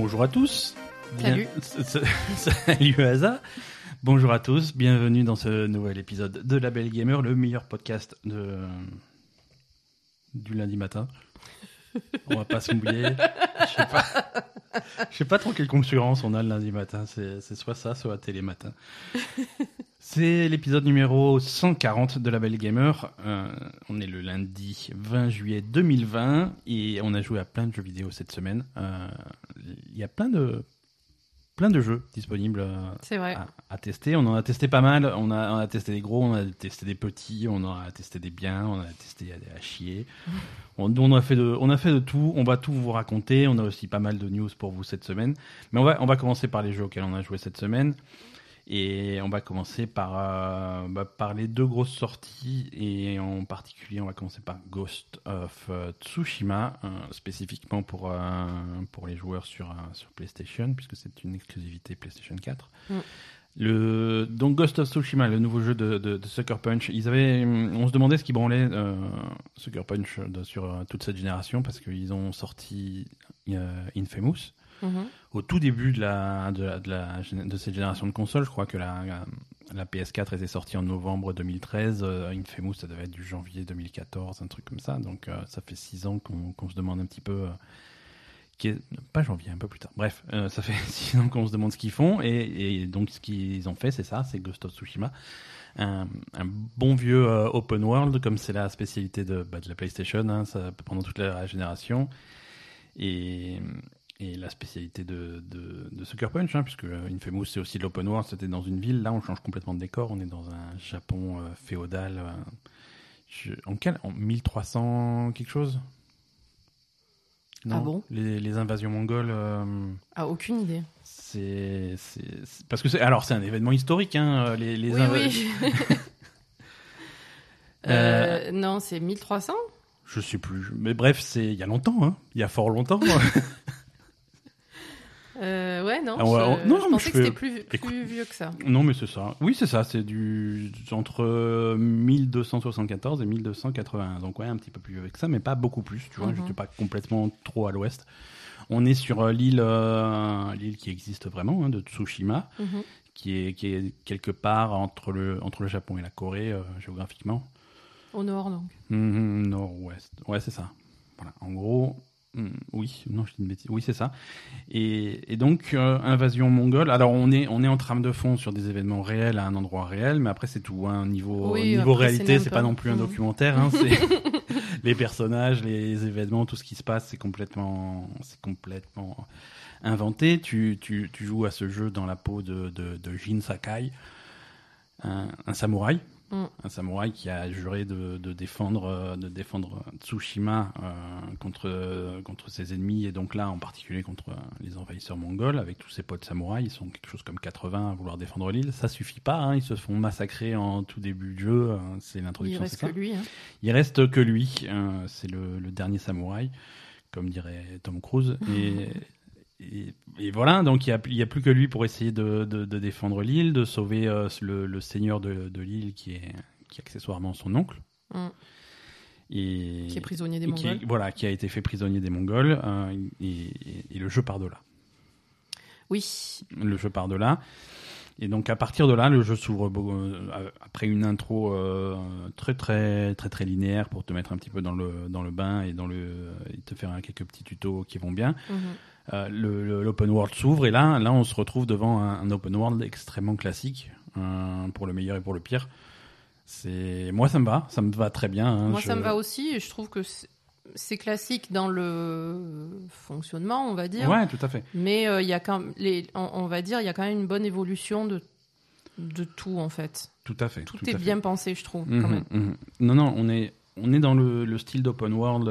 Bonjour à tous. Salut. Salut Asa. Bonjour à tous. Bienvenue dans ce nouvel épisode de La Belle Gamer, le meilleur podcast du lundi matin. On va pas se mouiller. Je sais pas trop quelle concurrence on a le lundi matin. C'est soit ça, soit Télématin. C'est l'épisode numéro 140 de La Belle Gamer. On est le lundi 20 juillet 2020 et on a joué à plein de jeux vidéo cette semaine. Il y a plein de jeux disponibles C'est vrai. à tester. On en a testé pas mal. On a testé des gros, on a testé des petits, on en a testé des biens, on a testé à chier. On a fait de tout. On va tout vous raconter. On a aussi pas mal de news pour vous cette semaine. Mais on va commencer par les jeux auxquels on a joué cette semaine. Et on va commencer par les deux grosses sorties. Et en particulier, on va commencer par Ghost of Tsushima, spécifiquement pour les joueurs sur PlayStation, puisque c'est une exclusivité PlayStation 4. Donc Ghost of Tsushima, le nouveau jeu de Sucker Punch, on se demandait ce qui branlait Sucker Punch sur toute cette génération, parce qu'ils ont sorti Infamous. Au tout début de cette génération de consoles. Je crois que la PS4 était sortie en novembre 2013. Infamous, ça devait être du janvier 2014, un truc comme ça. Donc ça fait 6 ans qu'on se demande un petit peu... pas janvier, un peu plus tard. Bref, ça fait 6 ans qu'on se demande ce qu'ils font. Et donc ce qu'ils ont fait, c'est ça, c'est Ghost of Tsushima. Un bon vieux open world, comme c'est la spécialité de la PlayStation, hein, ça, pendant toute la génération. Et la spécialité de Sucker Punch, hein, puisque Infamous c'est aussi de l'open world, c'était dans une ville. Là, on change complètement de décor. On est dans un Japon féodal. En 1300 quelque chose. Non, ah bon les invasions mongoles. Aucune idée. C'est parce que c'est un événement historique, hein. Oui. Non, c'est 1300. Je sais plus. Mais bref, il y a longtemps, hein. Il y a fort longtemps. Ouais, non. Je pensais que c'était plus vieux que ça. Non, mais c'est ça. Oui, c'est ça. C'est entre 1274 et 1281. Donc, ouais, un petit peu plus vieux que ça, mais pas beaucoup plus. Tu vois, j'étais pas complètement trop à l'ouest. On est sur l'île qui existe vraiment, hein, de Tsushima, qui est quelque part entre le Japon et la Corée, géographiquement. Au nord, donc. Nord-ouest. Ouais, c'est ça. Voilà. En gros. Oui, non, je dis une bêtise. Oui, c'est ça. Et donc, invasion mongole. Alors, on est en trame de fond sur des événements réels à un endroit réel, mais après, c'est tout. Hein. Niveau réalité, c'est pas non plus un documentaire. Hein, c'est les personnages, les événements, tout ce qui se passe, c'est complètement inventé. Tu joues à ce jeu dans la peau de Jin Sakai, un samouraï. Un samouraï qui a juré de défendre Tsushima contre ses ennemis, et donc là en particulier contre les envahisseurs mongols. Avec tous ses potes samouraïs, ils sont quelque chose comme 80 à vouloir défendre l'île. Ça suffit pas, hein, ils se font massacrer en tout début de jeu. C'est l'introduction. Il reste que lui. Hein. Il reste que lui. C'est le dernier samouraï, comme dirait Tom Cruise. Et voilà, donc il y a plus que lui pour essayer de défendre l'île, de sauver le seigneur de l'île qui est accessoirement son oncle. Et qui est prisonnier des Mongols. Qui a été fait prisonnier des Mongols, et le jeu part de là. Oui. Le jeu part de là. Et donc à partir de là, le jeu s'ouvre après une intro très très très très linéaire pour te mettre un petit peu dans le bain et te faire quelques petits tutos qui vont bien. L'open world s'ouvre, et là on se retrouve devant un open world extrêmement classique, pour le meilleur et pour le pire. Moi ça me va très bien. Hein. Moi ça me va aussi, et je trouve que c'est classique dans le fonctionnement, on va dire. Ouais, tout à fait. Mais il y a quand même on va dire, il y a quand même une bonne évolution de tout, en fait. Tout à fait. Tout est bien pensé, je trouve, quand même. Non, on est dans le style d'open world,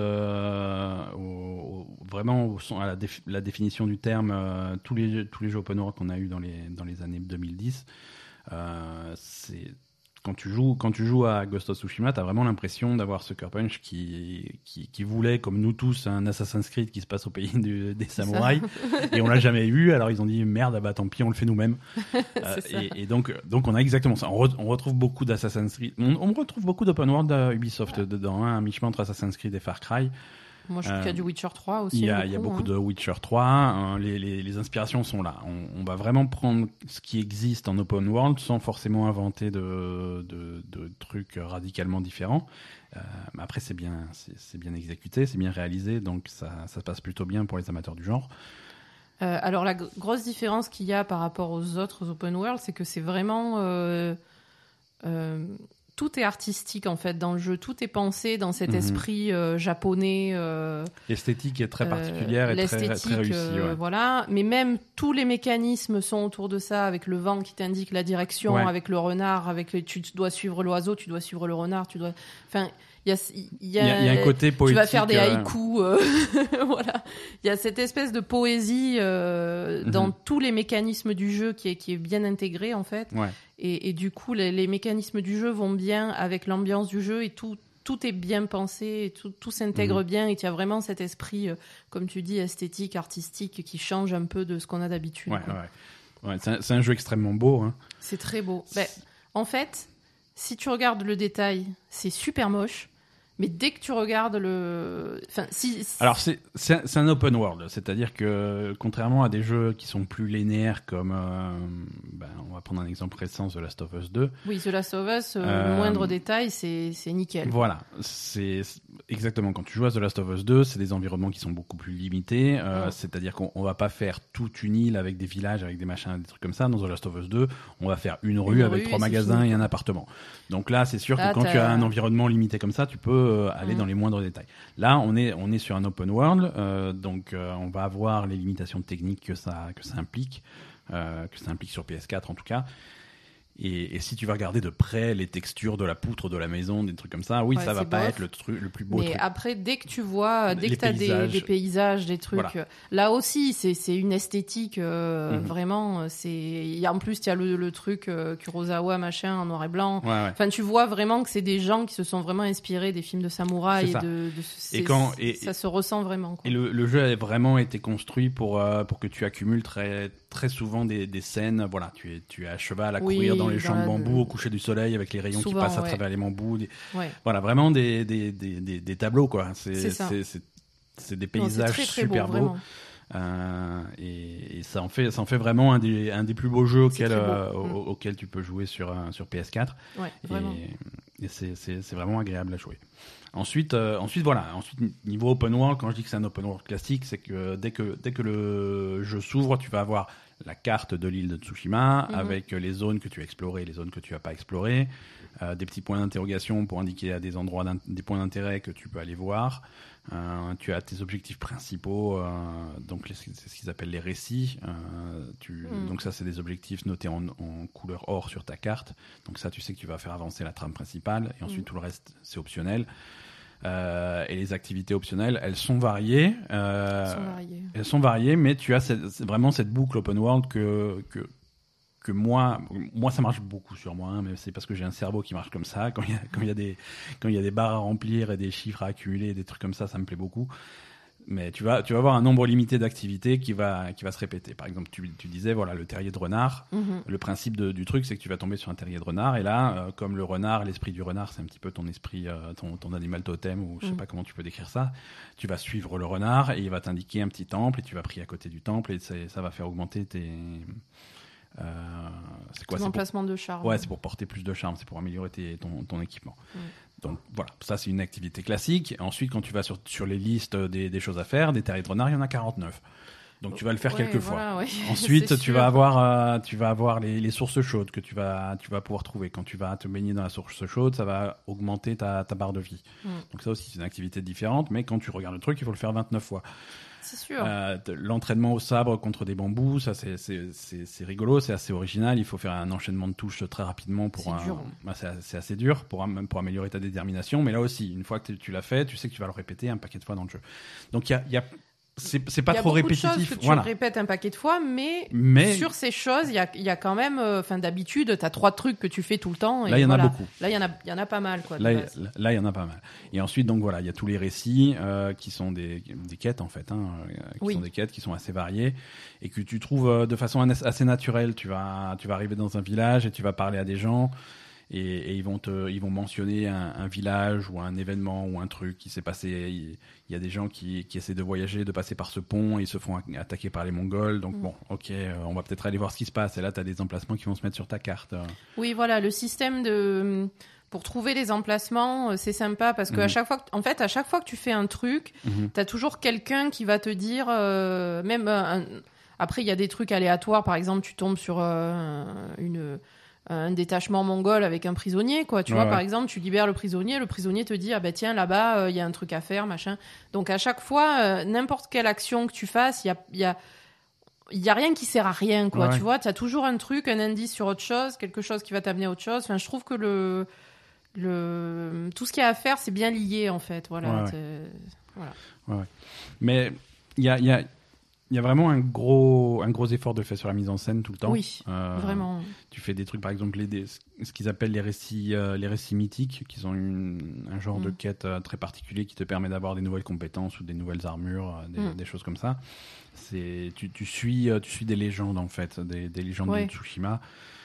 vraiment à la définition du terme. Tous les jeux open world qu'on a eu dans les années 2010, c'est quand tu joues à Ghost of Tsushima, t'as vraiment l'impression d'avoir Sucker Punch qui voulait, comme nous tous, un Assassin's Creed qui se passe au pays des samouraïs, et on l'a jamais eu. Alors ils ont dit merde, bah tant pis, on le fait nous-mêmes. Et donc on a exactement ça. On retrouve beaucoup d'Assassin's Creed. On retrouve beaucoup d'open world Ubisoft dedans, hein, un mi-chemin entre Assassin's Creed et Far Cry. Moi, je trouve qu'il y a du Witcher 3 aussi. Il y a beaucoup de Witcher 3. Les inspirations sont là. On va vraiment prendre ce qui existe en open world sans forcément inventer de trucs radicalement différents. Après, c'est bien exécuté, c'est bien réalisé, donc ça se passe plutôt bien pour les amateurs du genre. Alors, la grosse différence qu'il y a par rapport aux autres open world, c'est que c'est vraiment... tout est artistique en fait dans le jeu, tout est pensé dans cet esprit japonais. L'esthétique est très particulière et très réussie. Voilà, mais même tous les mécanismes sont autour de ça, avec le vent qui t'indique la direction, avec le renard, tu dois suivre l'oiseau, tu dois suivre le renard, enfin. Il y a un côté poétique. Tu vas faire des haïkus. Voilà. Il y a cette espèce de poésie dans tous les mécanismes du jeu qui est bien intégré, en fait. Ouais. Et du coup, les mécanismes du jeu vont bien avec l'ambiance du jeu et tout est bien pensé et tout s'intègre bien. Et il y a vraiment cet esprit, comme tu dis, esthétique, artistique qui change un peu de ce qu'on a d'habitude. Ouais, c'est un jeu extrêmement beau. Hein. C'est très beau. En fait, si tu regardes le détail, c'est super moche. Mais dès que tu regardes Alors, c'est un open world. C'est-à-dire que, contrairement à des jeux qui sont plus linéaires comme... on va prendre un exemple récent, The Last of Us 2. Oui, The Last of Us, le moindre détail, c'est nickel. Voilà. C'est exactement. Quand tu joues à The Last of Us 2, c'est des environnements qui sont beaucoup plus limités. C'est-à-dire qu'on va pas faire toute une île avec des villages, avec des machins, des trucs comme ça. Dans The Last of Us 2, on va faire une rue avec 3 magasins et un appartement. Donc là, c'est sûr que quand tu as un environnement limité comme ça, tu peux aller dans les moindres détails. Là, on est sur un open world, donc on va avoir les limitations techniques que ça implique sur PS4 en tout cas. Et si tu vas regarder de près les textures de la poutre de la maison, des trucs comme ça, ça va pas être le plus beau truc. Mais après, dès que tu vois, dès que tu as des paysages, des trucs, là aussi, c'est une esthétique vraiment. En plus, il y a le truc Kurosawa, machin, en noir et blanc. Enfin, tu vois vraiment que c'est des gens qui se sont vraiment inspirés des films de samouraï. Ça se ressent vraiment. Quoi. Et le jeu a vraiment été construit pour que tu accumules très, très souvent des scènes. Voilà, tu es à cheval à courir dans les champs de bambou au coucher du soleil avec les rayons qui passent à travers les bambous. Voilà, vraiment des tableaux, quoi. C'est des paysages très, très super beaux. Et ça en fait vraiment un des plus beaux jeux auxquels tu peux jouer sur PS4. Et c'est vraiment agréable à jouer. Ensuite, niveau open world, quand je dis que c'est un open world classique, c'est que dès que le jeu s'ouvre, tu vas avoir la carte de l'île de Tsushima avec les zones que tu as explorées, les zones que tu n'as pas explorées, des petits points d'interrogation pour indiquer à des endroits des points d'intérêt que tu peux aller voir. Tu as tes objectifs principaux, donc c'est ce qu'ils appellent les récits. Donc ça, c'est des objectifs notés en couleur or sur ta carte. Donc ça, tu sais que tu vas faire avancer la trame principale, et ensuite tout le reste, c'est optionnel. Et les activités optionnelles, elles sont variées. Elles sont variées, mais tu as vraiment cette boucle open world que moi ça marche beaucoup sur moi, mais c'est parce que j'ai un cerveau qui marche comme ça. Quand il y a des barres à remplir et des chiffres à accumuler, des trucs comme ça me plaît beaucoup. Mais tu vas avoir un nombre limité d'activités qui va se répéter. Par exemple, tu disais, voilà, le terrier de renard. Le principe du truc, c'est que tu vas tomber sur un terrier de renard. Et là, comme le renard, l'esprit du renard, c'est un petit peu ton esprit, ton animal totem, ou je sais pas comment tu peux décrire ça. Tu vas suivre le renard et il va t'indiquer un petit temple, et tu vas prier à côté du temple, et ça va faire augmenter tes... c'est quoi, emplacement de charme. Ouais, c'est pour porter plus de charme, c'est pour améliorer ton équipement. Donc voilà, ça c'est une activité classique. Ensuite, quand tu vas sur les listes des choses à faire, des terriers de renard, il y en a 49. Donc tu vas le faire quelques fois. Ensuite, tu vas avoir les sources chaudes que tu vas pouvoir trouver. Quand tu vas te baigner dans la source chaude, ça va augmenter ta barre de vie. Donc ça aussi, c'est une activité différente, mais quand tu regardes le truc, il faut le faire 29 fois. C'est sûr. L'entraînement au sabre contre des bambous, ça c'est rigolo, c'est assez original. Il faut faire un enchaînement de touches très rapidement c'est assez dur même pour améliorer ta détermination. Mais là aussi, une fois que tu l'as fait, tu sais que tu vas le répéter un paquet de fois dans le jeu. Donc il y a c'est pas trop répétitif. Il y a beaucoup de choses que tu le répètes un paquet de fois, mais sur ces choses, il y a quand même, d'habitude, t'as 3 trucs que tu fais tout le temps. Et là, il y en a beaucoup. Là, il y en a pas mal, quoi. Là, il y en a pas mal. Et ensuite, donc voilà, il y a tous les récits qui sont des quêtes en fait, sont des quêtes qui sont assez variées et que tu trouves de façon assez naturelle. Tu vas arriver dans un village et tu vas parler à des gens. et ils vont mentionner un village ou un événement ou un truc qui s'est passé. Il y a des gens qui essaient de voyager, de passer par ce pont et ils se font attaquer par les Mongols. Donc bon, ok, on va peut-être aller voir ce qui se passe. Et là, tu as des emplacements qui vont se mettre sur ta carte. Oui, voilà, le système pour trouver les emplacements, c'est sympa parce que à chaque fois que tu fais un truc, tu as toujours quelqu'un qui va te dire, après il y a des trucs aléatoires, par exemple tu tombes sur un détachement mongol avec un prisonnier, quoi. Tu vois, par exemple, tu libères le prisonnier te dit, ah ben tiens, là-bas, il y a un truc à faire, machin. Donc à chaque fois, n'importe quelle action que tu fasses, il y a rien qui sert à rien, quoi. Tu vois, tu as toujours un truc, un indice sur autre chose, quelque chose qui va t'amener à autre chose. Enfin, je trouve que tout ce qu'il y a à faire, c'est bien lié, en fait. Voilà. Ouais. Mais il y a vraiment un gros effort de fait sur la mise en scène tout le temps. Oui, vraiment. Tu fais des trucs, par exemple, ce qu'ils appellent les récits mythiques, qui sont un genre de quête très particulier qui te permet d'avoir des nouvelles compétences ou des nouvelles armures, des choses comme ça. Tu suis des légendes, en fait, des légendes de Tsushima.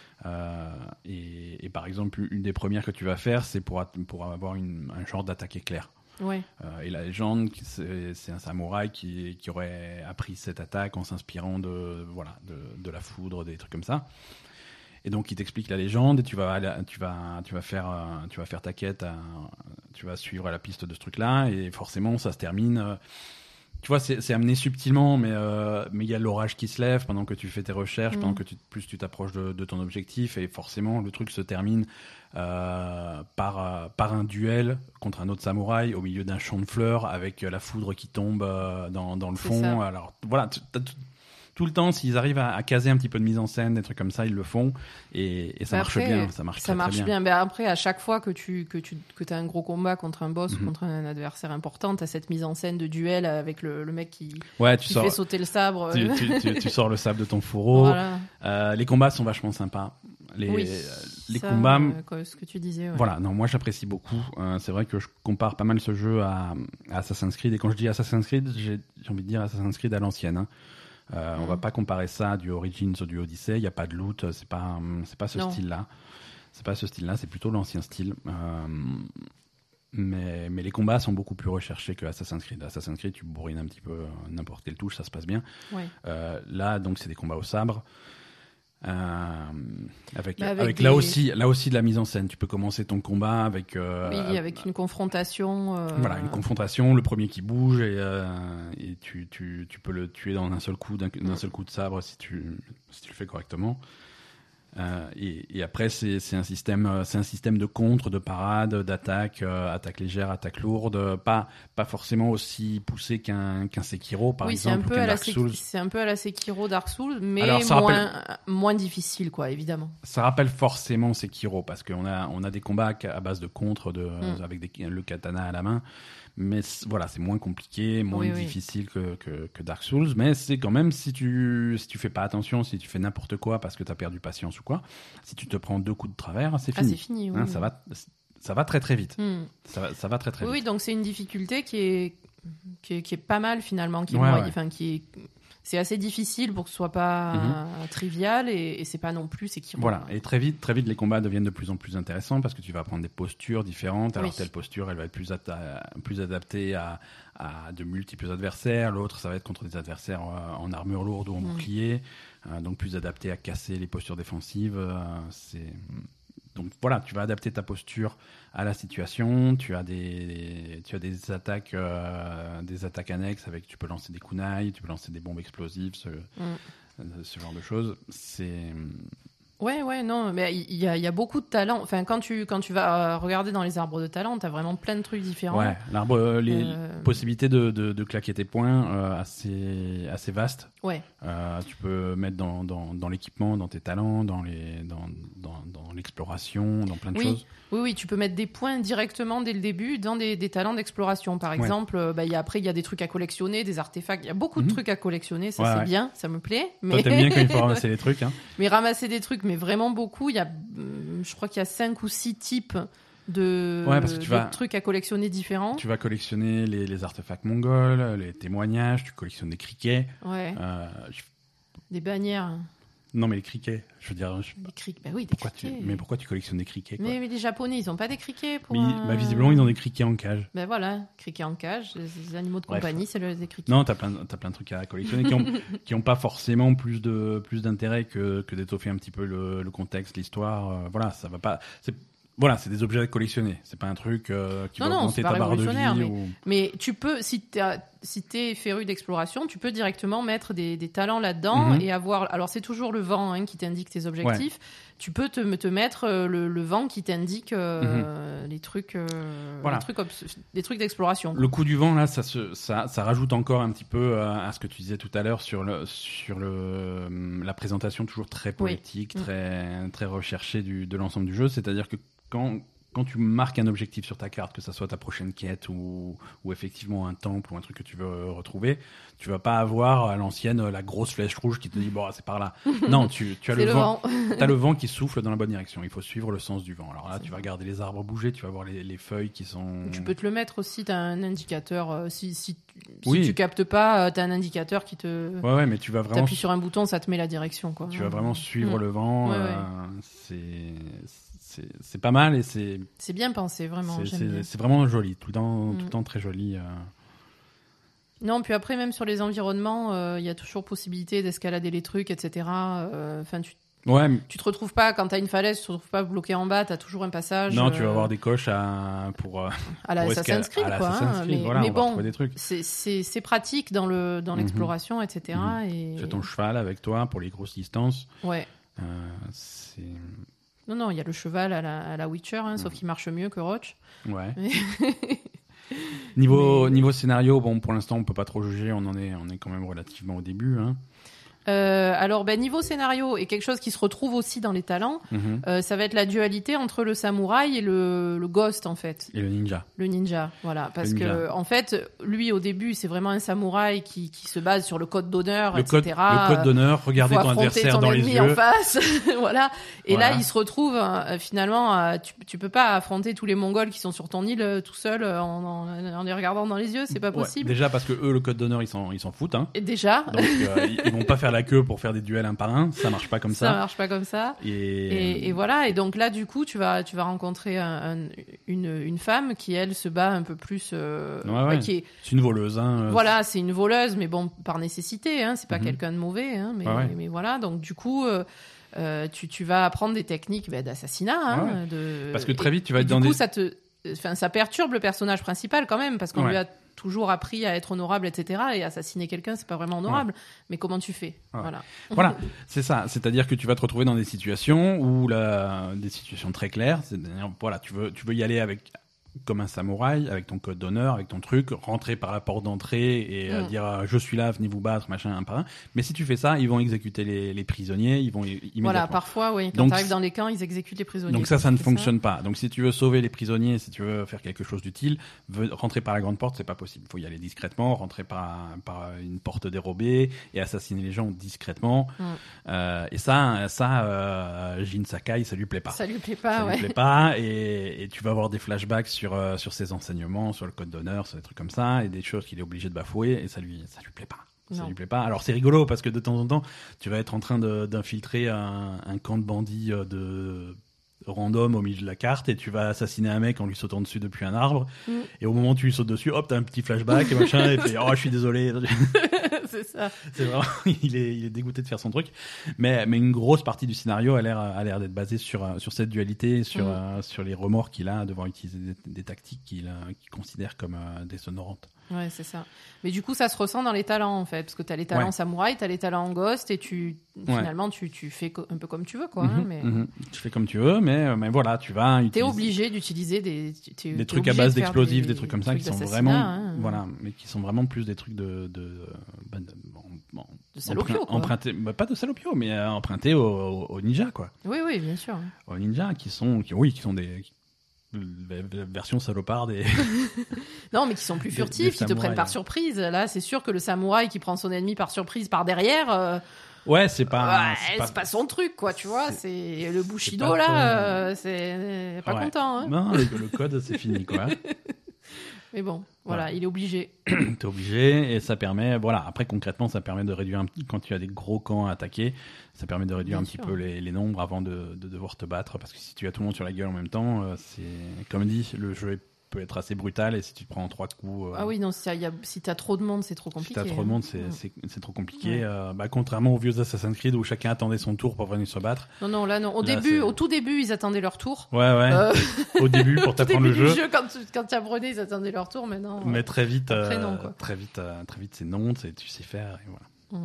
Et par exemple, une des premières que tu vas faire, c'est pour avoir un genre d'attaque éclair. Ouais. Et la légende, c'est un samouraï qui aurait appris cette attaque en s'inspirant de la foudre, des trucs comme ça. Et donc il t'explique la légende et tu vas faire ta quête, tu vas suivre la piste de ce truc-là et forcément ça se termine. Tu vois, c'est amené subtilement, mais il y a l'orage qui se lève pendant que tu fais tes recherches, pendant que plus tu t'approches de ton objectif, et forcément le truc se termine par un duel contre un autre samouraï au milieu d'un champ de fleurs avec la foudre qui tombe dans le fond. Ça. Alors voilà, tout le temps, s'ils arrivent à caser un petit peu de mise en scène, des trucs comme ça, ils le font et ça marche bien. Ça marche très bien. Mais après, à chaque fois que tu as un gros combat contre un boss ou contre un adversaire important, tu as cette mise en scène de duel avec le mec qui fait sauter le sabre. Tu sors le sabre de ton fourreau. Voilà. Les combats sont vachement sympas. Les combats. Ce que tu disais. Ouais. Voilà, non, moi j'apprécie beaucoup. C'est vrai que je compare pas mal ce jeu à Assassin's Creed. Et quand je dis Assassin's Creed, j'ai envie de dire Assassin's Creed à l'ancienne. Hein. On va pas comparer ça du Origins ou du Odyssey. Il y a pas de loot. C'est pas ce style-là. C'est pas ce style-là. C'est plutôt l'ancien style. Mais les combats sont beaucoup plus recherchés que Assassin's Creed. Assassin's Creed, tu bourrines un petit peu n'importe quelle touche, ça se passe bien. Ouais. Là, donc, c'est des combats au sabre. Avec là aussi de la mise en scène. Tu peux commencer ton combat avec une confrontation. Voilà, une confrontation, le premier qui bouge et tu peux le tuer dans d'un seul coup de sabre si tu le fais correctement. Et après c'est un système de contre, de parade, d'attaque, attaque légère, attaque lourde, pas forcément aussi poussé qu'un Sekiro par exemple, ou qu'un Dark Souls. C'est un peu à la Sekiro, Dark Souls, mais moins difficile, quoi, évidemment. Ça rappelle forcément Sekiro parce qu'on a des combats à base de contre, avec le katana à la main. Mais voilà, c'est moins compliqué, moins difficile que Dark Souls. Mais c'est quand même, si tu fais pas attention, si tu fais n'importe quoi parce que tu as perdu patience ou quoi, si tu te prends 2 coups de travers, c'est fini. C'est fini, oui. Hein, ça va très très vite. Ça va très très vite. Oui, donc c'est une difficulté qui est pas mal finalement, c'est assez difficile pour que ce soit pas trivial et c'est pas non plus Sekiro. Voilà, et très vite les combats deviennent de plus en plus intéressants parce que tu vas prendre des postures différentes. Alors telle posture, elle va être plus adaptée à de multiples adversaires. L'autre, ça va être contre des adversaires en armure lourde ou en bouclier, donc plus adapté à casser les postures défensives. Donc voilà, tu vas adapter ta posture à la situation. Tu as des attaques annexes avec, tu peux lancer des kunai, tu peux lancer des bombes explosives, ce genre de choses. Ouais, non, mais il y a beaucoup de talents. Enfin, quand tu vas regarder dans les arbres de talent, t'as vraiment plein de trucs différents. Ouais, les possibilités de claquer tes points assez vastes. Ouais. Tu peux mettre dans l'équipement, dans tes talents, dans l'exploration, dans plein de choses. Oui, tu peux mettre des points directement dès le début dans des talents d'exploration. Par exemple, après, il y a des trucs à collectionner, des artefacts. Il y a beaucoup de trucs à collectionner, ça c'est bien, ça me plaît. Mais... Toi, t'aimes bien quand il faut ramasser les trucs. Hein. Mais ramasser des trucs, mais vraiment beaucoup. Je crois qu'il y a 5 ou 6 types de trucs à collectionner différents. Tu vas collectionner les artefacts mongols, les témoignages, tu collectionnes des criquets. Ouais. Des bannières. Non, mais les criquets, je veux dire... Des criquets, oui, des criquets. Mais pourquoi tu collectionnes des criquets, quoi? Mais les Japonais, ils ont pas des criquets pour... visiblement, ils ont des criquets en cage. Ben voilà, criquets en cage, les animaux de compagnie, c'est des criquets. Non, t'as plein de trucs à collectionner qui ont pas forcément plus d'intérêt que d'étoffer un petit peu le contexte, l'histoire. Voilà, ça va pas... c'est des objets à collectionner. C'est pas un truc qui va augmenter ta barre de vie. Mais tu peux, si t'es féru d'exploration, tu peux directement mettre des talents là-dedans et avoir. Alors c'est toujours le vent qui t'indique tes objectifs. Ouais. Tu peux te mettre le vent qui t'indique les trucs, des trucs d'exploration. Le coup du vent là, ça rajoute encore un petit peu à ce que tu disais tout à l'heure sur la présentation toujours très poétique, très recherchée de l'ensemble du jeu. C'est-à-dire que quand tu marques un objectif sur ta carte, que ça soit ta prochaine quête ou effectivement un temple ou un truc que tu veux retrouver, tu vas pas avoir à l'ancienne la grosse flèche rouge qui te dit bon c'est par là. Non, tu as le vent. T'as le vent qui souffle dans la bonne direction. Il faut suivre le sens du vent. Alors là, tu vas regarder les arbres bouger, tu vas voir les feuilles qui sont. Tu peux te le mettre aussi. T'as un indicateur. Si tu captes pas, t'as un indicateur qui te. Ouais, mais tu vas vraiment. T'appuies sur un bouton, ça te met la direction, quoi. Tu vas vraiment suivre le vent. C'est pas mal et c'est bien pensé, vraiment. C'est vraiment joli, tout le temps très joli. Non, puis après, même sur les environnements, il y a toujours possibilité d'escalader les trucs, etc. Enfin, tu te retrouves pas, quand t'as une falaise, tu te retrouves pas bloqué en bas, t'as toujours un passage. Non, tu vas avoir des coches pour la Assassin's Creed, quoi. Voilà, mais bon, des trucs. C'est pratique dans l'exploration, etc. Et... Tu as ton cheval avec toi pour les grosses distances. Ouais. Non, il y a le cheval à la Witcher, sauf qu'il marche mieux que Roach. Ouais. Niveau scénario, bon, pour l'instant, on peut pas trop juger. On est quand même relativement au début. Alors, niveau scénario, et quelque chose qui se retrouve aussi dans les talents, ça va être la dualité entre le samouraï et le ghost, en fait. Et le ninja. Le ninja, voilà. Parce que, en fait, lui, au début, c'est vraiment un samouraï qui se base sur le code d'honneur, etc. Le code d'honneur, regarder ton adversaire dans les yeux. En face, voilà. Et là, il se retrouve, finalement, tu peux pas affronter tous les Mongols qui sont sur ton île tout seul en les regardant dans les yeux, c'est pas possible. Déjà, parce que eux, le code d'honneur, ils s'en foutent. Et déjà. Donc, ils vont pas faire la queue pour faire des duels un par un, ça marche pas comme ça. Ça marche pas comme ça. Et voilà, et donc là du coup tu vas rencontrer une femme qui elle se bat un peu plus c'est une voleuse voilà, c'est une voleuse mais bon par nécessité c'est pas quelqu'un de mauvais mais voilà, donc du coup tu vas apprendre des techniques d'assassinat parce que très vite tu vas être dans des ça perturbe le personnage principal quand même parce qu'on lui a toujours appris à être honorable, etc. Et assassiner quelqu'un, c'est pas vraiment honorable. Mais comment tu fais ? Voilà, c'est ça. C'est-à-dire que tu vas te retrouver dans des situations où des situations très claires. C'est-à-dire, voilà, tu veux y aller comme un samouraï, avec ton code d'honneur, avec ton truc, rentrer par la porte d'entrée et dire je suis là, venez vous battre, machin, un par un. Mais si tu fais ça, ils vont exécuter les prisonniers, ils vont immédiatement. Voilà, parfois, quand tu arrives dans les camps, ils exécutent les prisonniers. Donc ça ne fonctionne pas. Donc si tu veux sauver les prisonniers, si tu veux faire quelque chose d'utile, rentrer par la grande porte, c'est pas possible. Il faut y aller discrètement, rentrer par une porte dérobée et assassiner les gens discrètement. Et ça, Jin Sakai, ça lui plaît pas. Ça lui plaît pas, lui plaît pas, et tu vas avoir des flashbacks sur ses enseignements, sur le code d'honneur, sur des trucs comme ça, et des choses qu'il est obligé de bafouer, et ça lui plaît pas. Ça lui plaît pas. Alors c'est rigolo parce que de temps en temps, tu vas être en train d'infiltrer un camp de bandits random au milieu de la carte et tu vas assassiner un mec en lui sautant dessus depuis un arbre. Et au moment où tu lui sautes dessus, hop, t'as un petit flashback et machin, et puis je suis désolé. C'est ça. C'est vraiment, il est dégoûté de faire son truc. Mais une grosse partie du scénario a l'air d'être basée sur cette dualité, sur les remords qu'il a devant utiliser des tactiques qu'il considère comme déshonorantes. Ouais, c'est ça. Mais du coup, ça se ressent dans les talents, en fait. Parce que t'as les talents samouraï, t'as les talents en ghost, et finalement, tu fais un peu comme tu veux, quoi. Tu fais comme tu veux, mais voilà, tu vas utiliser... T'es obligé d'utiliser des trucs à base d'explosifs, des trucs comme ça, qui sont vraiment... Voilà, mais qui sont vraiment plus des trucs de salopio, quoi. Pas de salopio, mais empruntés aux ninjas, quoi. Oui, bien sûr. Aux ninjas, qui sont des... version salopard et non mais qui sont plus furtifs, qui te prennent par surprise. Là c'est sûr que le samouraï qui prend son ennemi par surprise par derrière c'est pas son truc, quoi, tu vois. C'est le Bushido là, c'est pas content. Non, le code c'est fini, quoi. Mais bon, voilà, il est obligé. T'es obligé, et ça permet, voilà, après concrètement, ça permet de réduire, quand tu as des gros camps à attaquer, ça permet de réduire un petit peu les nombres avant de devoir te battre, parce que si tu as tout le monde sur la gueule en même temps, c'est, comme dit, le jeu peut être assez brutal, et si tu te prends 3 coups... Ah oui, non, si t'as trop de monde, c'est trop compliqué. Si t'as trop de monde, c'est trop compliqué. Ouais. Contrairement aux vieux Assassin's Creed où chacun attendait son tour pour venir se battre. Non, là, non. Au tout début, ils attendaient leur tour. Ouais. Au début, pour t'apprendre le jeu. Quand tu apprenais, ils attendaient leur tour, maintenant. Mais très vite, après, non, quoi. très vite, c'est non, tu sais faire, et voilà.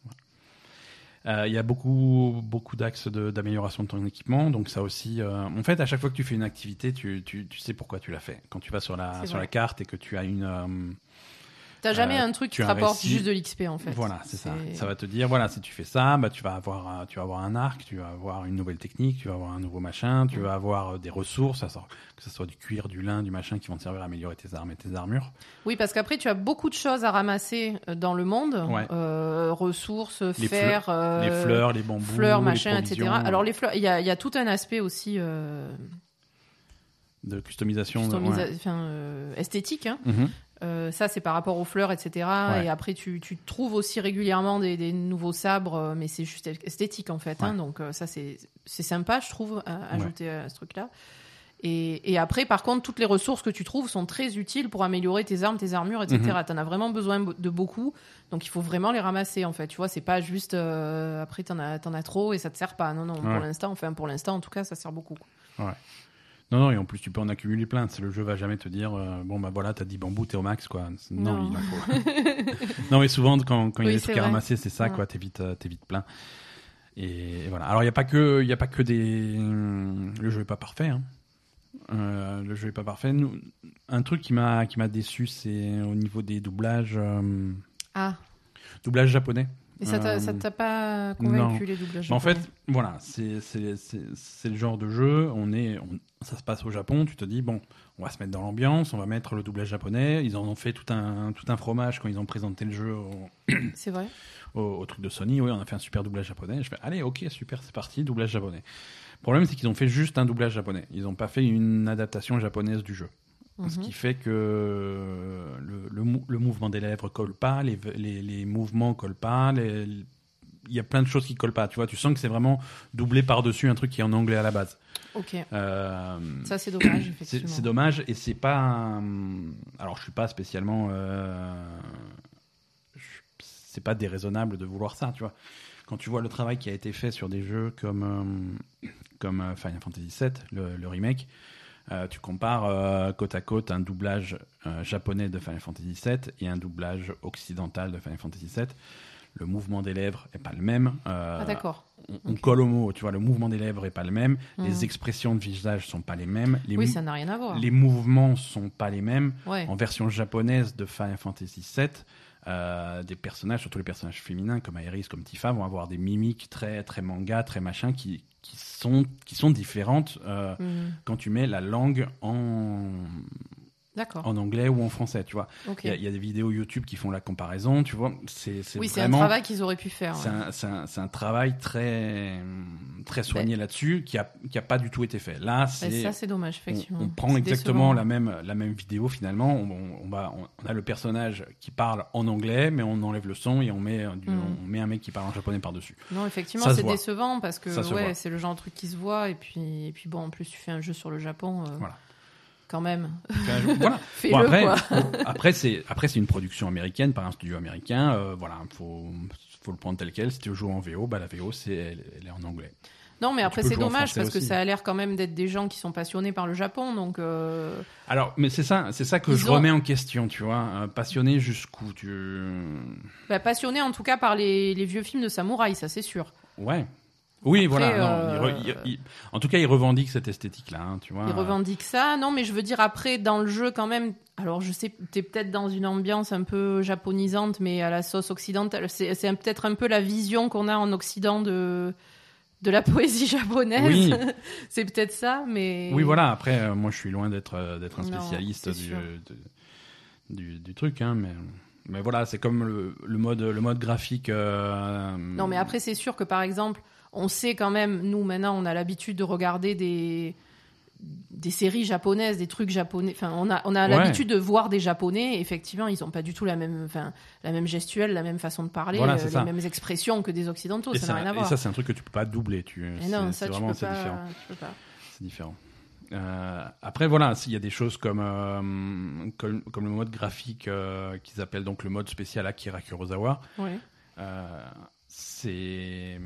Il y a beaucoup d'axes d'amélioration de ton équipement, donc ça aussi. En fait, à chaque fois que tu fais une activité, tu sais pourquoi tu l'as fait. Quand tu vas sur la carte et que tu as une. T'as jamais un truc qui te rapporte juste de l'XP en fait. Voilà, c'est ça. Ça va te dire, voilà, si tu fais ça, bah tu vas avoir un arc, tu vas avoir une nouvelle technique, tu vas avoir un nouveau machin, tu vas avoir des ressources, que ce soit du cuir, du lin, du machin, qui vont te servir à améliorer tes armes et tes armures. Oui, parce qu'après tu as beaucoup de choses à ramasser dans le monde, ressources, fer, les fleurs, les bambous, fleurs, machin, etc. Alors les fleurs, il y a tout un aspect aussi de customisation, esthétique. Hein. Mm-hmm. Ça, c'est par rapport aux fleurs, etc. Ouais. Et après, tu trouves aussi régulièrement des nouveaux sabres, mais c'est juste esthétique, en fait. Ouais. Hein, donc, ça, c'est sympa, je trouve, à ajouter à ce truc-là. Et après, par contre, toutes les ressources que tu trouves sont très utiles pour améliorer tes armes, tes armures, etc. Mm-hmm. T'en as vraiment besoin de beaucoup. Donc, il faut vraiment les ramasser, en fait. Tu vois, c'est pas juste... après, t'en as trop et ça te sert pas. Non, pour l'instant, en tout cas, ça sert beaucoup. Ouais. Non, et en plus, tu peux en accumuler plein. Le jeu va jamais te dire, voilà, t'as 10 bambous, t'es au max, quoi. Non, il en faut. Non, mais souvent, quand il y a des trucs à ramasser, c'est ça, quoi. T'es vite plein. Et voilà. Alors, il y a pas que des... Le jeu est pas parfait, hein. Le jeu est pas parfait. Un truc qui m'a déçu, c'est au niveau des doublages. Doublages japonais. Et ça t'a pas convaincu, les doublages japonais? En fait, voilà, c'est le genre de jeu, ça se passe au Japon, tu te dis, bon, on va se mettre dans l'ambiance, on va mettre le doublage japonais. Ils en ont fait tout un fromage quand ils ont présenté le jeu c'est vrai. au truc de Sony. Oui, on a fait un super doublage japonais. Je fais, allez, ok, super, c'est parti, doublage japonais. Le problème, c'est qu'ils ont fait juste un doublage japonais. Ils n'ont pas fait une adaptation japonaise du jeu. Ce qui fait que le mouvement des lèvres colle pas, les mouvements collent pas, il y a plein de choses qui collent pas. Tu vois, tu sens que c'est vraiment doublé par-dessus un truc qui est en anglais à la base. Ok. Ça, c'est dommage, effectivement. C'est dommage, et c'est pas... Alors, je suis pas spécialement... c'est pas déraisonnable de vouloir ça, tu vois. Quand tu vois le travail qui a été fait sur des jeux comme Final Fantasy VII, le remake... tu compares côte à côte un doublage japonais de Final Fantasy VII et un doublage occidental de Final Fantasy VII. Le mouvement des lèvres est pas le même. D'accord. On colle au mot, tu vois, le mouvement des lèvres est pas le même. Les expressions de visage sont pas les mêmes. Ça n'a rien à voir. Les mouvements sont pas les mêmes. Ouais. En version japonaise de Final Fantasy VII, des personnages, surtout les personnages féminins comme Aeris, comme Tifa, vont avoir des mimiques très, très manga, très machin, qui sont différentes quand tu mets la langue en anglais ou en français, tu vois. Okay. Il y a des vidéos YouTube qui font la comparaison, tu vois. C'est un travail qu'ils auraient pu faire. C'est un travail très, très soigné là-dessus qui a pas du tout été fait. Là, ça, c'est dommage, effectivement. On prend exactement la même vidéo, finalement. On a le personnage qui parle en anglais, mais on enlève le son et on met un mec qui parle en japonais par-dessus. Non, effectivement, c'est décevant parce que c'est le genre de truc qui se voit. Et puis bon, en plus, tu fais un jeu sur le Japon. Voilà. Quand même. Voilà. Fais-le, après, c'est une production américaine par un studio américain. Voilà, faut le prendre tel quel. Si tu joues en VO, la VO, elle est en anglais. Non, mais après, c'est dommage parce que ça a l'air quand même d'être des gens qui sont passionnés par le Japon, donc. Alors, mais c'est ça que je remets en question, tu vois. Passionné jusqu'où passionné en tout cas par les vieux films de samouraï, ça c'est sûr. Ouais. Oui, après, voilà. En tout cas, il revendique cette esthétique-là, hein, tu vois. Il revendique ça. Non, mais je veux dire, après, dans le jeu, quand même... Alors, je sais, t'es peut-être dans une ambiance un peu japonisante, mais à la sauce occidentale. C'est peut-être un peu la vision qu'on a en Occident de la poésie japonaise. Oui. C'est peut-être ça, mais... Oui, voilà. Après, moi, je suis loin d'être un spécialiste du truc, hein, mais voilà, c'est comme le mode graphique... Non, mais après, c'est sûr que, par exemple... On sait quand même, nous maintenant, on a l'habitude de regarder des séries japonaises, des trucs japonais. Enfin, on a l'habitude de voir des Japonais. Effectivement, ils n'ont pas du tout la même gestuelle, la même façon de parler, les mêmes expressions que des Occidentaux. Ça n'a rien à voir. Et ça, c'est un truc que tu peux pas doubler. Non, ça, tu peux pas. C'est différent. Après, voilà, il y a des choses comme le mode graphique qu'ils appellent donc le mode spécial Akira Kurosawa. Ouais. C'est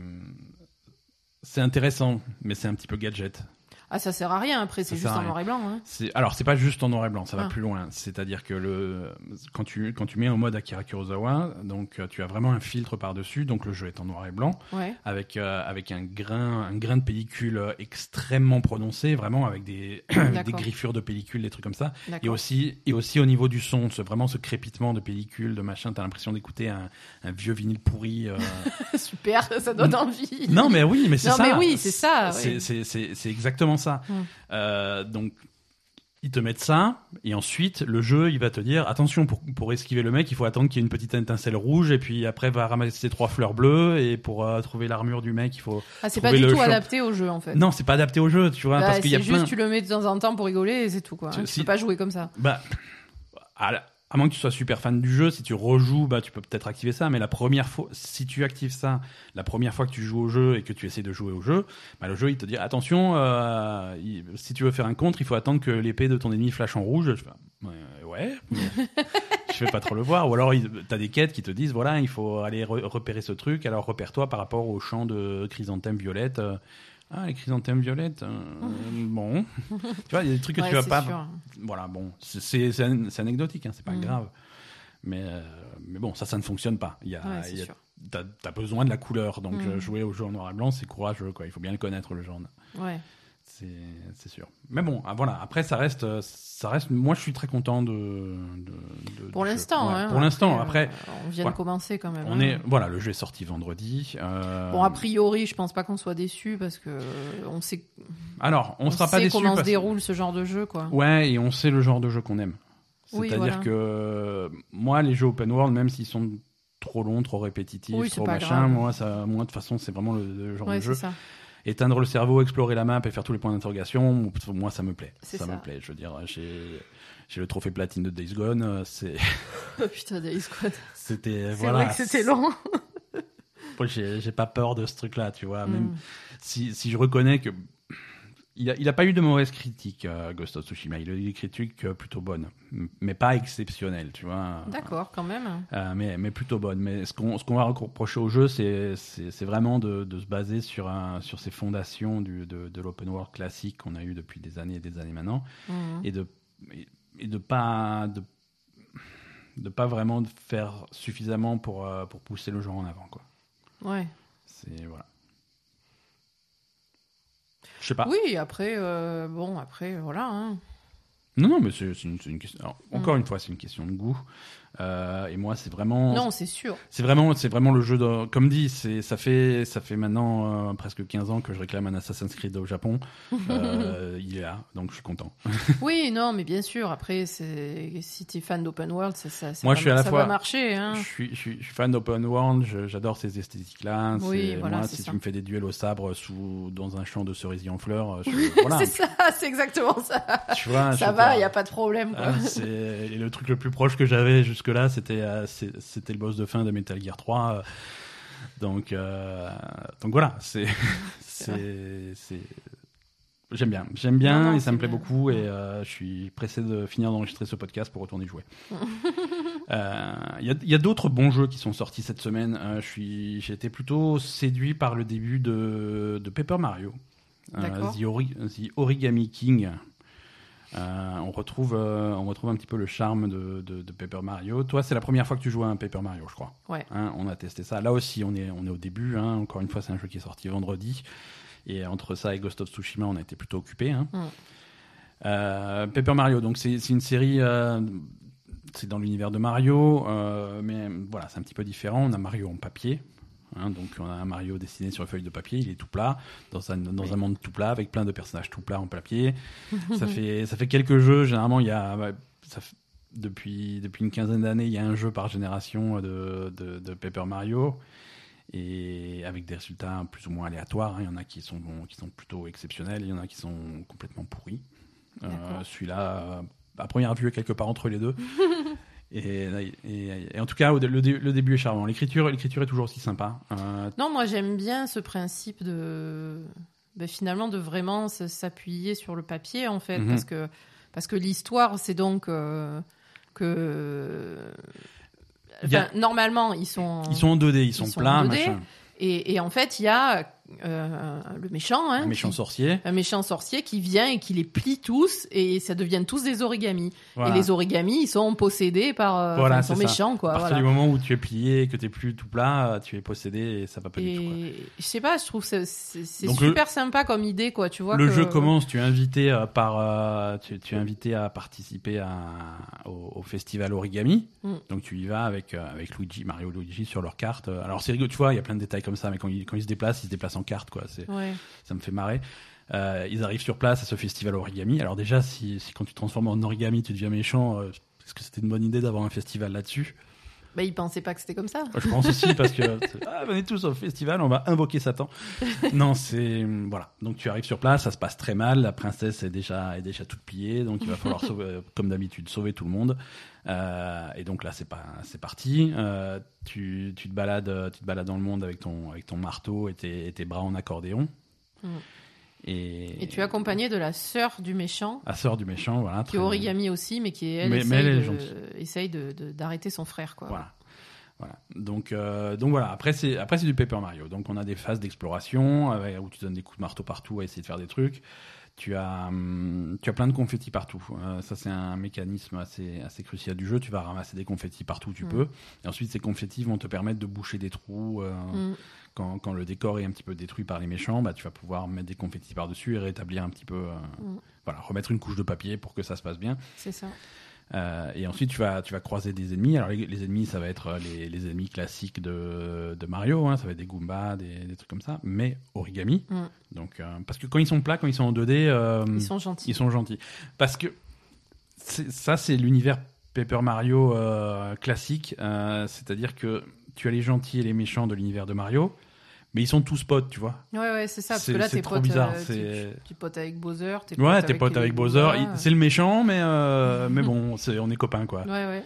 intéressant, mais c'est un petit peu gadget. Ah, ça sert à rien, après, c'est juste en noir et blanc. Hein. Alors, c'est pas juste en noir et blanc, ça va plus loin. C'est-à-dire que quand tu mets en mode Akira Kurosawa, donc tu as vraiment un filtre par-dessus, donc le jeu est en noir et blanc, avec un grain de pellicule extrêmement prononcé, vraiment avec des griffures de pellicule, des trucs comme ça. Et aussi au niveau du son, vraiment ce crépitement de pellicule, de machin, t'as l'impression d'écouter un vieux vinyle pourri. Super, ça donne envie. Non, mais oui, mais c'est ça. Non, mais oui, c'est ça. C'est exactement ça. Donc ils te mettent ça et ensuite le jeu il va te dire attention, pour esquiver le mec il faut attendre qu'il y ait une petite étincelle rouge et puis après va ramasser 3 fleurs bleues et pour trouver l'armure du mec il faut c'est pas du tout adapté au jeu en fait. Non, c'est pas adapté au jeu, tu vois, parce qu'il y a juste tu le mets de temps en temps pour rigoler et c'est tout quoi. Tu peux pas jouer comme ça. À moins que tu sois super fan du jeu, si tu rejoues, tu peux peut-être activer ça, mais la première fois, si tu actives ça, la première fois que tu joues au jeu et que tu essaies de jouer au jeu, le jeu, il te dit, attention, si tu veux faire un contre, il faut attendre que l'épée de ton ennemi flash en rouge. Je fais, ouais, je vais pas trop le voir. Ou alors, t'as des quêtes qui te disent, voilà, il faut aller repérer ce truc, alors repère-toi par rapport au champ de chrysanthème violette. Les chrysanthèmes violettes, bon. Tu vois, il y a des trucs que tu vas pas. Sûr. Voilà, bon, c'est anecdotique, hein, c'est pas grave. Mais bon, ça ne fonctionne pas. T'as besoin de la couleur, donc jouer au jeu en noir et blanc, c'est courageux, quoi. Il faut bien le connaître, le genre. Ouais. C'est sûr. Mais bon, voilà. Après, ça reste. Moi, je suis très content pour l'instant. Pour l'instant. Après, on vient de commencer quand même. Le jeu est sorti vendredi. Bon, a priori, je pense pas qu'on soit déçus parce que on sait. Alors, on sera pas déçus. Comment se déroule ce genre de jeu, quoi. Ouais, et on sait le genre de jeu qu'on aime. C'est-à-dire que moi, les jeux open world, même s'ils sont trop longs, trop répétitifs, trop machin, moi, de toute façon, c'est vraiment le genre de jeu. Ça. Éteindre le cerveau, explorer la map et faire tous les points d'interrogation, moi ça me plaît. Ça me plaît. Je veux dire, j'ai le trophée platine de Days Gone. Oh putain, Days Gone. C'était c'est vrai que c'était long. Moi, j'ai pas peur de ce truc-là, tu vois. Même si je reconnais que il a pas eu de mauvaises critiques, Ghost of Tsushima. Il a eu des critiques plutôt bonnes, mais pas exceptionnelles, tu vois. D'accord, quand même. Mais plutôt bonnes. Mais ce qu'on va reprocher au jeu, c'est vraiment de se baser sur ces fondations de l'open world classique qu'on a eu depuis des années et des années maintenant, et de pas vraiment faire suffisamment pour pousser le genre en avant, quoi. Ouais. Voilà. Je sais pas. Oui, après, voilà. Hein. Non, mais c'est une question. Alors, encore une fois, c'est une question de goût. Et moi, c'est vraiment. Non, c'est sûr. C'est vraiment le jeu de. Comme dit, ça fait maintenant presque 15 ans que je réclame un Assassin's Creed au Japon. Il est là, donc je suis content. Oui, non, mais bien sûr. Après, si t'es fan d'open world, moi, je suis à la fois. Va marcher. Hein. Je suis fan d'open world. J'adore ces esthétiques-là. Oui, voilà, moi, si tu me fais des duels au sabre dans un champ de cerisiers en fleurs, voilà. C'est ça, c'est exactement ça. Tu vois, ça va, il y a pas de problème. Quoi. Et le truc le plus proche que j'avais jusque-là, c'était le boss de fin de Metal Gear 3. Donc voilà, j'aime bien et ça me plaît beaucoup et je suis pressé de finir d'enregistrer ce podcast pour retourner jouer. Il y a d'autres bons jeux qui sont sortis cette semaine. J'ai été plutôt séduit par le début de Paper Mario, The Origami King. On retrouve un petit peu le charme de Paper Mario. Toi, c'est la première fois que tu joues à un Paper Mario, je crois. Ouais. On a testé ça. Là aussi, on est au début. Encore une fois, c'est un jeu qui est sorti vendredi. Et entre ça et Ghost of Tsushima, on a été plutôt occupés. Paper Mario, donc c'est une série. C'est dans l'univers de Mario, mais voilà, c'est un petit peu différent. On a Mario en papier. Donc on a un Mario dessiné sur une feuille de papier, il est tout plat dans un monde tout plat avec plein de personnages tout plats en papier. ça fait quelques jeux, généralement depuis une quinzaine d'années, il y a un jeu par génération de Paper Mario et avec des résultats plus ou moins aléatoires. Il y en a qui sont plutôt exceptionnels, il y en a qui sont complètement pourris. Celui-là, à première vue, est quelque part entre les deux. Et en tout cas, le début est charmant. L'écriture est toujours aussi sympa. Non, moi j'aime bien ce principe finalement de vraiment s'appuyer sur le papier en fait, parce que l'histoire, c'est donc normalement ils sont en 2D, ils sont plats, machin. Et en fait, il y a le méchant, un méchant sorcier qui vient et qui les plie tous, et ça devient tous des origamis. Voilà. Et les origamis, ils sont possédés par son méchant, quoi. À partir du moment où tu es plié, que tu n'es plus tout plat, tu es possédé et ça va pas du tout. Quoi. Je sais pas, je trouve que c'est super sympa comme idée, quoi. Tu vois. Le jeu commence, tu es invité tu es invité à participer au festival origami. Donc tu y vas avec Mario Luigi sur leur carte. Alors c'est rigolo, tu vois, il y a plein de détails comme ça, mais quand ils se déplacent en carte, quoi. Ça me fait marrer. Ils arrivent sur place à ce festival origami. Alors déjà, si quand tu te transformes en origami, tu deviens méchant, est-ce que c'était une bonne idée d'avoir un festival là-dessus? Ils pensaient pas que c'était comme ça. Je pense aussi, parce que venez tous au festival, on va invoquer Satan. Non, voilà. Donc tu arrives sur place, ça se passe très mal. La princesse est déjà toute pliée, donc il va falloir comme d'habitude, sauver tout le monde. Et donc là, c'est parti. Tu te balades dans le monde avec ton marteau et tes bras en accordéon. Et tu es accompagné de la sœur du méchant. La sœur du méchant, voilà. Qui est origami aussi, mais qui essaye d'arrêter son frère, quoi. Voilà. Donc voilà. Après c'est du Paper Mario. Donc on a des phases d'exploration où tu donnes des coups de marteau partout à essayer de faire des trucs. Tu as plein de confettis partout. Ça, c'est un mécanisme assez crucial du jeu. Tu vas ramasser des confettis partout où tu peux. Et ensuite, ces confettis vont te permettre de boucher des trous. Quand le décor est un petit peu détruit par les méchants, tu vas pouvoir mettre des confettis par-dessus et rétablir un petit peu... remettre une couche de papier pour que ça se passe bien. C'est ça. Et ensuite, tu vas croiser des ennemis. Alors, les ennemis, ça va être les ennemis classiques de Mario. Ça va être des Goombas, des trucs comme ça. Mais origami. Donc, parce que quand ils sont plats, quand ils sont en 2D... ils sont gentils. Ils sont gentils. Parce que ça, c'est l'univers Paper Mario classique. C'est-à-dire que tu as les gentils et les méchants de l'univers de Mario. Mais ils sont tous potes, tu vois. Ouais, c'est ça. Parce que là, t'es pote. Bizarre. Tu potes avec Bowser. T'es pote avec Bowser. C'est le méchant, mais bon, on est copains, quoi. Ouais.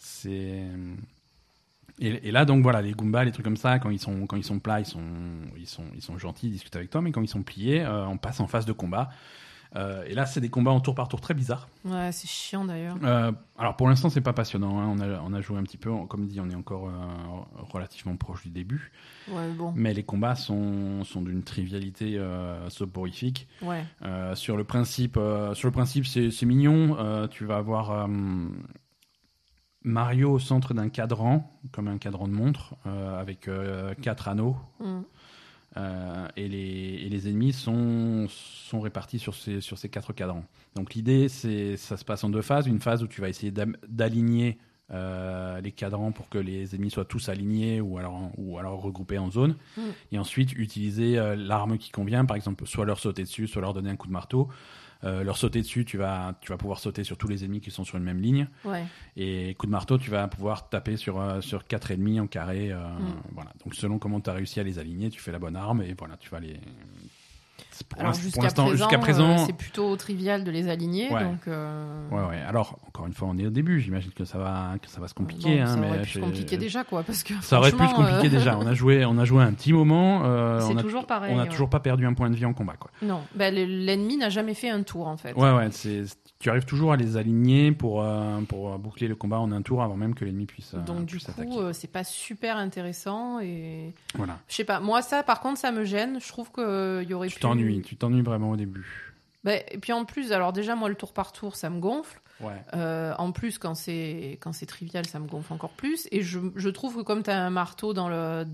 Et là, donc voilà, les Goombas, les trucs comme ça, quand ils sont plats, ils sont gentils, ils discutent avec toi, mais quand ils sont pliés, on passe en phase de combat. Et là, c'est des combats en tour par tour très bizarres. Ouais, c'est chiant d'ailleurs. Alors pour l'instant, c'est pas passionnant. On a joué un petit peu. Comme dit, on est encore relativement proche du début. Ouais, bon. Mais les combats sont d'une trivialité soporifique. Ouais. Sur le principe, c'est mignon. Tu vas avoir Mario au centre d'un cadran, comme un cadran de montre, avec 4 anneaux. Et les ennemis sont répartis sur ces 4 cadrans. Donc l'idée, ça se passe en 2 phases. Une phase où tu vas essayer d'aligner les cadrans pour que les ennemis soient tous alignés ou alors regroupés en zones. Et ensuite, utiliser l'arme qui convient. Par exemple, soit leur sauter dessus, soit leur donner un coup de marteau. Leur sauter dessus, tu vas pouvoir sauter sur tous les ennemis qui sont sur une même ligne. Ouais. Et coup de marteau, tu vas pouvoir taper sur 4 ennemis en carré. Voilà. Donc selon comment tu as réussi à les aligner, tu fais la bonne arme et voilà, tu vas les... Alors jusqu'à présent, c'est plutôt trivial de les aligner. Ouais. Donc ouais. Alors encore une fois, on est au début. J'imagine que ça va se compliquer. Ça aurait pu se compliquer déjà, quoi, parce que ça aurait pu se compliquer déjà. On a joué un petit moment. C'est toujours pareil. On n'a toujours pas perdu un point de vie en combat, quoi. Non, l'ennemi n'a jamais fait un tour en fait. Ouais. Tu arrives toujours à les aligner pour boucler le combat en un tour avant même que l'ennemi puisse. Donc puisse du coup, attaquer. c'est pas super intéressant et. Voilà. Je sais pas. Moi, ça, par contre, ça me gêne. Je trouve que y aurait. Tu t'ennuies vraiment au début. Et puis en plus, alors déjà moi le tour par tour, ça me gonfle. Ouais. En plus, quand c'est trivial, ça me gonfle encore plus. Et je trouve que comme tu as un marteau dans le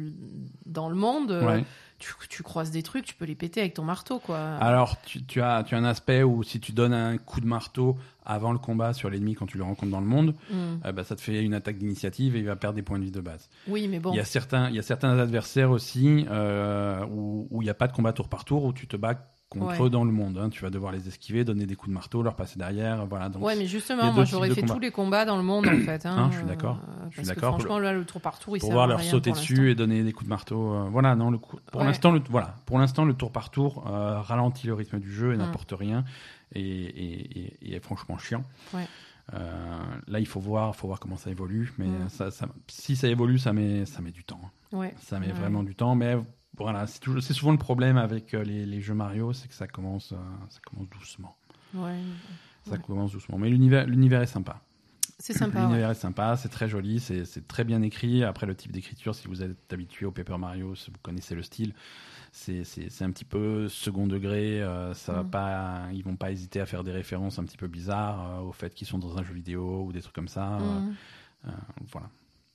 monde. Ouais. Tu croises des trucs, tu peux les péter avec ton marteau, quoi. Alors, tu as un aspect où si tu donnes un coup de marteau avant le combat sur l'ennemi quand tu le rencontres dans le monde, ça te fait une attaque d'initiative et il va perdre des points de vie de base. Oui, mais bon. Il y a certains adversaires aussi où il n'y a pas de combat tour par tour, où tu te bats contre eux dans le monde. Hein. Tu vas devoir les esquiver, donner des coups de marteau, leur passer derrière. Voilà. Donc, mais justement, moi j'aurais fait tous les combats dans le monde en fait. Hein, je suis d'accord. Franchement, là, le tour par tour, il sert à rien. Pour pouvoir leur sauter dessus et donner des coups de marteau. Voilà, non, pour l'instant, le tour par tour ralentit le rythme du jeu et n'apporte rien et est franchement chiant. Ouais. Là, il faut voir comment ça évolue, mais si ça évolue, ça met du temps. Ouais. Ça met vraiment du temps, mais voilà, c'est souvent le problème avec les jeux Mario, c'est que ça commence doucement. Ouais. Ça commence doucement, mais l'univers est sympa. C'est sympa. L'univers est sympa, c'est très joli, c'est très bien écrit. Après, le type d'écriture, si vous êtes habitué au Paper Mario, si vous connaissez le style, c'est un petit peu second degré. Ça va pas, ils vont pas hésiter à faire des références un petit peu bizarres au fait qu'ils sont dans un jeu vidéo ou des trucs comme ça. Voilà.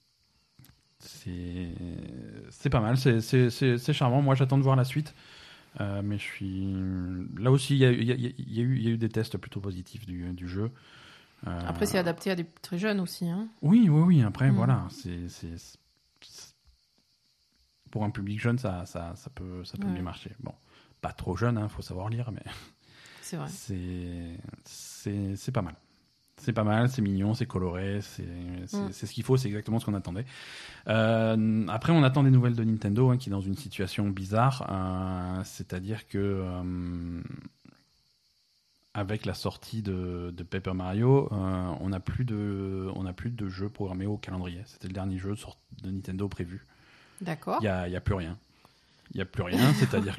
C'est pas mal, c'est charmant. Moi, j'attends de voir la suite. Mais je suis là aussi. Il y a eu des tests plutôt positifs du jeu. Après, c'est adapté à des très jeunes aussi. Hein. Oui. Après, voilà, c'est pour un public jeune, ça peut mieux marcher. Bon, pas trop jeune, faut savoir lire, mais c'est vrai. C'est pas mal. C'est pas mal, c'est mignon, c'est coloré, c'est ce qu'il faut, c'est exactement ce qu'on attendait. Après, on attend des nouvelles de Nintendo, qui est dans une situation bizarre, c'est-à-dire que avec la sortie de Paper Mario, on n'a plus de jeux programmés au calendrier. C'était le dernier jeu de Nintendo prévu. D'accord. Il y a plus rien. Il y a plus rien, c'est-à-dire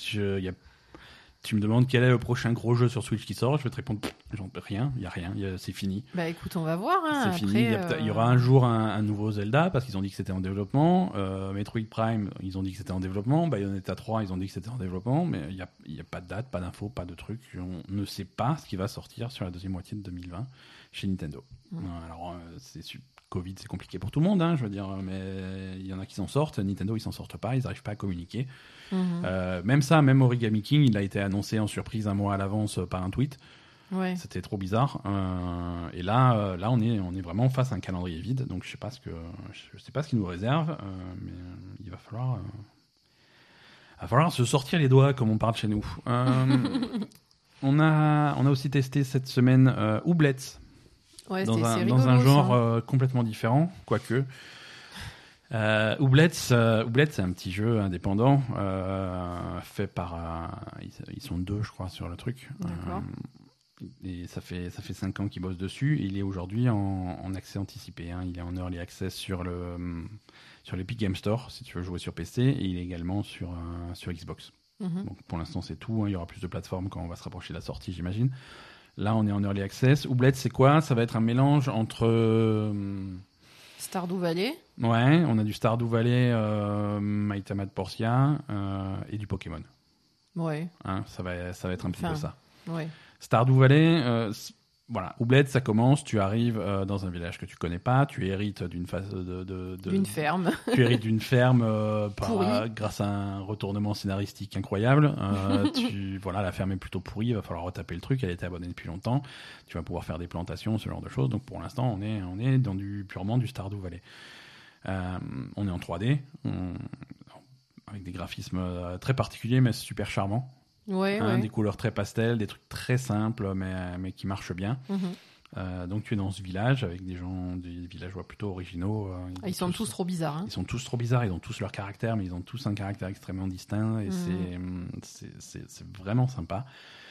tu me demandes quel est le prochain gros jeu sur Switch qui sort, je vais te répondre rien, il y a rien, c'est fini. Bah écoute, on va voir. C'est après, fini. Il y aura un jour un nouveau Zelda parce qu'ils ont dit que c'était en développement. Metroid Prime, ils ont dit que c'était en développement. Bayonetta 3, ils ont dit que c'était en développement, mais il y a pas de date, pas d'infos, pas de trucs. On ne sait pas ce qui va sortir sur la deuxième moitié de 2020 chez Nintendo. Alors Covid, c'est compliqué pour tout le monde, je veux dire, mais il y en a qui s'en sortent. Nintendo, ils s'en sortent pas, ils n'arrivent pas à communiquer. Même Origami King, il a été annoncé en surprise un mois à l'avance par un tweet. Ouais. C'était trop bizarre. Et là, on est vraiment face à un calendrier vide. Donc je sais pas ce qu'il nous réserve, mais il va falloir se sortir les doigts, comme on parle chez nous. On a aussi testé cette semaine Ooblets. Ouais, dans un genre complètement différent, quoique. Ooblets, c'est un petit jeu indépendant fait par. Ils sont 2, je crois, sur le truc. Et ça fait 5 ans qu'ils bossent dessus. Et il est aujourd'hui en accès anticipé. Il est en early access sur l'Epic Game Store, si tu veux jouer sur PC. Et il est également sur Xbox. Donc pour l'instant, c'est tout. Il y aura plus de plateformes quand on va se rapprocher de la sortie, j'imagine. Là, on est en early access. Ooblets, c'est quoi ? Ça va être un mélange entre Stardew Valley. Ouais, on a du Stardew Valley, Maïta Portia et du Pokémon. Ouais. Ça va être un petit peu ça. Ouais. Stardew Valley, voilà. Ooblets, ça commence. Tu arrives dans un village que tu connais pas. Tu hérites d'une phase d'une ferme. Tu hérites d'une ferme grâce à un retournement scénaristique incroyable. La ferme est plutôt pourrie. Il va falloir retaper le truc. Elle était abandonnée depuis longtemps. Tu vas pouvoir faire des plantations, ce genre de choses. Donc pour l'instant, on est dans purement du Stardew Valley. On est en 3D, avec des graphismes très particuliers, mais super charmants. Des couleurs très pastel, des trucs très simples mais qui marchent bien. Donc tu es dans ce village avec des villageois plutôt originaux. Ils sont tous trop bizarres. Ils sont tous trop bizarres, ils ont tous leur caractère, mais ils ont tous un caractère extrêmement distinct et c'est vraiment sympa.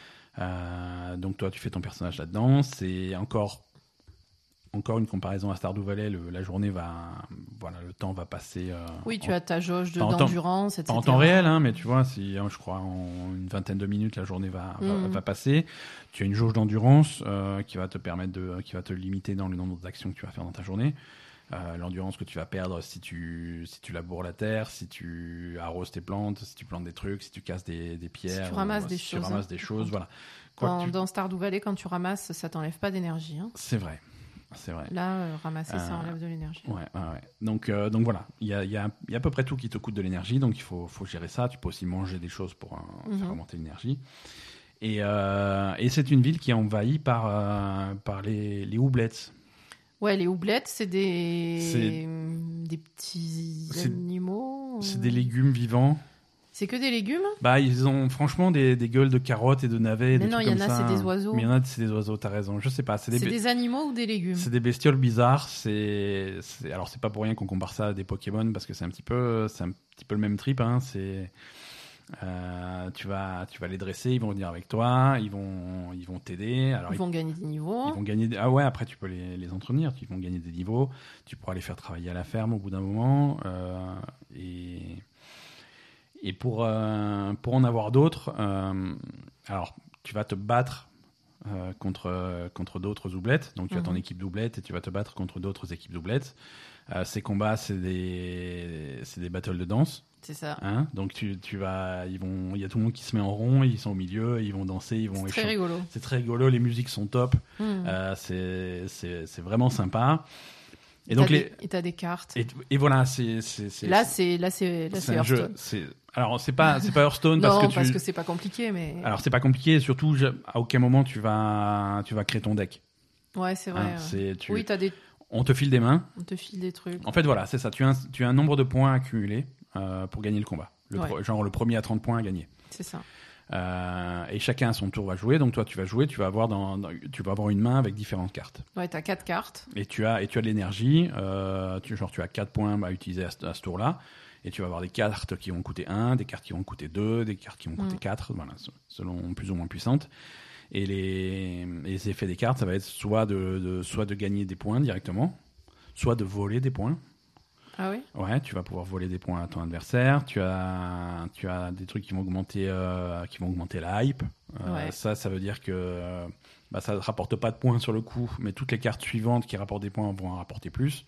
Donc toi tu fais ton personnage là-dedans, c'est encore une comparaison à Stardew Valley, la journée le temps va passer. Oui, tu as ta jauge d'endurance, etc. Pas en temps réel, mais tu vois, je crois en une vingtaine de minutes, la journée va passer. Tu as une jauge d'endurance qui va te permettre qui va te limiter dans le nombre d'actions que tu vas faire dans ta journée. L'endurance que tu vas perdre si tu laboures la terre, si tu arroses tes plantes, si tu plantes des trucs, si tu casses des pierres, si tu ramasses des choses, voilà. Dans Stardew Valley, quand tu ramasses, ça t'enlève pas d'énergie. C'est vrai. Là, ramasser, ça enlève de l'énergie. Ouais. Donc voilà, il y a à peu près tout qui te coûte de l'énergie, donc il faut gérer ça. Tu peux aussi manger des choses pour faire augmenter l'énergie. Et c'est une ville qui est envahie par les Ooblets. Ouais, les Ooblets, c'est des petits animaux. C'est des légumes vivants. C'est que des légumes ? Bah, ils ont franchement des gueules de carottes et de navets. Mais non, il y en a, c'est des oiseaux. Mais il y en a, c'est des oiseaux, t'as raison. Je sais pas. C'est des animaux ou des légumes ? C'est des bestioles bizarres. Alors, c'est pas pour rien qu'on compare ça à des Pokémon, parce que c'est un petit peu le même trip. Hein. Tu vas les dresser, ils vont venir avec toi, ils vont t'aider. Alors, ils vont gagner des niveaux. Ils vont gagner. Ah ouais, après tu peux les entretenir. Ils vont gagner des niveaux. Tu pourras les faire travailler à la ferme au bout d'un moment. Et pour en avoir d'autres, alors tu vas te battre contre d'autres doublettes. Donc tu as ton équipe doublette et tu vas te battre contre d'autres équipes doublettes. Ces combats, c'est des battles de danse. C'est ça. Hein, donc il y a tout le monde qui se met en rond, ils sont au milieu, ils vont danser, ils vont. C'est très rigolo. C'est très rigolo. Les musiques sont top. C'est vraiment sympa. Et donc t'as des cartes. Et voilà, Là c'est Hearthstone. Alors c'est pas Hearthstone parce que c'est pas compliqué, mais. Alors c'est pas compliqué, surtout à aucun moment tu vas créer ton deck. Ouais, c'est vrai. Oui, on te file des mains. On te file des trucs. En fait voilà, c'est ça. Tu as un nombre de points accumulés pour gagner le combat. Genre le premier à 30 points à gagner. C'est ça. Et chacun à son tour va jouer. Donc toi, tu vas jouer, tu vas avoir une main avec différentes cartes. Ouais, t'as 4 cartes. Et tu as de l'énergie. Tu as 4 points à utiliser à ce tour-là. Et tu vas avoir des cartes qui vont coûter 1, des cartes qui vont coûter 2, des cartes qui vont coûter 4, voilà, selon plus ou moins puissantes. Et les effets des cartes, ça va être soit de gagner des points directement, soit de voler des points. Ah oui ? Ouais, tu vas pouvoir voler des points à ton adversaire. Tu as des trucs qui vont augmenter la hype. Ça veut dire que ça ne rapporte pas de points sur le coup, mais toutes les cartes suivantes qui rapportent des points vont en rapporter plus.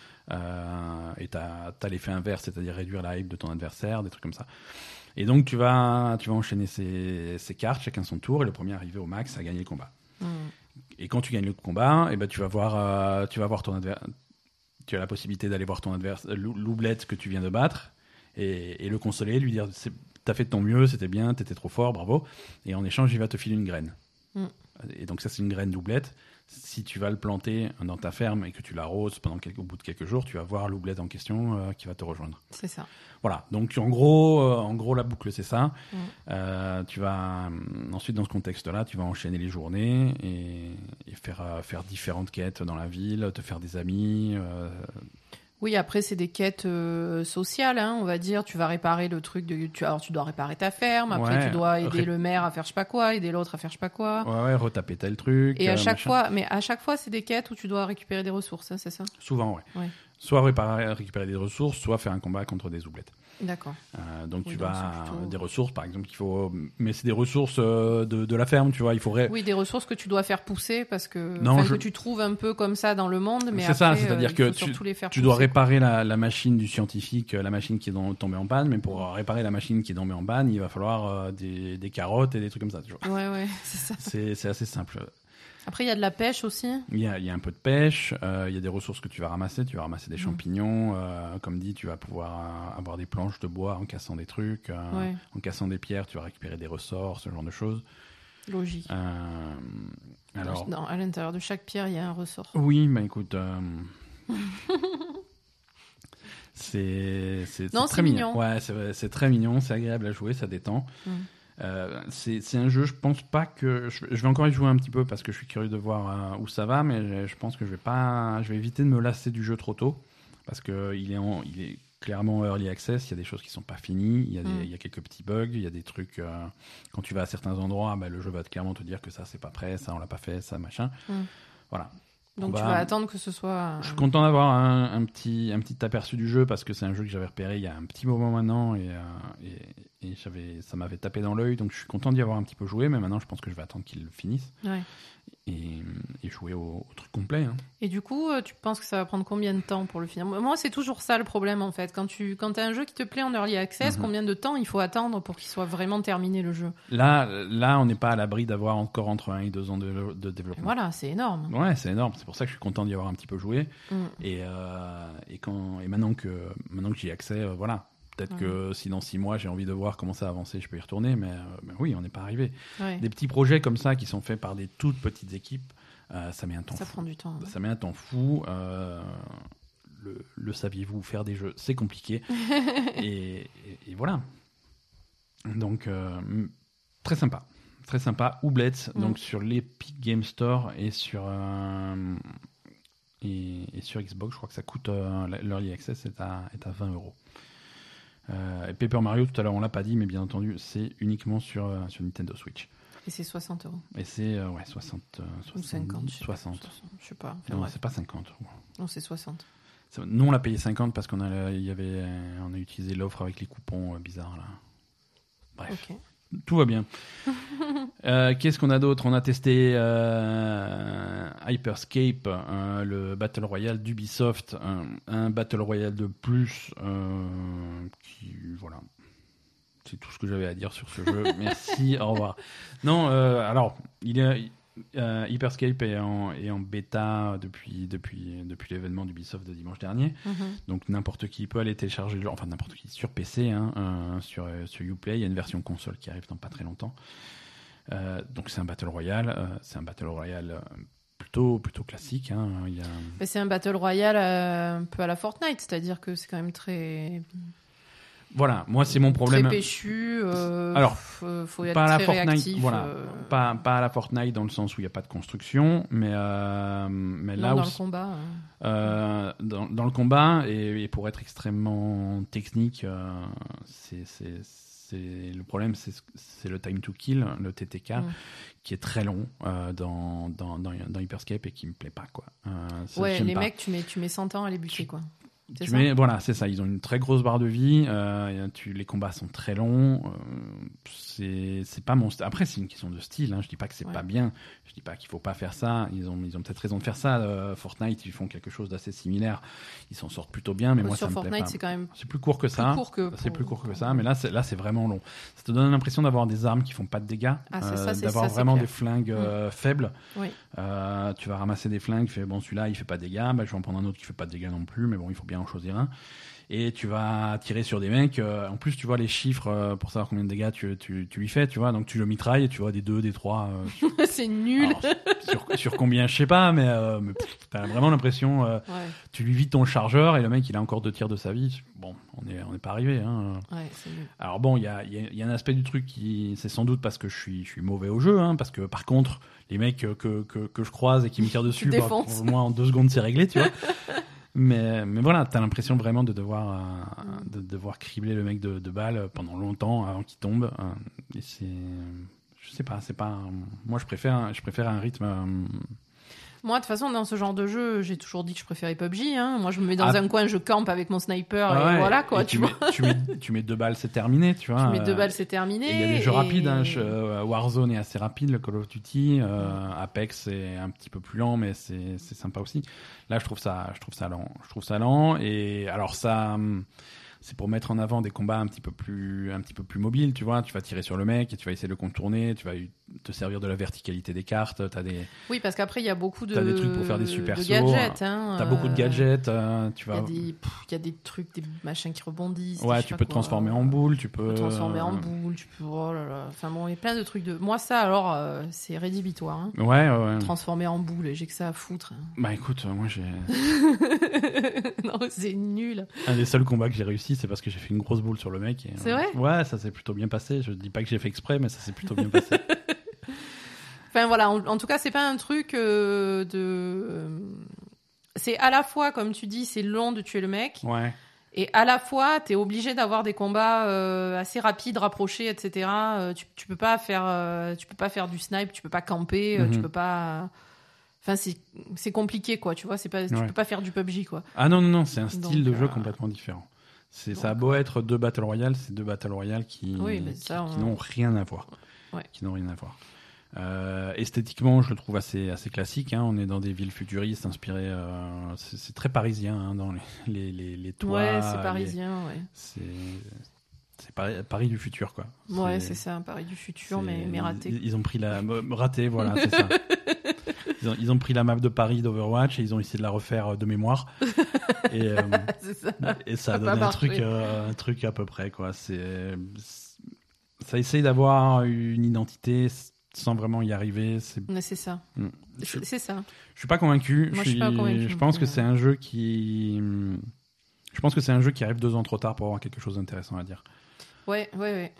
Et tu as l'effet inverse, c'est-à-dire réduire la hype de ton adversaire, des trucs comme ça. Et donc tu vas enchaîner ces cartes, chacun son tour, et le premier arrivé au max a gagné le combat. Et quand tu gagnes le combat, tu vas voir ton adversaire. Tu as la possibilité d'aller voir ton adversaire, l'oublette que tu viens de battre, et le consoler, lui dire t'as fait de ton mieux, c'était bien, t'étais trop fort, bravo. Et en échange, il va te filer une graine. Et donc ça, c'est une graine doublette. Si tu vas le planter dans ta ferme et que tu l'arroses au bout de quelques jours, tu vas voir l'oublette en question qui va te rejoindre. C'est ça. Voilà. Donc en gros, la boucle, c'est ça. Tu vas ensuite, dans ce contexte-là, tu vas enchaîner les journées et faire différentes quêtes dans la ville, te faire des amis. Oui, après, c'est des quêtes sociales, hein, on va dire. Tu vas réparer le truc alors, tu dois réparer ta ferme. Après, tu dois aider le maire à faire je sais pas quoi, aider l'autre à faire je sais pas quoi. Ouais, retaper tel truc. Et à chaque fois, c'est des quêtes où tu dois récupérer des ressources, hein, c'est ça ? Souvent, ouais. Soit récupérer des ressources, soit faire un combat contre des oubliettes. D'accord. Donc tu vas des ressources, par exemple, mais c'est des ressources de la ferme, tu vois. Il faudrait. Oui, des ressources que tu dois faire pousser parce que tu trouves un peu comme ça dans le monde, mais c'est après, ça, c'est-à-dire que tu dois réparer la machine du scientifique, la machine qui est tombée en panne, mais pour réparer la machine qui est tombée en panne, il va falloir des carottes et des trucs comme ça, tu vois. Ouais, c'est ça. C'est assez simple. Après, il y a de la pêche aussi. Il y a un peu de pêche. Il y a des ressources que tu vas ramasser. Tu vas ramasser des champignons. Comme dit, tu vas pouvoir avoir des planches de bois en cassant des trucs. En cassant des pierres, tu vas récupérer des ressorts, ce genre de choses. Logique. Alors, à l'intérieur de chaque pierre, il y a un ressort. Oui, mais écoute... c'est très mignon. Ouais, c'est très mignon. C'est agréable à jouer. Ça détend. C'est un jeu, je pense pas que je vais encore y jouer un petit peu parce que je suis curieux de voir où ça va, mais je pense que je vais éviter de me lasser du jeu trop tôt parce que il est clairement early access. Il y a des choses qui sont pas finies, il y a quelques petits bugs, il y a des trucs quand tu vas à certains endroits, le jeu va clairement te dire que ça c'est pas prêt, ça on l'a pas fait, ça machin. Voilà. Donc tu vas attendre que ce soit... Je suis content d'avoir un petit aperçu du jeu parce que c'est un jeu que j'avais repéré il y a un petit moment maintenant et ça m'avait tapé dans l'œil, donc je suis content d'y avoir un petit peu joué, mais maintenant je pense que je vais attendre qu'il le finisse et jouer au truc complet. Hein. Et du coup, tu penses que ça va prendre combien de temps pour le finir ? Moi, c'est toujours ça le problème en fait. Quand t'as un jeu qui te plaît en early access, combien de temps il faut attendre pour qu'il soit vraiment terminé le jeu ? Là, on n'est pas à l'abri d'avoir encore entre 1 et 2 ans de développement. Voilà, c'est énorme. Ouais, c'est énorme. C'est pour ça que je suis content d'y avoir un petit peu joué. Et maintenant que j'y ai accès, voilà. Peut-être que si dans 6 mois j'ai envie de voir comment ça a avancé, je peux y retourner, mais oui, on n'est pas arrivé. Des petits projets comme ça qui sont faits par des toutes petites équipes, ça met un temps fou. Ça prend du temps. Ça met un temps fou. Le saviez-vous, faire des jeux, c'est compliqué. et voilà. Donc, très sympa. Très sympa. Ooblets, donc sur l'Epic Game Store et sur Xbox, je crois que ça coûte, l'Early Access est à 20 €. Et Paper Mario, tout à l'heure, on l'a pas dit, mais bien entendu, c'est uniquement sur Nintendo Switch. Et c'est 60 €. Et c'est 60 ou 50, 60. Je sais pas. Non, c'est pas 50. Non, c'est 60. Nous, on l'a payé 50 parce on a utilisé l'offre avec les coupons bizarres là. Bref. Okay. Tout va bien. Qu'est-ce qu'on a d'autre ? On a testé Hyperscape, le Battle Royale d'Ubisoft, un Battle Royale de plus. Voilà. C'est tout ce que j'avais à dire sur ce jeu. Merci, au revoir. Non, alors, Hyperscape est en bêta depuis l'événement d'Ubisoft de dimanche dernier. Donc n'importe qui peut aller télécharger le jeu, enfin n'importe qui sur PC, sur Uplay. Il y a une version console qui arrive dans pas très longtemps. Donc c'est un Battle Royale. Plutôt classique. C'est un Battle Royale un peu à la Fortnite, c'est-à-dire que c'est quand même très... Voilà, moi c'est mon problème. Très péchu. Alors, faut être pas à la très Fortnite, réactif. Voilà, pas à la Fortnite dans le sens où il n'y a pas de construction, mais là dans le combat. Dans le combat et pour être extrêmement technique, c'est le problème, c'est le time to kill, le TTK, qui est très long dans Hyperscape et qui me plaît pas quoi. Les mecs, tu mets 100 ans à les buter quoi. Voilà, c'est ça. Ils ont une très grosse barre de vie. Les combats sont très longs. C'est pas mon style. Après, c'est une question de style. Je dis pas que c'est pas bien. Je dis pas qu'il faut pas faire ça. Ils ont peut-être raison de faire ça. Fortnite, ils font quelque chose d'assez similaire. Ils s'en sortent plutôt bien, mais moi ça me plaît pas. Sur Fortnite, c'est quand même. C'est plus court que ça. C'est plus court que ça. Mais là, c'est vraiment long. Ça te donne l'impression d'avoir des armes qui font pas de dégâts, d'avoir vraiment des flingues faibles. Oui. Tu vas ramasser des flingues. Celui-là, il fait pas de dégâts. Je vais en prendre un autre qui fait pas de dégâts non plus. Mais bon, il faut bien en choisir un. Et tu vas tirer sur des mecs. En plus, tu vois les chiffres pour savoir combien de dégâts tu lui fais, tu vois. Donc, tu le mitrailles et tu vois des 2, des 3. C'est nul. Alors, sur combien, je sais pas, mais t'as vraiment l'impression. Tu lui vides ton chargeur et le mec, il a encore 2 tirs de sa vie. Bon, on n'est pas arrivé. Ouais, c'est nul. Alors bon, il y a un aspect du truc qui, c'est sans doute parce que je suis mauvais au jeu, parce que par contre, les mecs que je croise et qui me tirent dessus, pour moi en 2 secondes, c'est réglé, tu vois. Mais voilà, t'as l'impression vraiment de devoir cribler le mec de balles pendant longtemps avant qu'il tombe. Et je sais pas, moi je préfère un rythme. Moi, de toute façon, dans ce genre de jeu, j'ai toujours dit que je préférais PUBG. Moi, je me mets dans un coin, je campe avec mon sniper et voilà quoi. Et tu mets 2 balles, c'est terminé, tu vois. Tu mets 2 balles, c'est terminé. Il y a des jeux rapides. Warzone est assez rapide, le Call of Duty. Apex est un petit peu plus lent, mais c'est sympa aussi. Là, je trouve ça lent. Et alors ça. C'est pour mettre en avant des combats un petit peu plus mobiles, tu vois. Tu vas tirer sur le mec et tu vas essayer de le contourner. Tu vas te servir de la verticalité des cartes. Oui, parce qu'après il y a beaucoup de. T'as des trucs pour faire des super sauts. Gadgets. T'as beaucoup de gadgets. Il y a des trucs, des machins qui rebondissent. Ouais, tu peux te transformer en boule. Tu peux transformer en boule. Tu peux. Oh là là. Enfin bon, il y a plein de trucs de. Moi ça alors, c'est rédhibitoire. Ouais. Transformer en boule, j'ai que ça à foutre. Bah écoute, moi j'ai. Non, c'est nul. Un des seuls combats que j'ai réussi, c'est parce que j'ai fait une grosse boule sur le mec. C'est vrai ? Ouais, ça s'est plutôt bien passé. Je dis pas que j'ai fait exprès, mais ça s'est plutôt bien passé. Enfin voilà, en tout cas, c'est pas un truc c'est à la fois, comme tu dis, c'est long de tuer le mec. Ouais. Et à la fois, t'es obligé d'avoir des combats assez rapides, rapprochés, etc. Tu peux pas faire du snipe, tu peux pas camper, tu peux pas. Enfin, c'est compliqué, quoi. Tu vois, tu peux pas faire du PUBG, quoi. Ah non, c'est un style de jeu complètement différent. Ça a beau être 2 Battle Royale, c'est 2 Battle Royale qui n'ont rien à voir. Ouais. Qui n'ont rien à voir. Esthétiquement, je le trouve assez classique. On est dans des villes futuristes inspirées. C'est très parisien dans les toits. Ouais, c'est parisien. C'est Paris du futur, quoi. Ouais, c'est ça, Paris du futur, mais raté. Ils ont pris la raté, voilà, c'est ça. Ils ont pris la map de Paris d'Overwatch et ils ont essayé de la refaire de mémoire. Et, et ça a donné un truc à peu près, quoi. Ça essaye d'avoir une identité sans vraiment y arriver. C'est ça. C'est ça. Je suis pas convaincu. Moi, je suis pas convaincu. Je pense que c'est un jeu qui arrive 2 ans trop tard pour avoir quelque chose d'intéressant à dire. Ouais.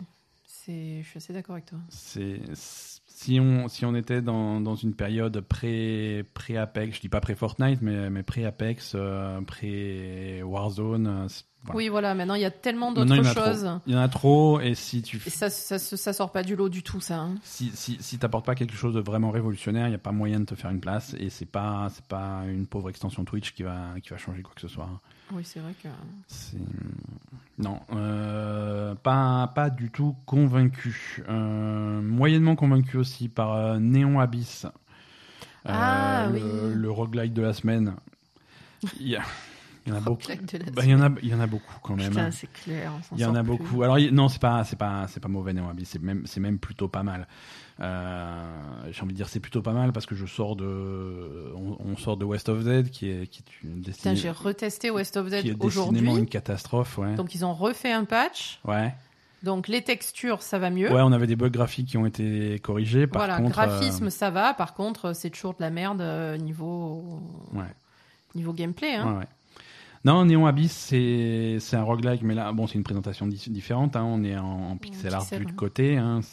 Je suis assez d'accord avec toi. Si on était dans une période pré-Apex, je dis pas pré-Fortnite, mais pré-Apex, pré-Warzone. Voilà. Oui, voilà. Maintenant, il y a tellement d'autres choses. Il y en a trop, et si tu... Et ça sort pas du lot du tout, ça. Hein. Si t'apportes pas quelque chose de vraiment révolutionnaire, il y a pas moyen de te faire une place, et c'est pas une pauvre extension Twitch qui va changer quoi que ce soit. Oui, c'est vrai que... Non, pas du tout convaincu. Moyennement convaincu aussi par Neon Abyss. Oui. Le roguelike de la semaine. Il y en a beaucoup. Il y en a beaucoup quand même. Putain, c'est clair. Il y en a beaucoup. Alors non, c'est pas mauvais Neon Abyss. C'est même plutôt pas mal. J'ai envie de dire c'est plutôt pas mal parce que on sort de West of Dead qui est une destinée. J'ai retesté West of Dead aujourd'hui. Qui est décidément une catastrophe, ouais. Donc ils ont refait un patch. Ouais. Donc les textures, ça va mieux. Ouais, on avait des bugs graphiques qui ont été corrigés. Par contre, graphisme, ça va. Par contre, c'est toujours de la merde niveau gameplay. Hein. Ouais. Non, Neon Abyss, c'est un roguelike, mais là, bon, c'est une présentation différente. Hein. On est en pixel art vu de côté. Hein.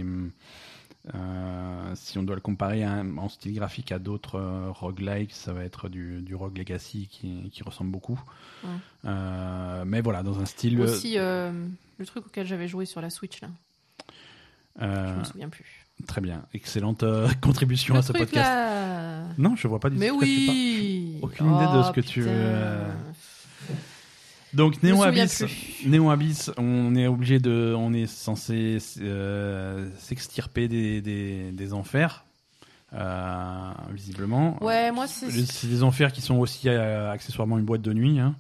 Si on doit le comparer en style graphique à d'autres roguelikes, ça va être du Rogue Legacy qui ressemble beaucoup. Ouais. Mais voilà, dans un style... Aussi, le truc auquel j'avais joué sur la Switch, là. Je me souviens plus. Très bien, excellente contribution à ce podcast. Là... Non, je vois pas du tout. Mais oui. Aucune idée de ce que tu veux. Donc Neon Abyss, on est censé s'extirper des enfers, visiblement. Ouais, moi c'est des enfers qui sont aussi accessoirement une boîte de nuit. Hein.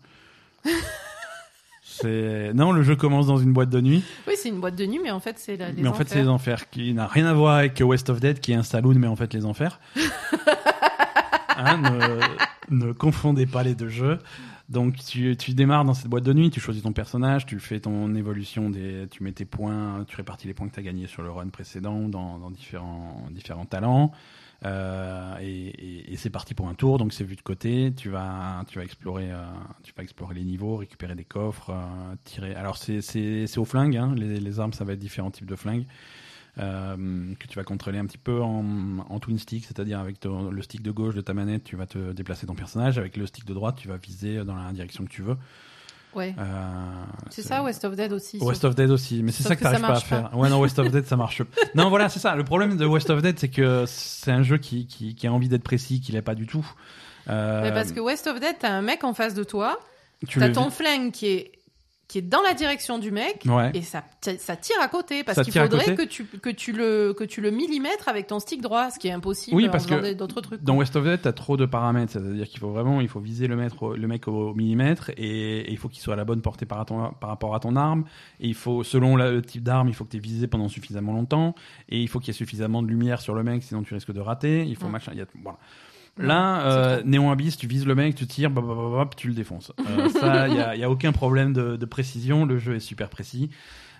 Non, le jeu commence dans une boîte de nuit. Oui, c'est une boîte de nuit, mais en fait, c'est les enfers. Mais en fait, c'est les enfers, qui n'a rien à voir avec West of Dead, qui est un saloon, mais en fait, les enfers. Hein, ne confondez pas les deux jeux. Donc, tu démarres dans cette boîte de nuit, tu choisis ton personnage, tu fais ton évolution, tu mets tes points, tu répartis les points que tu as gagnés sur le run précédent dans différents talents. Et c'est parti pour un tour, donc c'est vu de côté. Tu vas explorer les niveaux, récupérer des coffres, tirer. Alors c'est au flingue, hein. Les armes, ça va être différents types de flingues que tu vas contrôler un petit peu en twin stick, c'est-à-dire avec le stick de gauche de ta manette, tu vas te déplacer ton personnage, avec le stick de droite, tu vas viser dans la direction que tu veux. Ouais. C'est ça, West of Dead aussi. West of Dead aussi, mais c'est ça que t'arrives pas à faire. Ouais, non, West of Dead, ça marche. Non, voilà, c'est ça. Le problème de West of Dead, c'est que c'est un jeu qui a envie d'être précis, qui l'est pas du tout. Mais parce que West of Dead, t'as un mec en face de toi, t'as ton flingue qui est dans la direction du mec, ouais. Et ça tire à côté, parce qu'il faudrait que tu le millimètres avec ton stick droit, ce qui est impossible. Oui, parce que d'autres trucs. Dans West of Dead, t'as trop de paramètres, c'est-à-dire qu'il faut viser le mec au millimètre, et il faut qu'il soit à la bonne portée par rapport à ton arme, et il faut, selon le type d'arme, il faut que t'aies visé pendant suffisamment longtemps, et il faut qu'il y ait suffisamment de lumière sur le mec, sinon tu risques de rater, il faut machin, voilà. Là, Neon Abyss, tu vises le mec, tu tires, tu le défonces. Ça, il y a aucun problème de précision. Le jeu est super précis.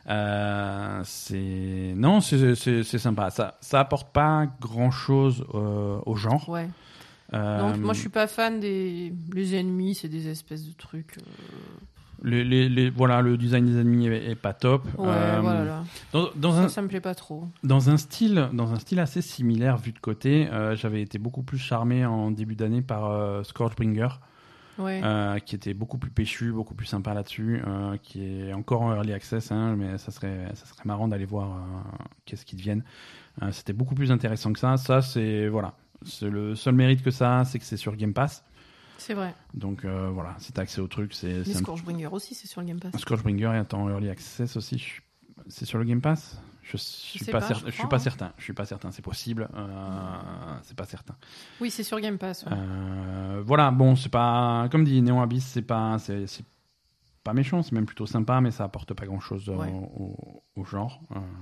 C'est sympa. Ça apporte pas grand chose au genre. Ouais. Donc moi, je suis pas fan des ennemis. C'est des espèces de trucs. Voilà, le design des ennemis est pas top. Ouais, voilà. Ça me plaît pas trop. Dans un style assez similaire vu de côté, j'avais été beaucoup plus charmé en début d'année par Scourgebringer, ouais. Qui était beaucoup plus péchu, beaucoup plus sympa là-dessus, qui est encore en early access, hein, mais ça serait marrant d'aller voir qu'est-ce qu'ils deviennent. C'était beaucoup plus intéressant que ça. Ça, c'est le seul mérite que ça a, c'est que c'est sur Game Pass. C'est vrai. Donc voilà, si t'as accès au truc, c'est. Mais Scourgebringer aussi, c'est sur le Game Pass. Scourgebringer est en early access aussi. C'est sur le Game Pass. Je suis pas certain. Je suis pas certain. C'est possible. C'est pas certain. Oui, c'est sur Game Pass. Ouais. Voilà. Bon, c'est pas comme dit Neon Abyss, c'est pas méchant. C'est même plutôt sympa, mais ça apporte pas grand chose au genre.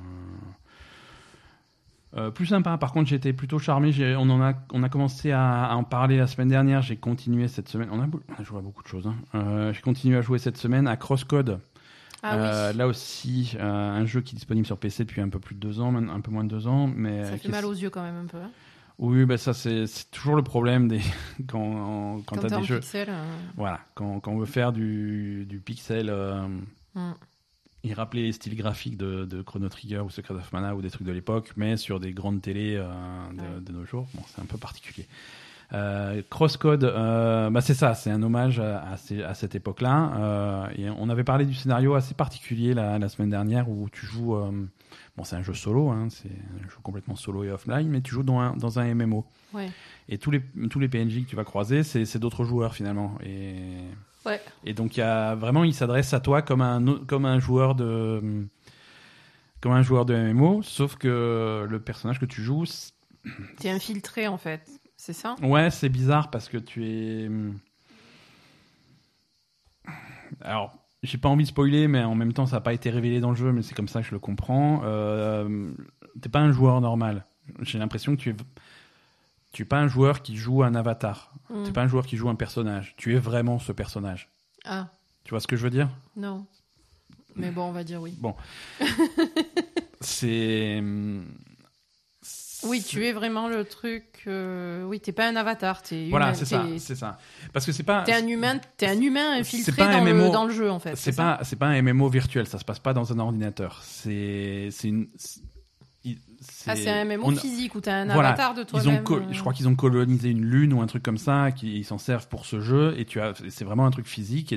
Plus sympa. Par contre, j'étais plutôt charmé. On a commencé à en parler la semaine dernière. J'ai continué cette semaine. On a joué à beaucoup de choses. Hein. J'ai continué à jouer cette semaine à Crosscode. Ah, oui. Là aussi, un jeu qui est disponible sur PC depuis un peu plus de 2 ans, un peu moins de 2 ans. Mais ça fait mal aux yeux quand même un peu. Hein. Oui, bah ça c'est toujours le problème quand t'as des jeux. Pixel, Voilà, quand on veut faire du pixel. il rappelait les styles graphiques de Chrono Trigger ou Secret of Mana ou des trucs de l'époque, mais sur des grandes télés de nos jours. Bon, c'est un peu particulier. Crosscode, c'est ça, c'est un hommage à cette époque-là. Et on avait parlé du scénario assez particulier la semaine dernière où tu joues. C'est un jeu solo, c'est un jeu complètement solo et offline, mais tu joues dans un MMO. Ouais. Et tous les PNJ que tu vas croiser, c'est d'autres joueurs finalement. Ouais. Et donc il s'adresse à toi comme un joueur de MMO, sauf que le personnage que tu joues, t'es infiltré en fait. C'est ça ? Ouais, c'est bizarre parce que tu es. Alors, j'ai pas envie de spoiler, mais en même temps, ça n'a pas été révélé dans le jeu, mais c'est comme ça que je le comprends. T'es pas un joueur normal. J'ai l'impression que tu es pas un joueur qui joue un avatar. T'es pas un joueur qui joue un personnage. Tu es vraiment ce personnage. Ah. Tu vois ce que je veux dire ? Non. Mais bon, on va dire oui. Bon. C'est. Oui, tu es vraiment le truc. Oui, t'es pas un avatar, t'es. Voilà, c'est ça. Parce que c'est pas. T'es un humain infiltré dans le jeu en fait. C'est pas un MMO virtuel, ça se passe pas dans un ordinateur. C'est un MMO physique où t'as un avatar de toi-même. Je crois qu'ils ont colonisé une lune ou un truc comme ça, ils s'en servent pour ce jeu et c'est vraiment un truc physique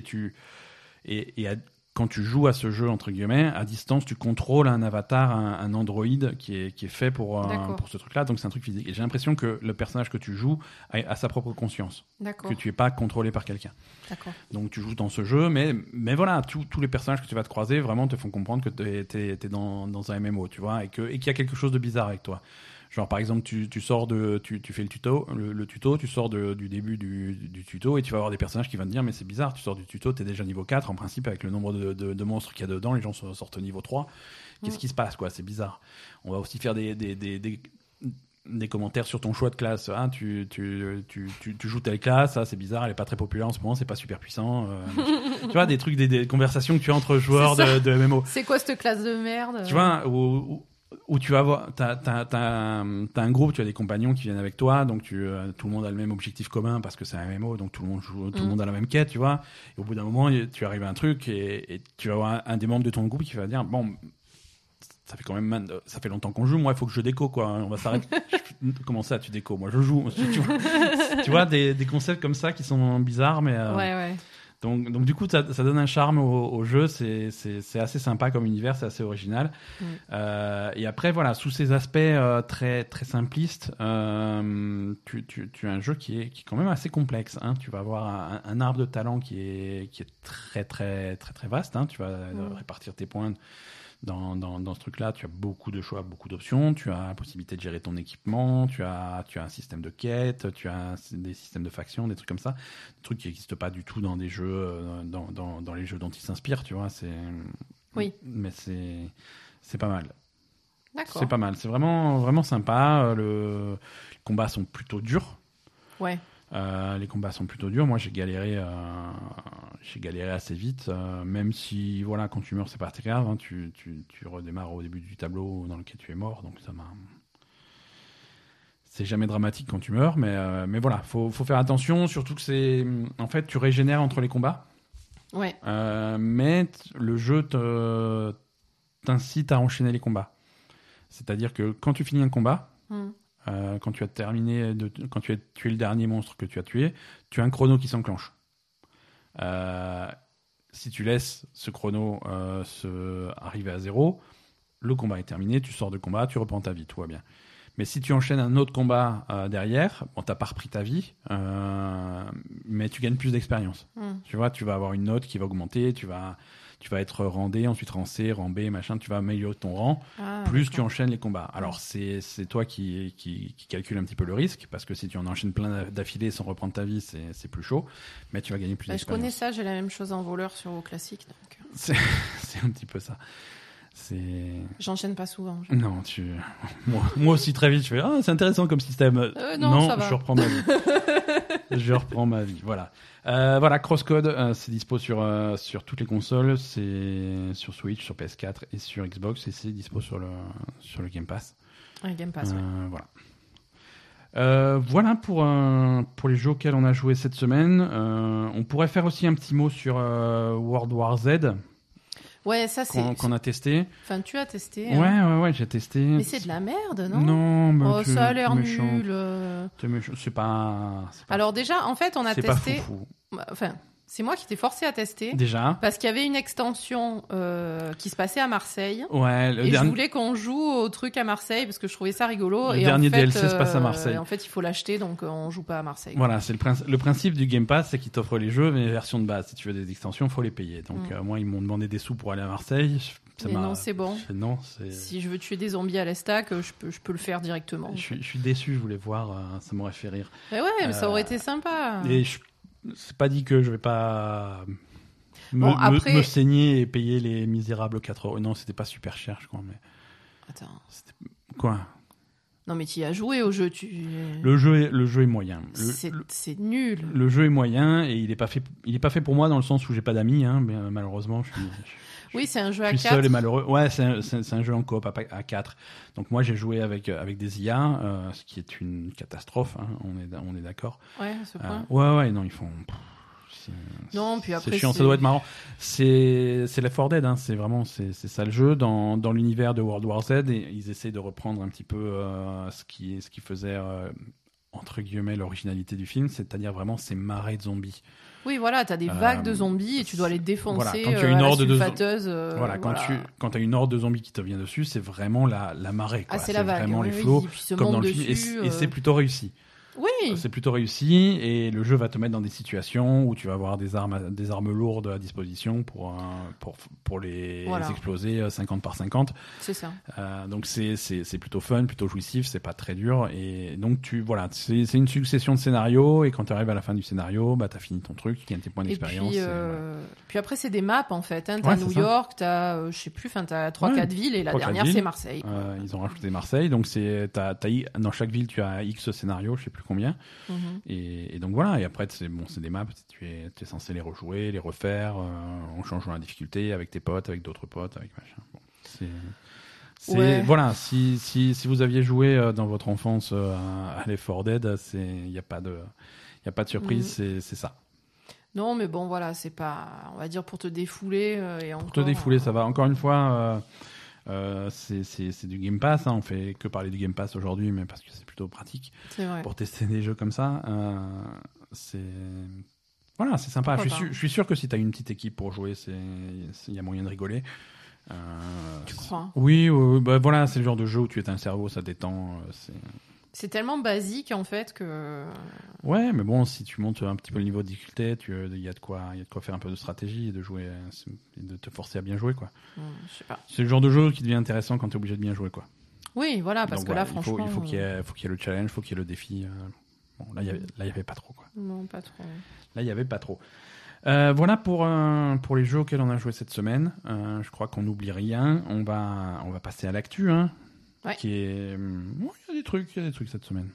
quand tu joues à ce jeu, entre guillemets, à distance, tu contrôles un avatar, un androïde qui est fait pour ce truc-là. Donc, c'est un truc physique. Et j'ai l'impression que le personnage que tu joues a sa propre conscience. D'accord. Que tu n'es pas contrôlé par quelqu'un. D'accord. Donc, tu joues dans ce jeu. Mais voilà, tous les personnages que tu vas te croiser vraiment te font comprendre que tu es dans un MMO, tu vois, et qu'il y a quelque chose de bizarre avec toi. Genre, par exemple, tu sors tu fais le tuto, tu sors du début du tuto et tu vas avoir des personnages qui vont te dire mais c'est bizarre, tu sors du tuto, t'es déjà niveau 4, en principe, avec le nombre de monstres qu'il y a dedans, les gens sortent niveau 3. Qu'est-ce qui se passe, quoi ? C'est bizarre. On va aussi faire des commentaires sur ton choix de classe. Ah, tu joues telle classe, c'est bizarre, elle est pas très populaire en ce moment, c'est pas super puissant. Tu vois, des trucs, des conversations que tu as entre joueurs de MMO. C'est quoi cette classe de merde ? Tu vois, où tu vas voir, t'as un groupe, tu as des compagnons qui viennent avec toi, donc tout le monde a le même objectif commun parce que c'est un MMO, donc tout le monde a la même quête, tu vois. Et au bout d'un moment, tu arrives à un truc et tu vas avoir un des membres de ton groupe qui va dire bon, ça fait longtemps qu'on joue, moi il faut que je déco quoi, on va s'arrêter. Comment ça tu déco ? Moi je joue. Tu vois des concepts comme ça qui sont bizarres, mais ouais. Donc du coup, ça donne un charme au jeu. C'est assez sympa comme univers, c'est assez original. Et après, voilà, sous ces aspects très très simplistes, tu as un jeu qui est quand même assez complexe. Hein. Tu vas avoir un arbre de talent qui est très très très très vaste. Hein. Tu vas répartir tes points. Dans ce truc-là, tu as beaucoup de choix, beaucoup d'options. Tu as la possibilité de gérer ton équipement. Tu as un système de quête. Tu as des systèmes de factions, des trucs comme ça. Des trucs qui n'existent pas du tout dans des jeux, dans les jeux dont ils s'inspirent. Tu vois, oui. Mais c'est pas mal. D'accord. C'est pas mal. C'est vraiment vraiment sympa. Les combats sont plutôt durs. Ouais. Les combats sont plutôt durs. Moi, j'ai galéré assez vite, même si, voilà, quand tu meurs, c'est pas très grave. Hein, tu redémarres au début du tableau dans lequel tu es mort, donc c'est jamais dramatique quand tu meurs, mais voilà, faut faire attention, surtout que en fait, tu régénères entre les combats. Ouais. Mais le jeu t'incite à enchaîner les combats. C'est-à-dire que quand tu finis un combat. Quand tu as terminé, quand tu as tué le dernier monstre que tu as tué, tu as un chrono qui s'enclenche. Si tu laisses ce chrono arriver à 0, le combat est terminé, tu sors de combat, tu reprends ta vie, tout va bien. Mais si tu enchaînes un autre combat derrière, bon, tu n'as pas repris ta vie, mais tu gagnes plus d'expérience. Tu vois, tu vas avoir une note qui va augmenter, tu vas être rang D, ensuite rang C, rang B, machin, tu vas améliorer ton rang, plus d'accord. Tu enchaînes les combats. Alors, c'est toi qui calcule un petit peu le risque, parce que si tu en enchaînes plein d'affilée sans reprendre ta vie, c'est plus chaud, mais tu vas gagner plus d'expérience. Je connais ça, j'ai la même chose en voleur sur WoW classique. Donc... C'est un petit peu ça. J'enchaîne pas souvent. Non, moi aussi très vite, je fais c'est intéressant comme système. Non, ça va. Je reprends ma vie. Je reprends ma vie, voilà. Voilà, Crosscode, c'est dispo sur toutes les consoles, c'est sur Switch, sur PS4 et sur Xbox, et c'est dispo sur le Game Pass. Ouais, Game Pass, ouais. Voilà. Voilà pour les jeux auxquels on a joué cette semaine. On pourrait faire aussi un petit mot sur World War Z. Ouais, ça c'est... Qu'on a testé. Enfin, tu as testé. Ouais, j'ai testé. Mais c'est de la merde, non? Non, mais ça a l'air nul. T'es méchant. C'est pas... Alors déjà, en fait, on a testé... C'est pas foufou. Enfin... C'est moi qui t'ai forcé à tester. Déjà. Parce qu'il y avait une extension qui se passait à Marseille. Ouais. Je voulais qu'on joue au truc à Marseille parce que je trouvais ça rigolo. Le dernier DLC se passe à Marseille. En fait, il faut l'acheter, donc on joue pas à Marseille. Voilà, c'est le principe du Game Pass, c'est qu'il t'offre les jeux, mais les versions de base. Si tu veux des extensions, il faut les payer. Donc moi, ils m'ont demandé des sous pour aller à Marseille. Non, c'est bon. Non, si je veux tuer des zombies à l'estac, je peux le faire directement. Je suis déçu, je voulais voir, ça m'aurait fait rire. Mais ouais, mais ça aurait été sympa. Et c'est pas dit que je vais pas me saigner et payer les misérables 4 €. Non, c'était pas super cher, je crois. Mais... Attends. Quoi? Non, mais tu y as joué au jeu. Le jeu est moyen. C'est nul. Le jeu est moyen et il est pas fait pour moi dans le sens où j'ai pas d'amis. Hein, mais malheureusement, oui, c'est un jeu à 4. Je suis seul et malheureux. Ouais, c'est un jeu en coop à 4. Donc moi, j'ai joué avec des IA, ce qui est une catastrophe. Hein, on est d'accord. Ouais, à ce point. Ouais, non, ils font... Non, puis après c'est chiant, ça doit être marrant. C'est Left 4 Dead, hein, c'est ça le jeu dans l'univers de World War Z, et ils essaient de reprendre un petit peu ce qui faisait entre guillemets l'originalité du film, c'est-à-dire vraiment ces marées de zombies. Oui, voilà, t'as des vagues de zombies et tu dois les défoncer. Voilà, quand tu as une horde de quand tu as une horde de zombies qui te vient dessus, c'est vraiment la marée, quoi. C'est la vague, vraiment les flots, comme dans le film, et c'est plutôt réussi. Oui. C'est plutôt réussi et le jeu va te mettre dans des situations où tu vas avoir des armes lourdes à disposition pour les exploser 50 par 50. C'est ça. Donc c'est plutôt fun, plutôt jouissif, c'est pas très dur et donc c'est une succession de scénarios et quand tu arrives à la fin du scénario, bah t'as fini ton truc, tu gagnes tes points d'expérience. Puis après c'est des maps en fait, hein. T'as New York, t'as je sais plus, enfin t'as 3-4 villes et la dernière c'est Marseille. Ils ont rajouté Marseille, donc dans chaque ville tu as X scénarios, je sais plus combien. Et donc voilà, et après c'est des maps, tu es censé les rejouer, les refaire en changeant la difficulté avec tes potes, avec d'autres potes, avec machin. Bon, voilà, si vous aviez joué dans votre enfance à Left 4 Dead, il y a pas de surprise, c'est ça. Non, mais bon voilà, c'est pas, on va dire, pour te défouler pour te défouler, ça va. Encore une fois. C'est du Game Pass, hein. On fait que parler du Game Pass aujourd'hui, mais parce que c'est plutôt pratique pour tester des jeux comme ça. C'est sympa. Je suis sûr que si tu as une petite équipe pour jouer, il y a moyen de rigoler. Tu crois? Oui, bah voilà, c'est le genre de jeu où tu es un cerveau, ça détend. C'est tellement basique en fait que. Ouais, mais bon, si tu montes un petit peu le niveau de difficulté, il y a de quoi faire un peu de stratégie et de jouer, et de te forcer à bien jouer, quoi. Je sais pas. C'est le genre de jeu qui devient intéressant quand tu es obligé de bien jouer, quoi. Oui, voilà, parce que là, franchement, il faut qu'il y ait le challenge, il faut qu'il y ait le défi. Bon, là, il y avait pas trop, quoi. Non, pas trop. Là, il y avait pas trop. Voilà pour les jeux auxquels on a joué cette semaine. Je crois qu'on n'oublie rien. On va passer à l'actu, hein. Ouais. Qui est... il y a des trucs cette semaine.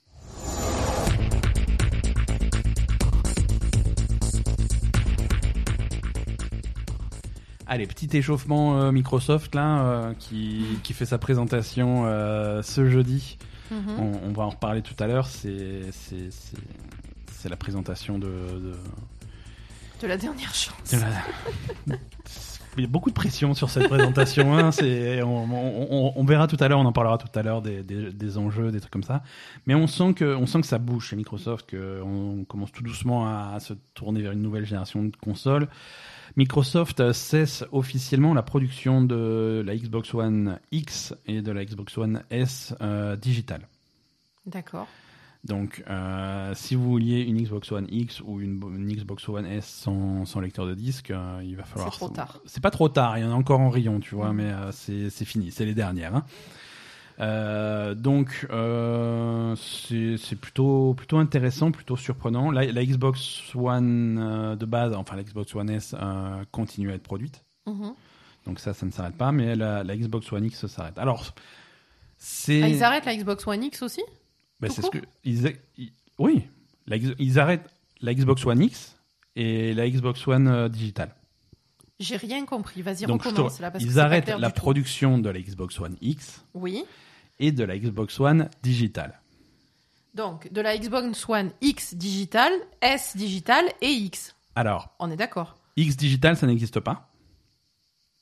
Allez, petit échauffement Microsoft là, qui fait sa présentation ce jeudi. On va en reparler tout à l'heure. C'est la présentation de la dernière chance. Il y a beaucoup de pression sur cette présentation. Hein. On verra tout à l'heure, on en parlera tout à l'heure des enjeux, des trucs comme ça. Mais on sent que ça bouge chez Microsoft, qu'on commence tout doucement à se tourner vers une nouvelle génération de consoles. Microsoft cesse officiellement la production de la Xbox One X et de la Xbox One S digitale. D'accord. Donc, si vous vouliez une Xbox One X ou une Xbox One S sans lecteur de disque, il va falloir... C'est trop tard. C'est pas trop tard, il y en a encore en rayon, tu vois, mais c'est fini, c'est les dernières. Hein. Donc, c'est plutôt intéressant, plutôt surprenant. La Xbox One de base, enfin la Xbox One S, continue à être produite. Donc ça ne s'arrête pas, mais la Xbox One X s'arrête. Alors, ils arrêtent la Xbox One X aussi ? C'est ce que oui, ils arrêtent la Xbox One X et la Xbox One digitale. J'ai rien compris. Vas-y, recommence là. Ils arrêtent la production de la Xbox One X. Oui. Et de la Xbox One digitale. Donc, de la Xbox One X digitale, S digitale et X. Alors. On est d'accord. X digitale, ça n'existe pas.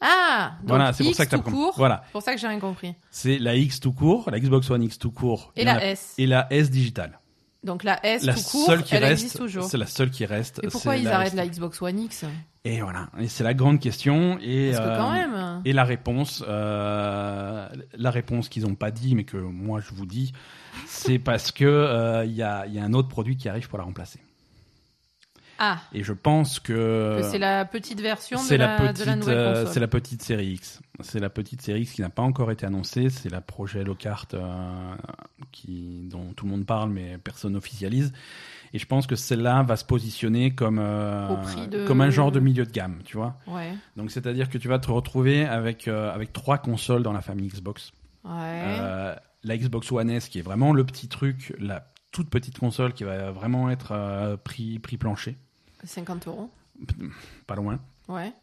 Ah, donc voilà, c'est X pour ça que tout court. Voilà. C'est pour ça que j'ai rien compris. C'est la X tout court, la Xbox One X tout court. Et la S. Et la S digitale. Donc la S tout court, elle existe toujours. C'est la seule qui reste. Et pourquoi ils arrêtent la Xbox One X ? Et voilà, et c'est la grande question. Et, parce que quand même. Et la réponse qu'ils n'ont pas dit, mais que moi je vous dis, c'est parce que y a un autre produit qui arrive pour la remplacer. Ah. Et je pense que c'est la petite version de la nouvelle console. C'est la petite série X. C'est la petite série X qui n'a pas encore été annoncée. C'est la projet Lockhart dont tout le monde parle, mais personne n'officialise. Et je pense que celle-là va se positionner comme un genre de milieu de gamme, tu vois. Ouais. Donc c'est-à-dire que tu vas te retrouver avec 3 consoles dans la famille Xbox. Ouais. La Xbox One S qui est vraiment le petit truc, la toute petite console qui va vraiment être prix plancher. 50 €. Pas loin. Ouais.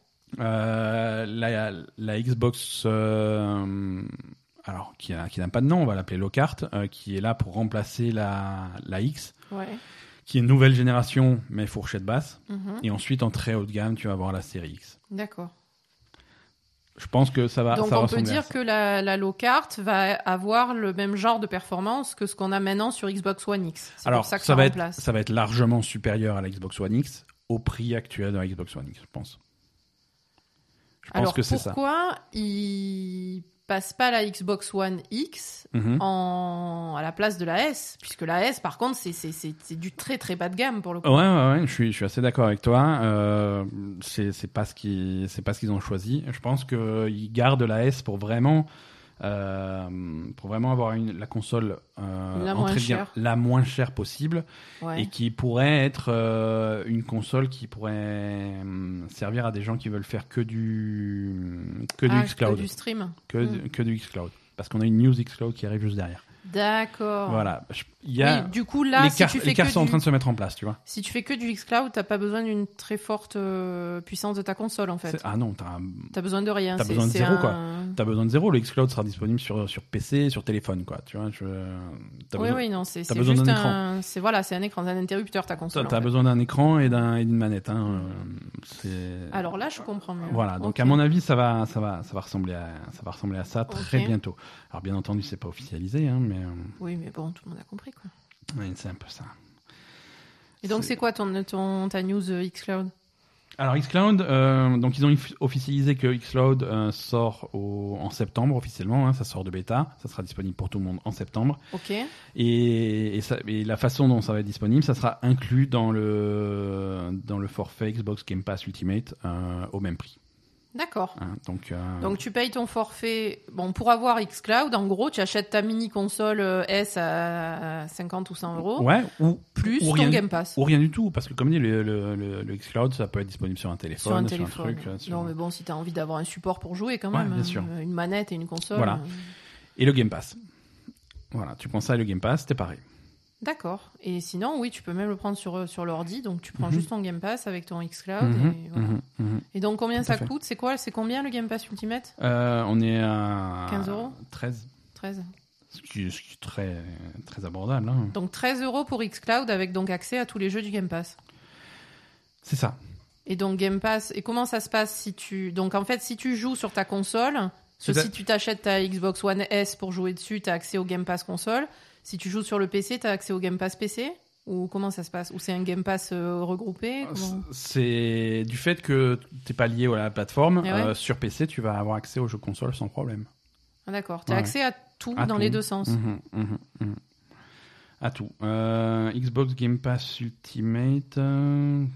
La Xbox, alors qui n'a pas de nom, on va l'appeler Lockhart, qui est là pour remplacer la X. Ouais. Qui est une nouvelle génération, mais fourchette basse. Mm-hmm. Et ensuite, en très haut de gamme, tu vas avoir la série X. D'accord. Je pense que ça va. Donc ça on peut dire que la Lockhart va avoir le même genre de performance que ce qu'on a maintenant sur Xbox One X. C'est alors pour ça que ça remplace. va être largement supérieur à la Xbox One X au prix actuel de la Xbox One X, je pense. Je pense que c'est ça. Pourquoi ils passent pas la Xbox One X à la place de la S, puisque la S par contre c'est du très très bas de gamme pour le coup. Ouais, je suis assez d'accord avec toi. C'est pas ce qu'ils ont choisi. Je pense qu'ils gardent la S pour vraiment avoir la console la moins chère possible, ouais. et qui pourrait être une console qui pourrait servir à des gens qui veulent faire que du xCloud, que du stream, que du xCloud, parce qu'on a une news xCloud qui arrive juste derrière. D'accord. Voilà. Oui, du coup, là, les cartes sont en train de se mettre en place, tu vois. Si tu fais que du xCloud, t'as pas besoin d'une très forte puissance de ta console, en fait. Ah non, t'as besoin de rien. T'as besoin de zéro, quoi. T'as besoin de zéro. Le xCloud sera disponible sur PC, sur téléphone, quoi. Tu vois. C'est besoin juste d'un écran. C'est un écran, c'est un interrupteur, ta console. T'as besoin d'un écran et d'une manette. Alors là, je comprends mieux. Voilà. Donc à mon avis, ça va ressembler à ça très bientôt. Alors bien entendu, c'est pas officialisé, hein, mais. Oui, mais bon, tout le monde a compris, quoi. Oui, c'est un peu ça. Et donc, c'est quoi ta news xCloud ? Alors, xCloud, donc ils ont officialisé que xCloud sort en septembre officiellement. Hein, ça sort de bêta. Ça sera disponible pour tout le monde en septembre. Ok. Et la façon dont ça va être disponible, ça sera inclus dans le forfait Xbox Game Pass Ultimate au même prix. D'accord. Hein, donc tu payes ton forfait. Bon, pour avoir xCloud, en gros, tu achètes ta mini console S à 50 ou 100 €. Ouais, plus ton Game Pass. Ou rien du tout, parce que comme dit, le xCloud, ça peut être disponible sur un téléphone, sur un truc. Non, mais bon, si tu as envie d'avoir un support pour jouer quand même, bien sûr. Une manette et une console. Voilà. Et le Game Pass. Voilà, tu prends ça et le Game Pass, c'est pareil. D'accord. Et sinon, oui, tu peux même le prendre sur l'ordi. Donc, tu prends juste ton Game Pass avec ton xCloud. Et donc, combien ça coûte ? C'est combien le Game Pass Ultimate ? On est à 15 €. 13. Ce qui est très, très abordable. Hein. Donc, 13 € pour xCloud avec donc accès à tous les jeux du Game Pass. C'est ça. Et donc, Game Pass. Et comment ça se passe donc, en fait, si tu joues sur ta console, si tu t'achètes ta Xbox One S pour jouer dessus, tu as accès au Game Pass console. Si tu joues sur le PC, tu as accès au Game Pass PC ? Ou comment ça se passe ? Ou c'est un Game Pass regroupé ? C'est du fait que tu n'es pas lié à la plateforme. Sur PC, tu vas avoir accès aux jeux console sans problème. Ah, d'accord. Tu as accès à tout dans les deux sens. À tout. Xbox Game Pass Ultimate... Non,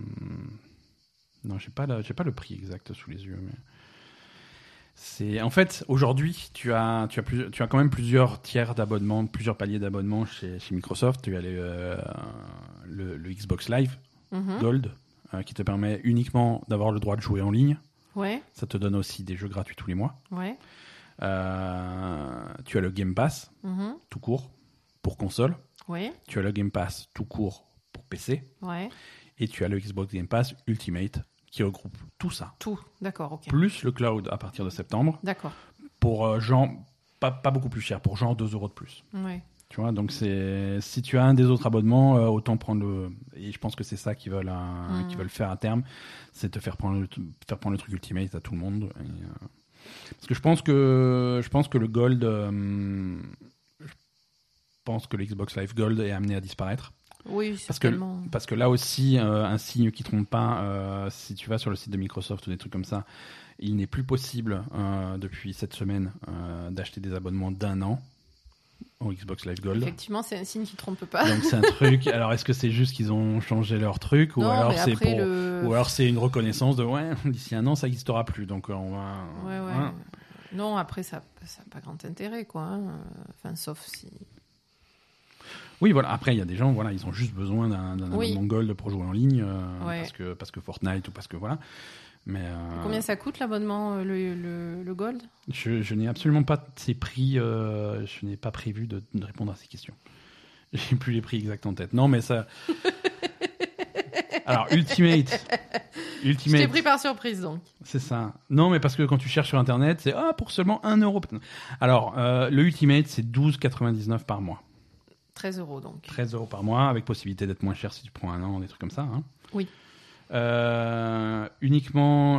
j'ai pas le prix exact sous les yeux, mais... En fait, aujourd'hui, tu as quand même plusieurs tiers d'abonnement, plusieurs paliers d'abonnement chez Microsoft. Tu as le Xbox Live Gold, qui te permet uniquement d'avoir le droit de jouer en ligne. Ouais. Ça te donne aussi des jeux gratuits tous les mois. Ouais. Tu as le Game Pass, tout court, pour console. Ouais. Tu as le Game Pass tout court pour PC. Ouais. Et tu as le Xbox Game Pass Ultimate, qui regroupe tout ça. Tout, d'accord, ok. Plus le cloud à partir de septembre. D'accord. Pour pas beaucoup plus cher, pour genre 2 € de plus. Ouais. Tu vois, donc si tu as un des autres abonnements, autant prendre le. Et je pense que c'est ça qu'ils veulent faire à terme, c'est te faire prendre le truc Ultimate à tout le monde. Parce que je pense que le Gold, je pense que le Xbox Live Gold est amené à disparaître. Oui, certainement. Parce que là aussi, un signe qui trompe pas, si tu vas sur le site de Microsoft ou des trucs comme ça, il n'est plus possible depuis cette semaine d'acheter des abonnements d'1 an au Xbox Live Gold. Effectivement, c'est un signe qui trompe pas. Donc c'est un truc. Alors est-ce que c'est juste qu'ils ont changé leur truc ou alors c'est une reconnaissance de d'ici 1 an ça n'existera plus. Donc on va. Ouais. Non, après ça n'a pas grand intérêt quoi. Enfin sauf si. Oui, voilà. Après, il y a des gens, voilà, ils ont juste besoin d'un abonnement Gold pour jouer en ligne, parce que Fortnite ou parce que voilà. Mais combien ça coûte l'abonnement, le Gold ? Je n'ai absolument pas ces prix. Je n'ai pas prévu de répondre à ces questions. J'ai plus les prix exacts en tête. Non, mais ça. Alors, Ultimate. Je t'ai pris par surprise, donc. C'est ça. Non, mais parce que quand tu cherches sur Internet, c'est pour seulement 1 euro. Alors, le Ultimate, c'est 12,99 par mois. 13 euros, donc. 13 euros par mois, avec possibilité d'être moins cher si tu prends 1 an, des trucs comme ça. Hein. Oui. Uniquement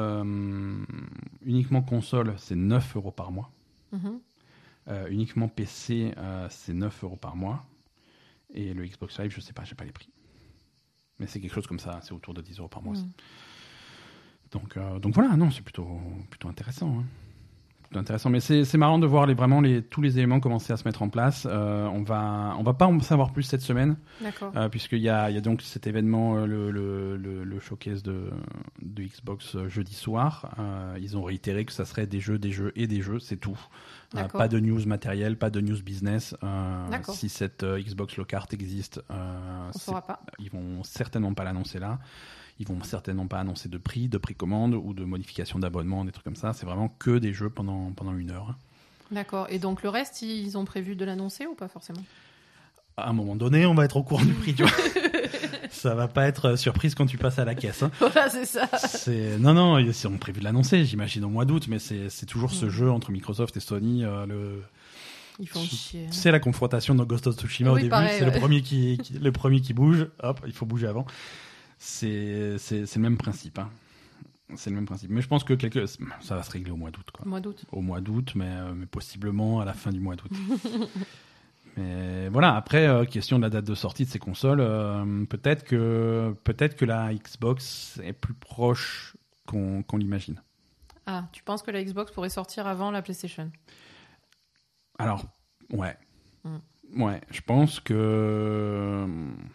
console, c'est 9 euros par mois. Mm-hmm. Uniquement PC, c'est 9 euros par mois. Et le Xbox Live, je sais pas, j'ai pas les prix. Mais c'est quelque chose comme ça, c'est autour de 10 euros par mois. Donc voilà, non, c'est plutôt intéressant. Hein. Intéressant, mais c'est marrant de voir tous les éléments commencer à se mettre en place. On va pas en savoir plus cette semaine, puisqu'il y a donc cet événement, le showcase de Xbox jeudi soir. Ils ont réitéré que ça serait des jeux, c'est tout. Pas de news matérielle, pas de news business. Si cette Xbox Lockhart existe, on saura pas. Ils vont certainement pas l'annoncer là. Ils vont certainement pas annoncer de précommande ou de modification d'abonnement, des trucs comme ça. C'est vraiment que des jeux pendant 1 heure. D'accord. Et donc le reste, ils ont prévu de l'annoncer ou pas forcément ? À un moment donné, on va être au courant du prix. Tu vois. Ça va pas être surprise quand tu passes à la caisse. Hein. Voilà, c'est ça. Non, ils ont prévu de l'annoncer, j'imagine au mois d'août, mais c'est toujours ce jeu entre Microsoft et Sony. Ils font chier. C'est la confrontation de Ghost of Tsushima au début. Pareil, c'est le premier qui bouge. Hop, il faut bouger avant. C'est le même principe. Hein. C'est le même principe. Mais je pense que ça va se régler au mois d'août. Au mois d'août, mais possiblement à la fin du mois d'août. Mais voilà, après, question de la date de sortie de ces consoles, peut-être que la Xbox est plus proche qu'on l'imagine. Ah, tu penses que la Xbox pourrait sortir avant la PlayStation ? Alors, ouais. Ouais, je pense que...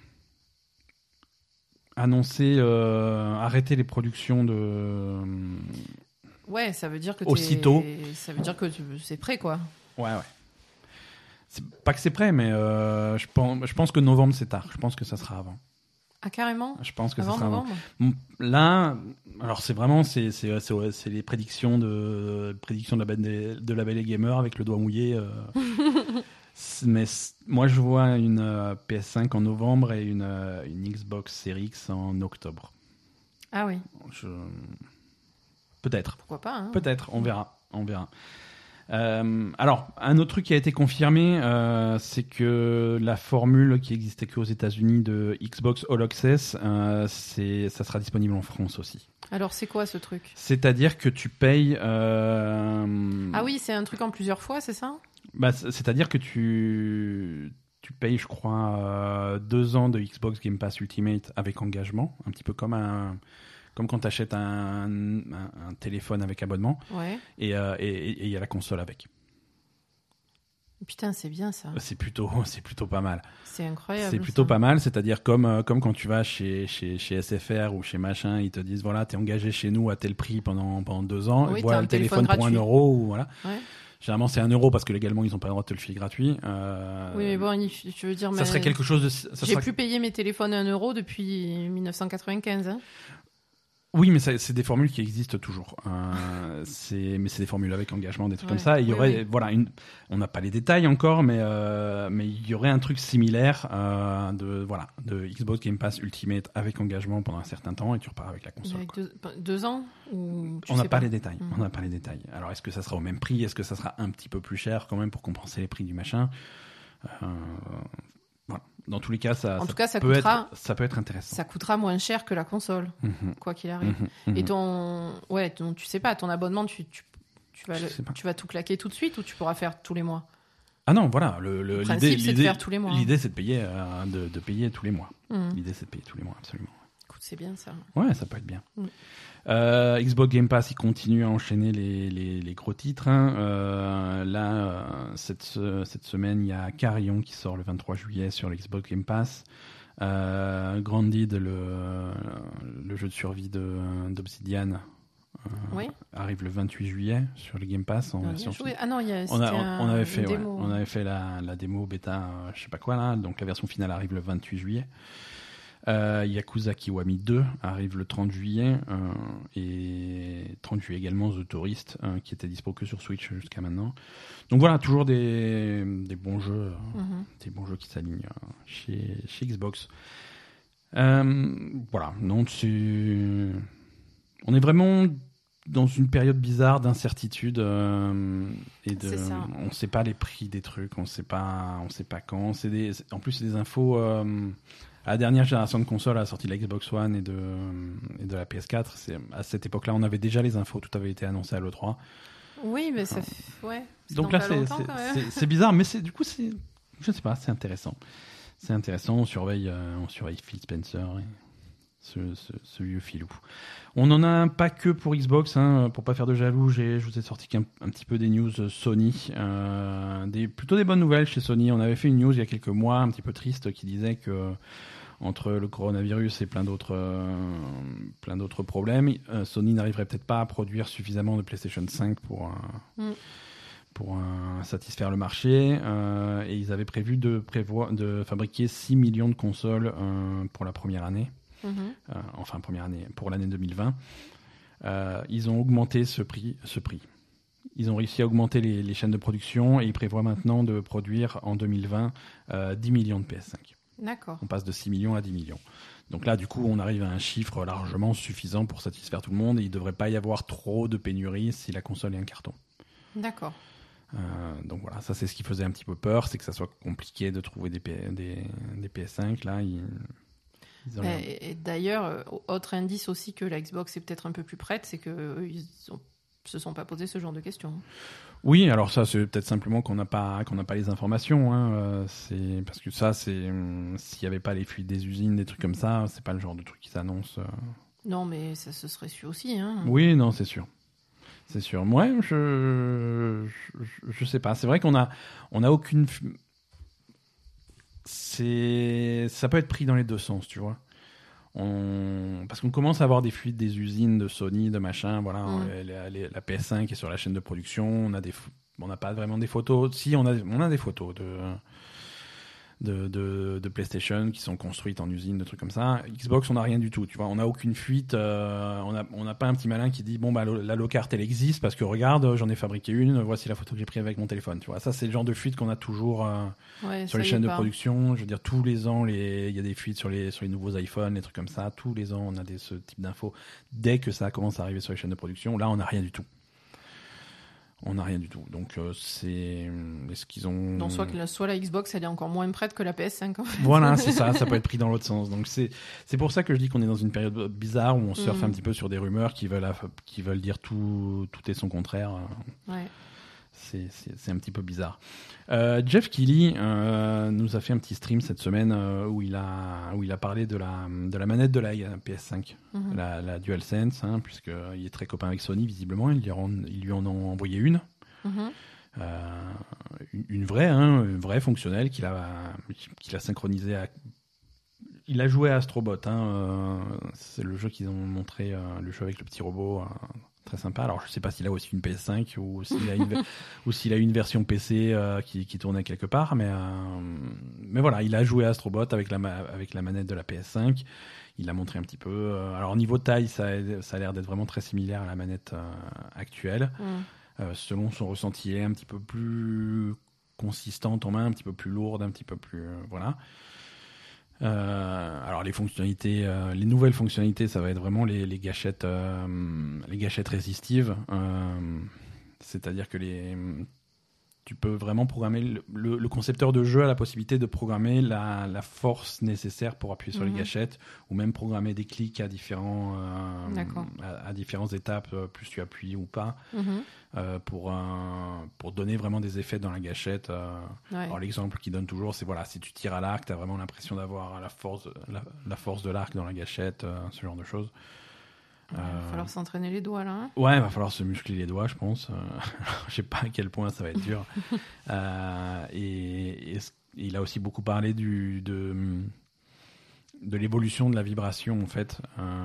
annoncer, arrêter les productions de... Ouais, ça veut dire que aussitôt. Ça veut dire que c'est prêt, quoi. Ouais. C'est pas que c'est prêt, mais je pense que novembre, c'est tard. Je pense que ça sera avant. Ah, carrément ? Je pense que avant ça sera novembre. Avant. Là, alors c'est vraiment c'est les prédictions de la Belle et Gamer avec le doigt mouillé. Mais moi, je vois une PS5 en novembre et une Xbox Series X en octobre. Ah oui. Peut-être. Pourquoi pas, hein ? Peut-être, on verra. Alors, un autre truc qui a été confirmé, c'est que la formule qui existait qu'aux États-Unis de Xbox All Access, ça sera disponible en France aussi. Alors, c'est quoi ce truc ? C'est-à-dire que tu payes... Ah oui, c'est un truc en plusieurs fois, c'est ça ? C'est-à-dire que tu payes, je crois, 2 ans de Xbox Game Pass Ultimate avec engagement, un petit peu comme quand tu achètes un téléphone avec abonnement, et il y a la console avec. Putain, c'est bien ça. C'est plutôt pas mal. C'est incroyable. C'est plutôt pas mal, c'est-à-dire comme quand tu vas chez SFR ou chez machin, ils te disent voilà, t'es engagé chez nous à tel prix pendant 2 ans, voilà le téléphone pour 1 euro ou voilà. Ouais. Généralement, c'est 1 euro parce que légalement, ils n'ont pas le droit de te le filer gratuit. Oui, mais bon, je veux dire... Ça serait quelque chose de... J'ai plus payé mes téléphones 1 euro depuis 1995. Hein. Oui, mais c'est des formules qui existent toujours. Mais c'est des formules avec engagement, des trucs comme ça. Et il y aurait, voilà, on n'a pas les détails encore, mais il y aurait un truc similaire de Xbox Game Pass Ultimate avec engagement pendant un certain temps et tu repars avec la console. Avec 2 ans ou on n'a pas les détails. On n'a pas les détails. Alors, est-ce que ça sera au même prix ? Est-ce que ça sera un petit peu plus cher quand même pour compenser les prix du machin ? Voilà. Dans tous les cas, ça peut être intéressant. Ça coûtera moins cher que la console, quoi qu'il arrive. Et tu sais pas, ton abonnement, tu vas tout claquer tout de suite ou tu pourras faire tous les mois? Ah non, voilà. L'idée, c'est de faire tous les mois. L'idée, c'est de payer, de payer tous les mois. L'idée, c'est de payer tous les mois, absolument. Écoute, c'est bien ça. Ouais, ça peut être bien. Xbox Game Pass, il continue à enchaîner les gros titres. Cette semaine, il y a Carrion qui sort le 23 juillet sur l'Xbox Game Pass. Grounded, le jeu de survie d'Obsidian, arrive le 28 juillet sur le Game Pass en version. Ah non, on avait fait la démo bêta, je sais pas quoi là, donc la version finale arrive le 28 juillet. Yakuza Kiwami 2 arrive le 30 juillet et 30 juillet également The Tourist qui était dispo que sur Switch jusqu'à maintenant. Donc voilà, toujours des bons jeux, des bons jeux qui s'alignent chez Xbox. Voilà, non, on est vraiment dans une période bizarre d'incertitude et on sait pas les prix des trucs, on sait pas quand. En plus c'est des infos. À la dernière génération de consoles, à la sortie de la Xbox One et de la PS4, à cette époque-là, on avait déjà les infos, tout avait été annoncé à l'E3. Oui, mais ça donc là, c'est bizarre, mais je sais pas, c'est intéressant. C'est intéressant, on surveille Phil Spencer, ce vieux filou. On n'en a pas que pour Xbox, pour pas faire de jaloux, je vous ai sorti un petit peu des news Sony, plutôt des bonnes nouvelles chez Sony. On avait fait une news il y a quelques mois, un petit peu triste, qui disait que entre le coronavirus et plein d'autres problèmes, Sony n'arriverait peut-être pas à produire suffisamment de PlayStation 5 pour satisfaire le marché, et ils avaient prévu de fabriquer 6 millions de consoles pour la première année. Première année, pour l'année 2020. Ils ont augmenté ce prix. Ils ont réussi à augmenter les chaînes de production et ils prévoient maintenant de produire en 2020 10 millions de PS5. D'accord. On passe de 6 millions à 10 millions. Donc là, du coup, on arrive à un chiffre largement suffisant pour satisfaire tout le monde et il ne devrait pas y avoir trop de pénurie si la console est un carton. D'accord. Donc voilà, ça c'est ce qui faisait un petit peu peur, c'est que ça soit compliqué de trouver des PS5. Là, et d'ailleurs, autre indice aussi que la Xbox est peut-être un peu plus prête, c'est qu'ils se sont pas posé ce genre de questions. Oui, alors ça c'est peut-être simplement qu'on n'a pas les informations. C'est parce que ça c'est s'il y avait pas les fuites des usines, des trucs comme ça, c'est pas le genre de truc qui s'annonce. Non, mais ça se serait su aussi. Oui, non, c'est sûr. C'est sûr. Moi, je sais pas. C'est vrai qu'on a aucune. Ça peut être pris dans les deux sens, tu vois. Parce qu'on commence à avoir des fuites des usines de Sony, de machin, voilà. La PS5 est sur la chaîne de production. On n'a pas vraiment des photos. Si, on a des photos de PlayStation qui sont construites en usine, de trucs comme ça. Xbox, on n'a rien du tout, tu vois. On n'a aucune fuite. On n'a pas un petit malin qui dit bon bah la low-cart elle existe parce que regarde, j'en ai fabriqué une. Voici la photo que j'ai prise avec mon téléphone, tu vois. Ça c'est le genre de fuite qu'on a toujours sur les chaînes de production. Je veux dire, tous les ans, il y a des fuites sur les nouveaux iPhones, les trucs comme ça. Tous les ans, on a ce type d'infos. Dès que ça commence à arriver sur les chaînes de production, là, on n'a rien du tout. On n'a rien du tout. Donc, est-ce qu'ils ont... Donc, soit la Xbox, elle est encore moins prête que la PS5, en fait. Voilà, c'est ça. Ça peut être pris dans l'autre sens. Donc, c'est pour ça que je dis qu'on est dans une période bizarre où on surfe un petit peu sur des rumeurs qui veulent dire tout et son contraire. Ouais. C'est un petit peu bizarre. Jeff Keighley nous a fait un petit stream cette semaine où il a parlé de la manette de la PS5, la DualSense, puisqu'il est très copain avec Sony visiblement. Ils lui en ont envoyé une, une vraie fonctionnelle qu'il a synchronisée à. Il a joué à Astrobot, c'est le jeu qu'ils ont montré, le jeu avec le petit robot. Très sympa. Alors, je sais pas s'il a aussi une PS5 ou s'il a une version PC qui tournait quelque part, mais voilà, il a joué à Astrobot avec la manette de la PS5. Il a montré un petit peu. Alors, niveau taille, ça a l'air d'être vraiment très similaire à la manette actuelle. Selon son ressenti, elle est un petit peu plus consistante en main, un petit peu plus lourde, un petit peu plus voilà. Alors les nouvelles fonctionnalités, ça va être vraiment les gâchettes résistives, c'est-à-dire que tu peux vraiment programmer. Le concepteur de jeu a la possibilité de programmer la force nécessaire pour appuyer sur les gâchettes, ou même programmer des clics à différentes étapes, plus tu appuies ou pas, pour donner vraiment des effets dans la gâchette. Alors l'exemple qu'il donne toujours, c'est si tu tires à l'arc, tu as vraiment l'impression d'avoir la force de l'arc dans la gâchette, ce genre de choses. Il va falloir s'entraîner les doigts là. Hein, ouais, il va falloir se muscler les doigts, je pense. Je sais pas à quel point ça va être dur. Et il a aussi beaucoup parlé de l'évolution de la vibration en fait.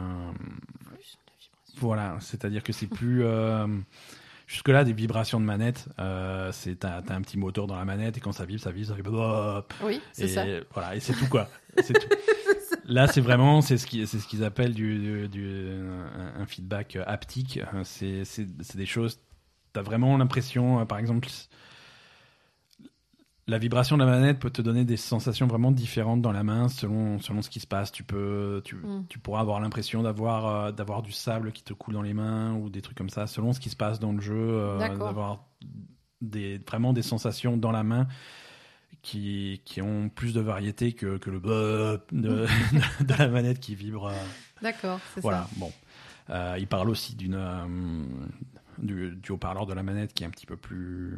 Voilà, c'est-à-dire que c'est plus jusque-là des vibrations de manette. T'as un petit moteur dans la manette et quand ça vibre, ça fait hop. Oui, c'est ça. Voilà, et c'est tout quoi. C'est tout. Là, c'est ce qu'ils appellent un feedback haptique. C'est des choses. T'as vraiment l'impression, par exemple, la vibration de la manette peut te donner des sensations vraiment différentes dans la main selon ce qui se passe. Tu pourras avoir l'impression d'avoir du sable qui te coule dans les mains ou des trucs comme ça, selon ce qui se passe dans le jeu, d'avoir vraiment des sensations dans la main qui ont plus de variété que le de la manette qui vibre. D'accord, c'est voilà, ça. Bon. Il parle aussi du haut-parleur de la manette qui est un petit peu plus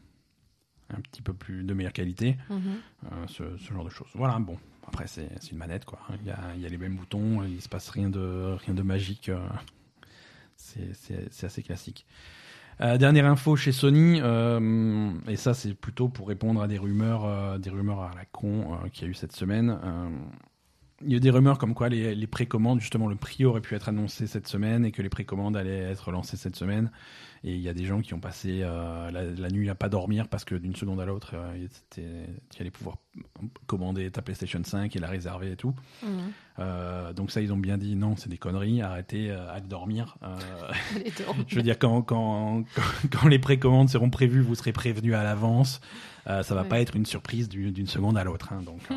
de meilleure qualité. Ce genre de choses. Voilà, bon. Après, c'est une manette, quoi. Il y a les mêmes boutons, il se passe rien de magique. C'est assez classique. Dernière info chez Sony, et ça c'est plutôt pour répondre à des rumeurs à la con qu'il y a eu cette semaine. Il y a eu des rumeurs comme quoi les précommandes, justement le prix aurait pu être annoncé cette semaine et que les précommandes allaient être lancées cette semaine. Et il y a des gens qui ont passé la nuit à pas dormir parce que d'une seconde à l'autre, tu allais pouvoir commander ta PlayStation 5 et la réserver et tout. Donc ça, ils ont bien dit non, c'est des conneries, arrêtez, allez dormir. Je veux dire, quand les précommandes seront prévues, vous serez prévenus à l'avance. Ça va pas être une surprise d'une seconde à l'autre. Hein, donc.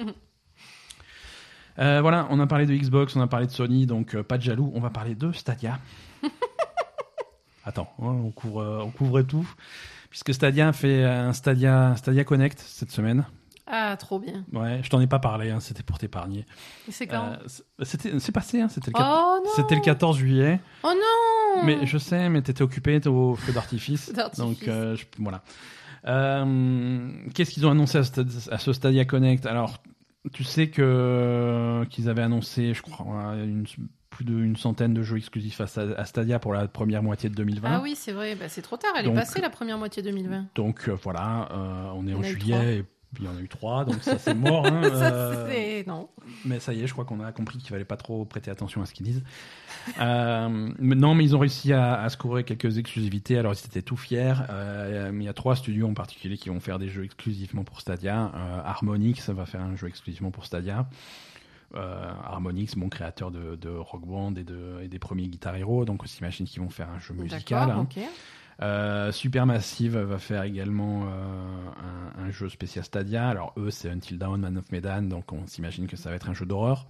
Voilà, on a parlé de Xbox, on a parlé de Sony, donc pas de jaloux. On va parler de Stadia. Attends, on couvre tout. Puisque Stadia a fait un Stadia Connect cette semaine. Ah, trop bien. Ouais, je t'en ai pas parlé, hein, c'était pour t'épargner. Et c'est quand c'est passé, hein, c'était le 14 juillet. Oh non. Mais je sais, mais t'étais occupé, t'es au feu d'artifice. Donc voilà. Qu'est-ce qu'ils ont annoncé à ce Stadia Connect? Alors, tu sais qu'ils avaient annoncé, je crois, plus d'une centaine de jeux exclusifs à Stadia pour la première moitié de 2020. Ah oui, c'est vrai, c'est trop tard, elle est passée la première moitié 2020. Donc voilà, on est en juillet et puis il y en a eu 3, donc ça c'est mort. Hein, non. Mais ça y est, je crois qu'on a compris qu'il fallait pas trop prêter attention à ce qu'ils disent. Non, mais ils ont réussi à scorer quelques exclusivités, alors ils étaient tout fiers. Il y a 3 studios en particulier qui vont faire des jeux exclusivement pour Stadia. Harmonix va faire un jeu exclusivement pour Stadia. Harmonix, créateur de Rock Band et des premiers Guitar Hero, donc on s'imagine qu'ils vont faire un jeu musical. D'accord, ok. Supermassive va faire également un jeu spécial Stadia. Alors eux, c'est Until Dawn, Man of Medan, donc on s'imagine que ça va être un jeu d'horreur.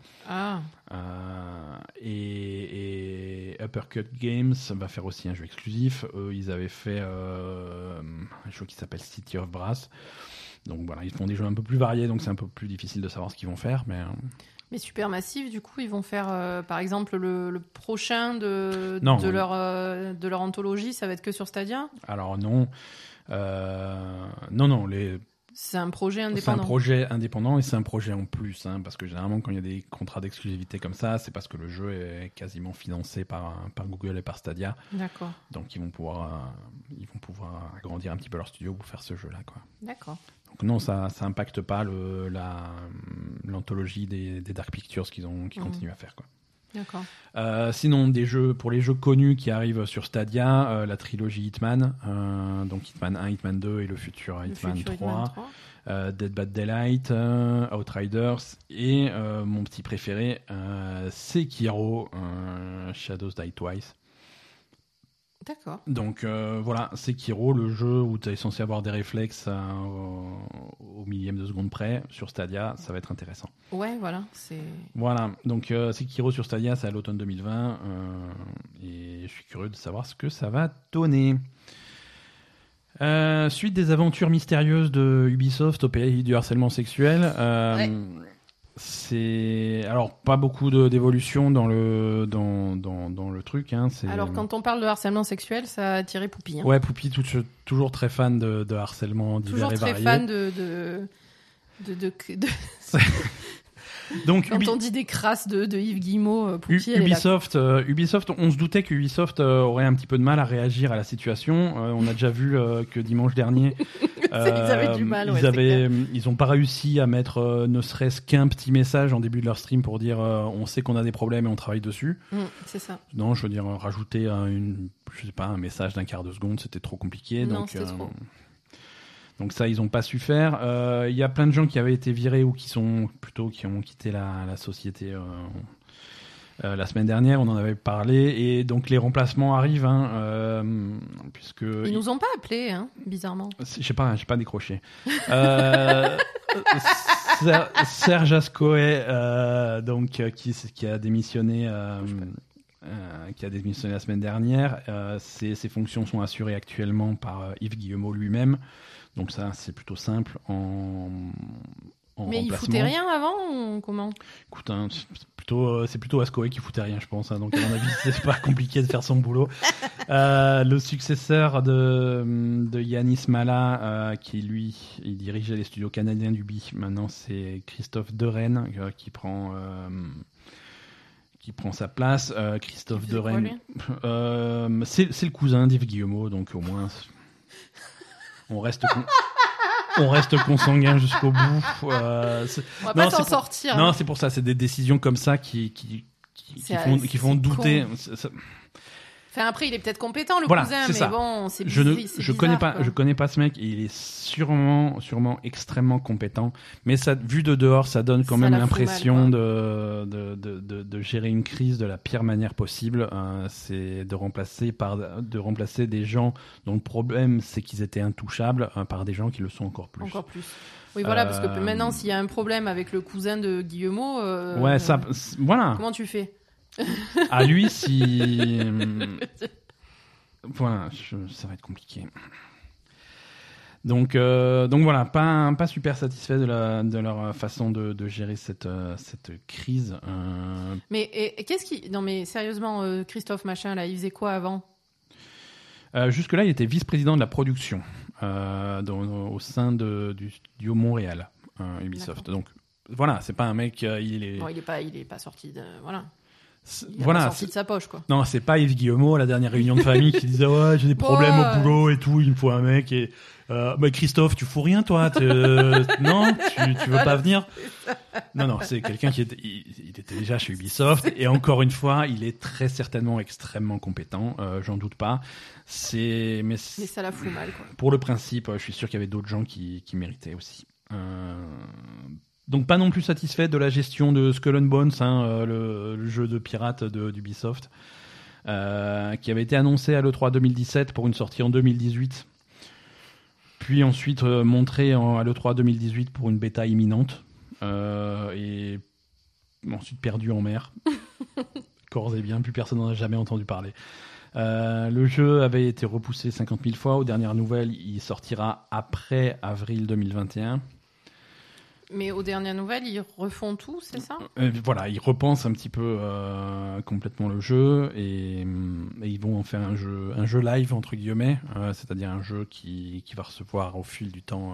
Et Uppercut Games va faire aussi un jeu exclusif. Eux, ils avaient fait un jeu qui s'appelle City of Brass. Donc voilà, ils font des jeux un peu plus variés, donc c'est un peu plus difficile de savoir ce qu'ils vont faire. Mais Supermassive, du coup, ils vont faire, par exemple, le prochain de leur anthologie, ça va être que sur Stadia? Alors non. Non. C'est un projet indépendant. C'est un projet indépendant et c'est un projet en plus, hein, parce que généralement, quand il y a des contrats d'exclusivité comme ça, c'est parce que le jeu est quasiment financé par Google et par Stadia. D'accord. Donc ils vont pouvoir agrandir un petit peu leur studio pour faire ce jeu-là, quoi. D'accord. Donc non, ça impacte pas l'anthologie des Dark Pictures qu'ils continuent à faire, quoi. D'accord. Sinon, pour les jeux connus qui arrivent sur Stadia, la trilogie Hitman, donc Hitman 1, Hitman 2 et le futur Hitman 3, Dead by Daylight, Outriders et mon petit préféré, Sekiro, Shadows Die Twice. D'accord. Donc voilà, Sekiro, le jeu où tu es censé avoir des réflexes au millième de seconde près sur Stadia, ça va être intéressant. Ouais, voilà. Voilà, donc Sekiro sur Stadia, c'est à l'automne 2020 et je suis curieux de savoir ce que ça va donner. Suite des aventures mystérieuses de Ubisoft au pays du harcèlement sexuel. C'est alors pas beaucoup d'évolution dans le truc. Hein, alors quand on parle de harcèlement sexuel, ça a attiré Poupy. Hein. Ouais, Poupy toujours très fan de harcèlement divers et varié. Toujours très fan de... Donc, quand on dit des crasses de Yves Guillemot, Poupy, Ubisoft, on se doutait que Ubisoft aurait un petit peu de mal à réagir à la situation. On a déjà vu que dimanche dernier, ils avaient du mal. Ils n'ont pas réussi à mettre ne serait-ce qu'un petit message en début de leur stream pour dire on sait qu'on a des problèmes et on travaille dessus. C'est ça. Non, je veux dire rajouter un message d'un quart de seconde, c'était trop compliqué. Non, c'était trop. Donc ça, ils n'ont pas su faire. Il y a plein de gens qui avaient été virés ou qui ont quitté la société la semaine dernière. On en avait parlé. Et donc les remplacements arrivent. Puisque ils nous ont pas appelés, hein, bizarrement. J'ai pas décroché. Serge Ascoé, qui a démissionné. Qui a démissionné la semaine dernière. Ses fonctions sont assurées actuellement par Yves Guillemot lui-même. Donc ça, c'est plutôt simple en mais il foutait rien avant ou comment ? Écoute, c'est plutôt Ascoé qui foutait rien, je pense. Hein, donc à mon avis, c'est pas compliqué de faire son boulot. Le successeur de Yanis Mala, qui lui, il dirigeait les studios canadiens d'Ubi. Maintenant, c'est Christophe Derennes qui prend sa place. Christophe Derennes, c'est le cousin d'Yves Guillemot, donc au moins on reste consanguin jusqu'au bout. On va pas s'en sortir. Non, c'est pour ça. C'est des décisions comme ça qui font douter. Enfin, après, il est peut-être compétent, le cousin, mais bon, c'est bizarre. Je connais pas ce mec et il est sûrement extrêmement compétent. Mais ça, vu de dehors, ça donne quand même l'impression de gérer une crise de la pire manière possible. C'est de remplacer des gens dont le problème, c'est qu'ils étaient intouchables par des gens qui le sont encore plus. Encore plus. Oui, voilà, parce que maintenant, s'il y a un problème avec le cousin de Guillemot, voilà. Comment tu fais ? À lui, si... Voilà, ça va être compliqué. Donc voilà, pas super satisfait de leur façon de gérer cette crise. Mais qu'est-ce qui... Non mais sérieusement, Christophe machin, là, il faisait quoi avant ? Jusque-là, il était vice-président de la production au sein du studio Montréal, Ubisoft. D'accord. Donc voilà, c'est pas un mec... il est pas sorti de... Voilà. Sorti de sa poche, quoi. Non, c'est pas Yves Guillemot à la dernière réunion de famille qui disait ouais, j'ai des problèmes au boulot et tout, il me faut un mec et Christophe, tu fous rien toi, non, tu veux pas venir. Non, c'est quelqu'un qui il était déjà chez Ubisoft et encore une fois, il est très certainement extrêmement compétent, j'en doute pas. Mais ça la fout mal, quoi. Pour le principe, je suis sûr qu'il y avait d'autres gens qui méritaient aussi. Donc pas non plus satisfait de la gestion de Skull and Bones, le jeu de pirates d'Ubisoft, qui avait été annoncé à l'E3 2017 pour une sortie en 2018, puis ensuite montré à l'E3 2018 pour une bêta imminente, et ensuite perdu en mer. Corps et bien, plus personne n'en a jamais entendu parler. Le jeu avait été repoussé 50 000 fois. Aux dernières nouvelles, il sortira après avril 2021. Mais aux dernières nouvelles, ils refont tout, c'est ça ? Voilà, ils repensent un petit peu complètement le jeu et ils vont en faire un jeu live entre guillemets, c'est-à-dire un jeu qui va recevoir au fil du temps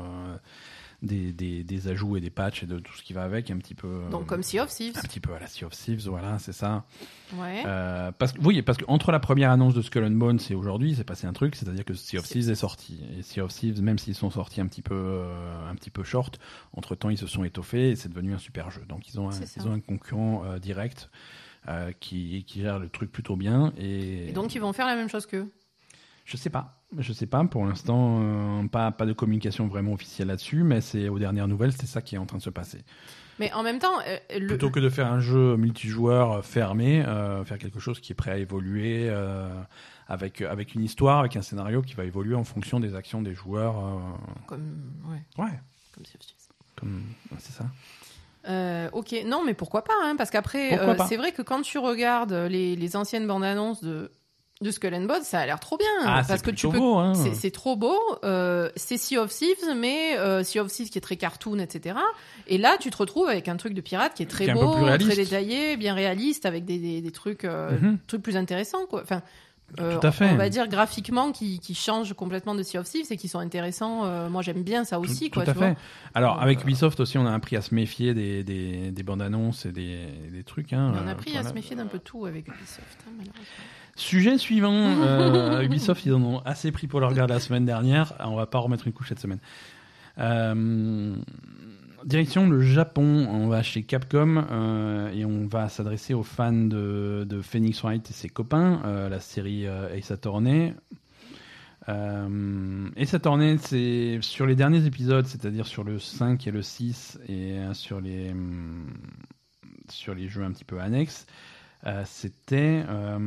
des ajouts et des patchs et de tout ce qui va avec, un petit peu. Donc comme Sea of Thieves. Un petit peu à la Sea of Thieves, voilà, c'est ça. Ouais. Parce que entre la première annonce de Skull and Bones et aujourd'hui, c'est passé un truc, c'est-à-dire que Sea of Thieves est sorti. Et Sea of Thieves, même s'ils sont sortis un petit peu short, entre-temps ils se sont étoffés et c'est devenu un super jeu. Donc ils ont un concurrent direct qui gère le truc plutôt bien. Et donc ils vont faire la même chose qu'eux. Je sais pas. Pour l'instant, pas de communication vraiment officielle là-dessus, mais c'est aux dernières nouvelles, c'est ça qui est en train de se passer. Mais en même temps, plutôt que de faire un jeu multijoueur fermé, faire quelque chose qui est prêt à évoluer avec une histoire, avec un scénario qui va évoluer en fonction des actions des joueurs. Comme c'est ça. Ok, non, mais pourquoi pas, hein, parce qu'après, c'est vrai que quand tu regardes les anciennes bandes annonces de de Skull and Bones, ça a l'air trop bien. Parce que tu peux. Beau, hein. C'est trop beau. C'est Sea of Thieves, mais Sea of Thieves qui est très cartoon, etc. Et là, tu te retrouves avec un truc de pirate qui est très beau, très détaillé, bien réaliste, avec des trucs, trucs plus intéressants, quoi. Enfin, tout à fait. On va dire graphiquement qui changent complètement de Sea of Thieves et qui sont intéressants. Moi, j'aime bien ça aussi, tout quoi. à fait. Alors, avec Ubisoft aussi, on a appris à se méfier des bandes annonces et des trucs. Hein. On a appris à se méfier d'un peu tout avec Ubisoft, malheureusement. Sujet suivant, Ubisoft, ils en ont assez pris pour leur regard la semaine dernière. On va pas remettre une couche cette semaine. Direction le Japon, on va chez Capcom et on va s'adresser aux fans de Phoenix Wright et ses copains, la série Ace Attorney. Ace Attorney, c'est sur les derniers épisodes, c'est-à-dire sur le 5 et le 6 et sur les jeux un petit peu annexes. C'était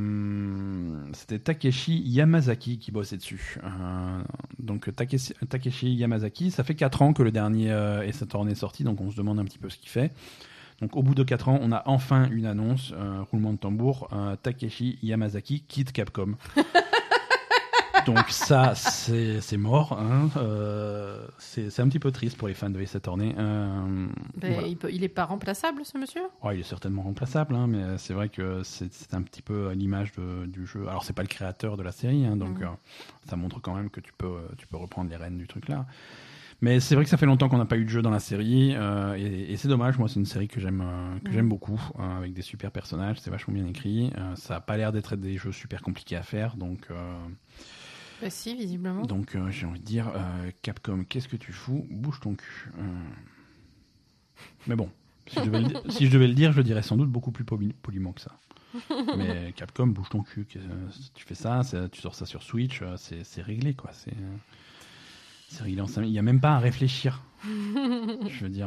Takeshi Yamazaki qui bossait dessus. Donc Takeshi Yamazaki, ça fait 4 ans que le dernier Ace Attorney est sorti, donc on se demande un petit peu ce qu'il fait. Donc au bout de 4 ans, on a enfin une annonce, roulement de tambour, Takeshi Yamazaki quitte Capcom. Donc ça, c'est mort. Hein. C'est un petit peu triste pour les fans de Ace Attorney. Voilà. Il est pas remplaçable, ce monsieur ? Ouais, il est certainement remplaçable, hein, mais c'est vrai que c'est un petit peu l'image du jeu. Alors c'est pas le créateur de la série, hein, donc ça montre quand même que tu peux reprendre les rênes du truc là. Mais c'est vrai que ça fait longtemps qu'on n'a pas eu de jeu dans la série et c'est dommage. Moi, c'est une série que j'aime beaucoup, avec des super personnages. C'est vachement bien écrit. Ça a pas l'air d'être des jeux super compliqués à faire, donc. Bah si, visiblement. Donc j'ai envie de dire, Capcom, qu'est-ce que tu fous ? Bouge ton cul. Mais bon, si je devais le dire, je le dirais sans doute beaucoup plus poliment que ça. Mais Capcom, bouge ton cul. Tu fais ça, tu sors ça sur Switch, c'est réglé, quoi. C'est réglé en 5 minutes. Il n'y a même pas à réfléchir. Je veux dire,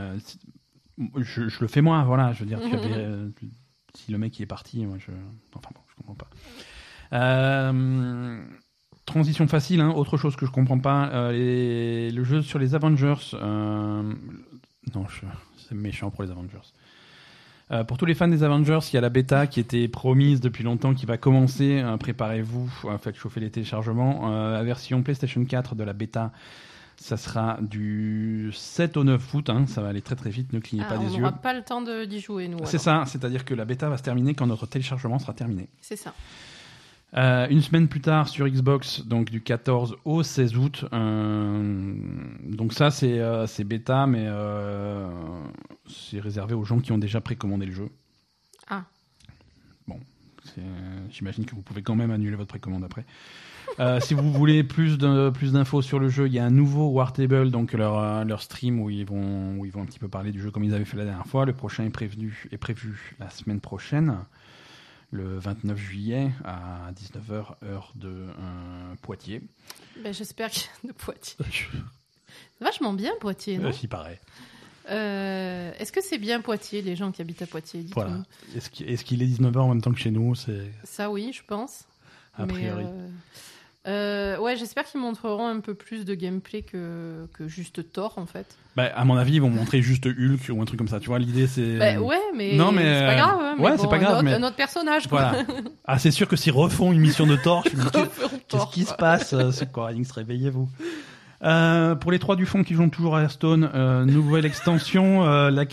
je le fais moi, voilà. Je veux dire, si le mec il est parti, moi enfin bon, je comprends pas. Transition facile, hein. Autre chose que je comprends pas, le jeu sur les Avengers. Non, c'est méchant pour les Avengers. Pour tous les fans des Avengers, il y a la bêta qui était promise depuis longtemps, qui va commencer. Préparez-vous, faites chauffer les téléchargements. La version PlayStation 4 de la bêta, ça sera du 7 au 9 août. Hein. Ça va aller très très vite, ne clignez pas des yeux. On n'aura pas le temps d'y jouer, nous. C'est ça, c'est-à-dire que la bêta va se terminer quand notre téléchargement sera terminé. C'est ça. Une semaine plus tard sur Xbox, donc du 14 au 16 août. Donc ça, c'est bêta, mais c'est réservé aux gens qui ont déjà précommandé le jeu. Ah. Bon, j'imagine que vous pouvez quand même annuler votre précommande après. Si vous voulez plus d'infos sur le jeu, il y a un nouveau War Table, donc leur stream où ils vont un petit peu parler du jeu comme ils avaient fait la dernière fois. Le prochain est prévu la semaine prochaine. Le 29 juillet à 19h, heure de Poitiers. Ben, j'espère que de Poitiers. C'est vachement bien Poitiers, non ? J'y paraît. Est-ce que c'est bien Poitiers, les gens qui habitent à Poitiers ? Voilà. Est-ce qu'il est 19h en même temps que chez nous ? Ça oui, je pense. A priori. Ouais, j'espère qu'ils montreront un peu plus de gameplay que juste Thor, en fait. Bah, à mon avis, ils vont montrer juste Hulk ou un truc comme ça. Tu vois, l'idée, c'est... Bah, ouais, mais c'est pas grave. Hein, ouais, mais c'est pas grave. Un autre personnage, quoi. Voilà. Ah, c'est sûr que s'ils refont une mission de Thor, je me dis, qu'est-ce qui se passe ? C'est quoi, Inks, réveillez-vous. Pour les 3 du fond qui jouent toujours à Hearthstone, nouvelle extension,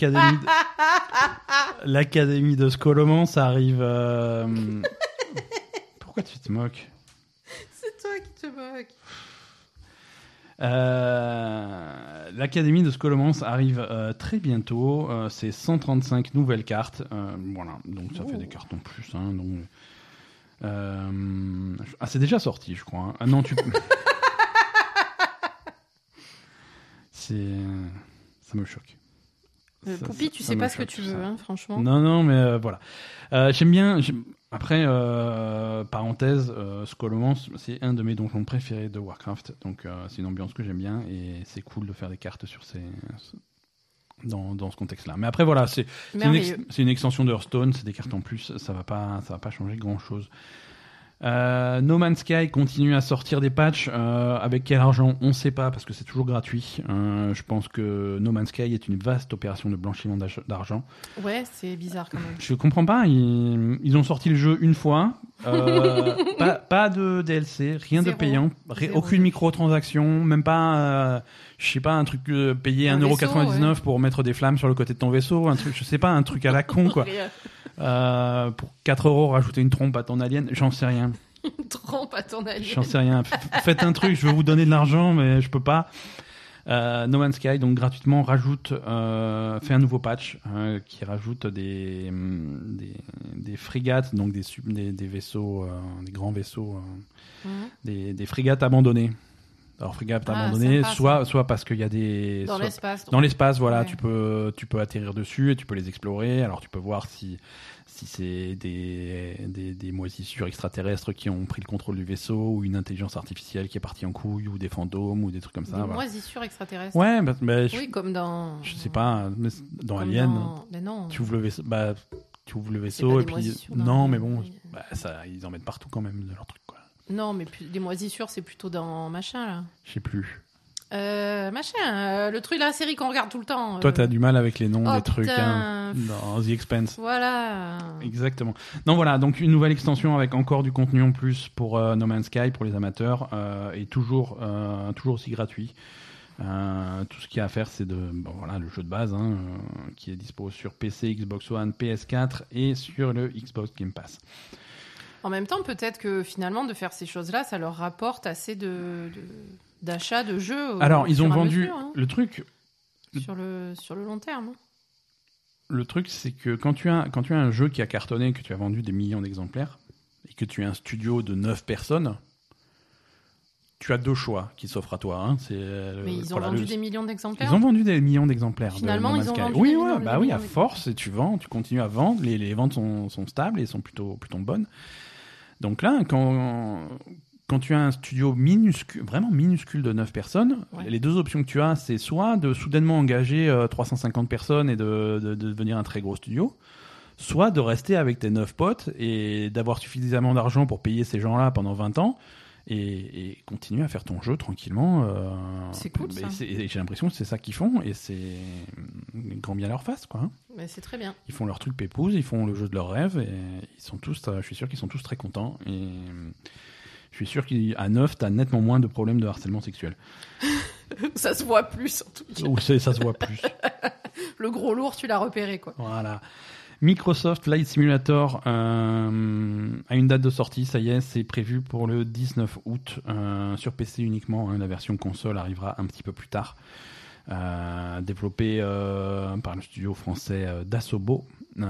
l'Académie de Skolomon, ça arrive... Pourquoi tu te moques ? C'est toi qui te moques. L'Académie de Skolomance arrive très bientôt. C'est 135 nouvelles cartes. Voilà, donc ça fait des cartes en plus. Hein, donc, c'est déjà sorti, je crois. Hein. Ah non, ça me choque. Poupie, tu sais pas ce que tu veux, hein, franchement. Non, mais voilà. J'aime bien. Après, parenthèse, Skolomance, c'est un de mes donjons préférés de Warcraft. Donc, c'est une ambiance que j'aime bien et c'est cool de faire des cartes sur dans ce contexte-là. Mais après, voilà, c'est une extension de Hearthstone, c'est des cartes en plus. Ça va pas changer grand-chose. No Man's Sky continue à sortir des patchs. Avec quel argent, on ne sait pas parce que c'est toujours gratuit. Je pense que No Man's Sky est une vaste opération de blanchiment d'argent. Ouais, c'est bizarre quand même. Je comprends pas. Ils ont sorti le jeu une fois. Pas de DLC, rien Zéro. de payant, aucune microtransaction, même pas, je sais pas, un truc payer 1,99€ pour mettre des flammes sur le côté de ton vaisseau, un truc, je sais pas, un truc à la con, quoi. Pour 4€ rajouter une trompe à ton alien, j'en sais rien. Une trompe à ton alien. J'en sais rien. Faites un truc, je veux vous donner de l'argent, mais je peux pas. No Man's Sky, donc gratuitement, fait un nouveau patch qui rajoute des frégates, donc des vaisseaux, des grands vaisseaux, des frégates abandonnées. Alors frégates abandonnées, sympa, soit parce qu'il y a des dans l'espace. Dans l'espace, voilà, ouais. tu peux atterrir dessus et tu peux les explorer. Alors tu peux voir si c'est des moisissures extraterrestres qui ont pris le contrôle du vaisseau, ou une intelligence artificielle qui est partie en couille, ou des fantômes, ou des trucs comme ça. Des moisissures extraterrestres. Ouais, oui, comme dans. Je sais pas, dans Alien. Mais non. Tu ouvres le vaisseau et puis non, mais bon, ils en mettent partout quand même de leur truc, quoi. Non, mais les moisissures, c'est plutôt dans machin là. Je sais plus. Le truc, la série qu'on regarde tout le temps. Toi, t'as du mal avec les noms des trucs, hein, dans The Expanse. Voilà. Exactement. Non, voilà, donc une nouvelle extension avec encore du contenu en plus pour No Man's Sky, pour les amateurs, et toujours aussi gratuit. Tout ce qu'il y a à faire, c'est le jeu de base, qui est dispo sur PC, Xbox One, PS4 et sur le Xbox Game Pass. En même temps, peut-être que finalement, de faire ces choses-là, ça leur rapporte assez d'achat de jeux. Alors, ils ont vendu le truc sur le long terme. Le truc, c'est que quand tu as un jeu qui a cartonné, que tu as vendu des millions d'exemplaires, et que tu as un studio de 9 personnes, tu as 2 choix qui s'offrent à toi. Mais ils ont vendu des millions d'exemplaires. Ils ont vendu des millions d'exemplaires. Finalement, ils ont vendu des millions à force, et tu continues à vendre. Les ventes sont stables et sont plutôt bonnes. Donc là, quand tu as un studio vraiment minuscule de 9 personnes, les 2 options que tu as, c'est soit de soudainement engager 350 personnes et de devenir un très gros studio, soit de rester avec tes 9 potes et d'avoir suffisamment d'argent pour payer ces gens-là pendant 20 ans et continuer à faire ton jeu tranquillement. C'est cool, ça. J'ai l'impression que c'est ça qu'ils font, et c'est grand bien leur face, quoi. Mais c'est très bien. Ils font leur truc pépouze, ils font le jeu de leurs rêves, et je suis sûr qu'ils sont tous très contents, et je suis sûr qu'à 9, t'as nettement moins de problèmes de harcèlement sexuel. Ça se voit plus, en tout cas. Ou ça se voit plus. Le gros lourd, tu l'as repéré, quoi. Voilà. Microsoft Flight Simulator a une date de sortie, ça y est, c'est prévu pour le 19 août sur PC uniquement. La version console arrivera un petit peu plus tard. Développé par le studio français Dassault.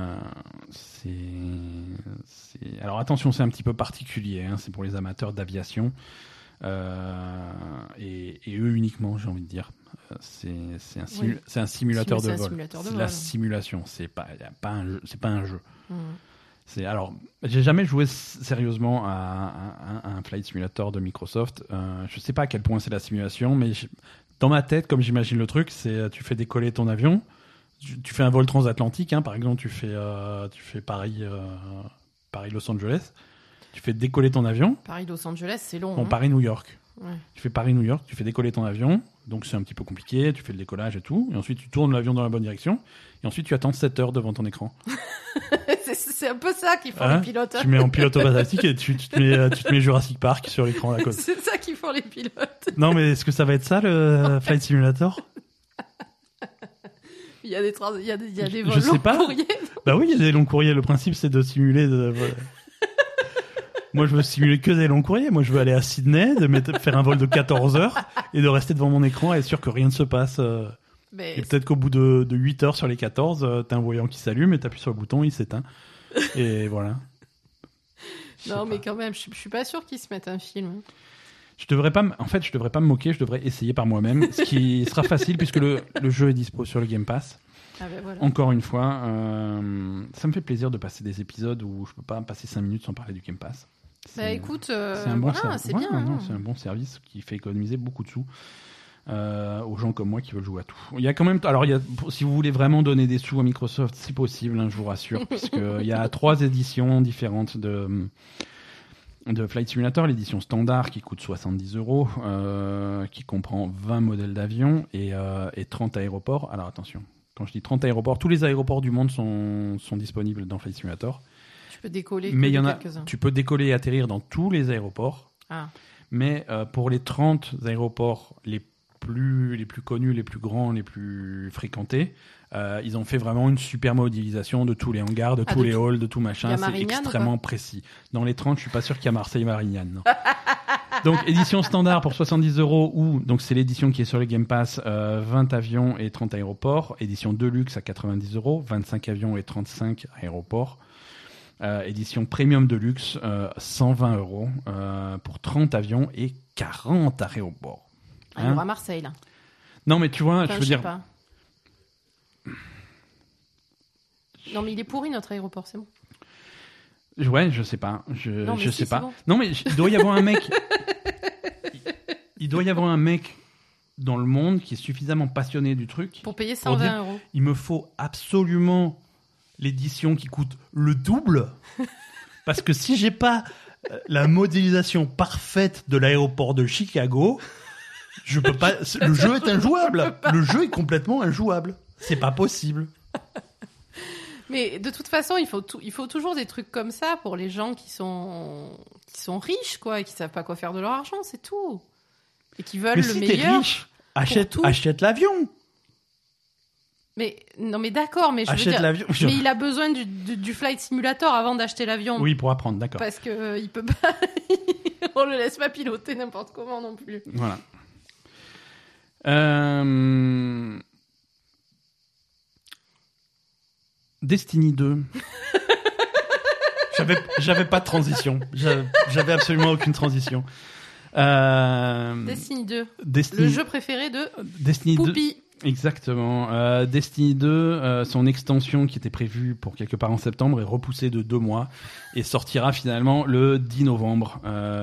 Alors attention, c'est un petit peu particulier, c'est pour les amateurs d'aviation. Et eux uniquement, j'ai envie de dire. C'est un simulateur de vol. C'est la simulation, c'est pas un jeu. Alors, j'ai jamais joué sérieusement à un flight simulator de Microsoft. Je sais pas à quel point c'est la simulation, mais dans ma tête, comme j'imagine le truc, c'est tu fais décoller ton avion, tu fais un vol transatlantique, par exemple, tu fais Paris-Los Angeles. Tu fais décoller ton avion. Paris-Los Angeles, c'est long. Bon, Paris-New York. Ouais. Tu fais Paris-New York, tu fais décoller ton avion. Donc, c'est un petit peu compliqué. Tu fais le décollage et tout. Et ensuite, tu tournes l'avion dans la bonne direction. Et ensuite, tu attends 7 heures devant ton écran. c'est un peu ça qu'ils font les pilotes. Tu mets en pilote automatique et tu te mets Jurassic Park sur l'écran à la côte. C'est ça qu'ils font les pilotes. Non, mais est-ce que ça va être ça, le Flight Simulator? Il y a des vols longs courriers. Bah oui, il y a des longs courriers. Le principe, c'est de simuler... Moi, je veux simuler que des longs courriers. Moi, je veux aller à Sydney, faire un vol de 14 heures et de rester devant mon écran et être sûr que rien ne se passe. Et peut-être qu'au bout de 8 heures sur les 14, t'as un voyant qui s'allume et t'appuies sur le bouton, il s'éteint. Et voilà. Non, mais quand même, je suis pas sûr qu'ils se mettent un film. Je devrais pas me moquer, je devrais essayer par moi-même, ce qui sera facile puisque le jeu est dispo sur le Game Pass. Ah ben voilà. Encore une fois, ça me fait plaisir de passer des épisodes où je peux pas passer 5 minutes sans parler du Game Pass. Écoute, c'est un bon c'est bien. Non, c'est un bon service qui fait économiser beaucoup de sous aux gens comme moi qui veulent jouer à tout. Il y a quand même, si vous voulez vraiment donner des sous à Microsoft, c'est possible, je vous rassure, parce que il y a 3 éditions différentes de Flight Simulator, l'édition standard qui coûte 70 €, qui comprend 20 modèles d'avions et 30 aéroports. Alors attention, quand je dis 30 aéroports, tous les aéroports du monde sont disponibles dans Flight Simulator. Tu peux décoller mais quelques-uns. Tu peux décoller et atterrir dans tous les aéroports. Ah. Mais pour les 30 aéroports les plus connus, les plus grands, les plus fréquentés, ils ont fait vraiment une super modélisation de tous les hangars, de tous les halls, de tout machin. C'est extrêmement précis. Dans les 30, je suis pas sûr qu'il y a Marseille-Marignane. Non. Donc, édition standard pour 70 € ou, donc c'est l'édition qui est sur le Game Pass, 20 avions et 30 aéroports. Édition Deluxe à 90 €, 25 avions et 35 aéroports. Édition Premium Deluxe, 120 € pour 30 avions et 40 aéroports. Il y aura Marseille, là. Non, mais tu vois, je veux dire... Pas. Non, mais il est pourri, notre aéroport, c'est bon. Ouais, je sais pas. Je sais pas. Bon. Non, mais il doit y avoir un mec... il doit y avoir un mec dans le monde qui est suffisamment passionné du truc... Pour payer 120 €. Il me faut absolument l'édition qui coûte le double. Parce que si j'ai pas la modélisation parfaite de l'aéroport de Chicago... Je peux pas. Le jeu est injouable. Le jeu est complètement injouable. C'est pas possible. Mais de toute façon, il faut toujours des trucs comme ça pour les gens qui sont riches, quoi, et qui savent pas quoi faire de leur argent, c'est tout. Et qui veulent le meilleur. Mais si t'es riche, achète l'avion. Mais non, mais d'accord, mais je veux dire, l'avion. Mais il a besoin du flight simulator avant d'acheter l'avion. Oui, pour apprendre, d'accord. Parce que il peut pas. On le laisse pas piloter n'importe comment non plus. Voilà. Destiny 2. J'avais pas de transition. J'avais absolument aucune transition. Destiny 2. Le jeu préféré de Destiny Poupy. 2. Exactement. Destiny 2, son extension qui était prévue pour quelque part en septembre est repoussée de 2 mois et sortira finalement le 10 novembre.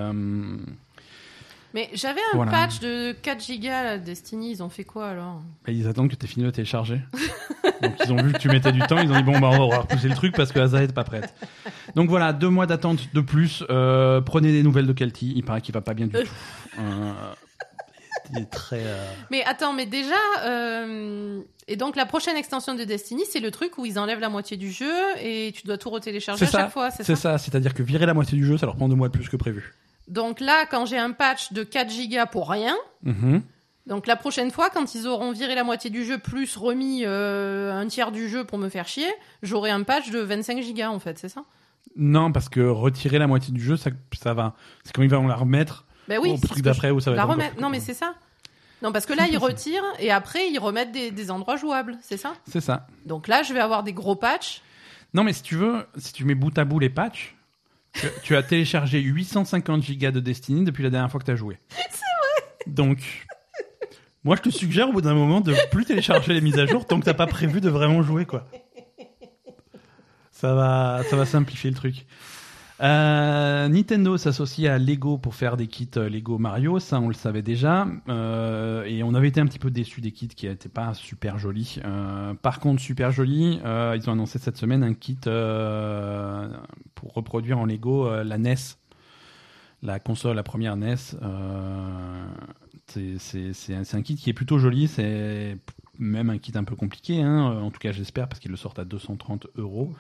Mais j'avais un patch de 4 gigas là, Destiny, ils ont fait quoi alors ? Ils attendent que tu aies fini de télécharger. Donc ils ont vu que tu mettais du temps, ils ont dit bon bah on va repousser le truc parce que Asa n'est pas prête. Donc voilà, 2 mois d'attente de plus. Prenez des nouvelles de Kelty, il paraît qu'il va pas bien du tout. Il est très... Mais attends, mais déjà... Et donc la prochaine extension de Destiny, c'est le truc où ils enlèvent la moitié du jeu et tu dois tout retélécharger à chaque fois, c'est ça, c'est-à-dire que virer la moitié du jeu, ça leur prend 2 mois de plus que prévu. Donc là, quand j'ai un patch de 4 gigas pour rien, donc la prochaine fois, quand ils auront viré la moitié du jeu plus remis un tiers du jeu pour me faire chier, j'aurai un patch de 25 gigas en fait, c'est ça ? Non, parce que retirer la moitié du jeu, ça va. C'est quand ils vont la remettre au truc d'après où ça va la être remettre. Non, mais c'est ça. Non, parce que là, ils retirent et après, ils remettent des endroits jouables, c'est ça ? C'est ça. Donc là, je vais avoir des gros patchs. Non, mais si tu mets bout à bout les patchs, tu as téléchargé 850 gigas de Destiny depuis la dernière fois que tu as joué. C'est vrai. Donc, moi, je te suggère au bout d'un moment de plus télécharger les mises à jour tant que t'as pas prévu de vraiment jouer, quoi. Ça va simplifier le truc. Nintendo s'associe à Lego pour faire des kits Lego Mario, ça on le savait déjà, et on avait été un petit peu déçus des kits qui n'étaient pas super jolis. Par contre, super jolis, ils ont annoncé cette semaine un kit pour reproduire en Lego la NES, la console, la première NES. C'est un kit qui est plutôt joli, c'est même un kit un peu compliqué, hein, en tout cas j'espère, parce qu'ils le sortent à 230 €.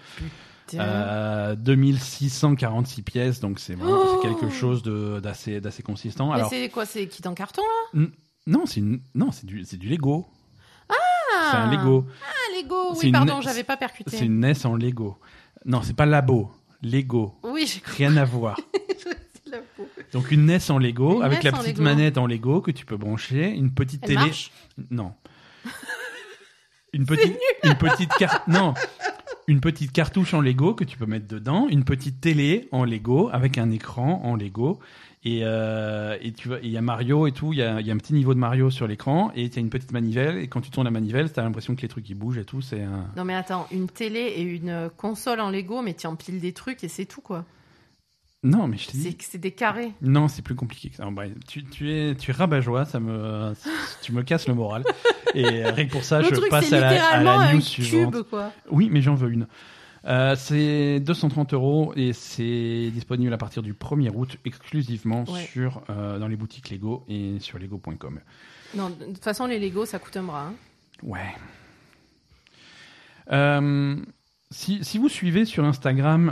2646 pièces, donc c'est vraiment c'est quelque chose d'assez consistant. Mais alors, c'est quoi, c'est kit en carton là ? Non, c'est du Lego. Ah, c'est un Lego. Ah, Lego. Oui, pardon, j'avais pas percuté. C'est une NES en Lego. Non, c'est pas Labo, Lego. Oui, j'ai compris. Rien à voir. Donc une NES en Lego avec la petite manette en Lego que tu peux brancher, une petite télé. Marche ? Non. Une petite carte. Non. Une petite cartouche en Lego que tu peux mettre dedans, une petite télé en Lego avec un écran en Lego et tu vois, il y a Mario et tout, il y a un petit niveau de Mario sur l'écran et tu as une petite manivelle et quand tu tournes la manivelle, tu as l'impression que les trucs ils bougent et tout, c'est un... Non mais attends, une télé et une console en Lego, mais tu empiles des trucs et c'est tout quoi. Non, mais je te dis... C'est des carrés. Non, c'est plus compliqué que ça. Bref, tu es rabat-joie, tu me casses le moral. Et rien que pour ça, je passe à la news suivante. Cube, quoi. Oui, mais j'en veux une. C'est 230 € et c'est disponible à partir du 1er août exclusivement dans les boutiques Lego et sur lego.com. Non, de toute façon, les Lego, ça coûte un bras. Hein. Ouais. Si vous suivez sur Instagram,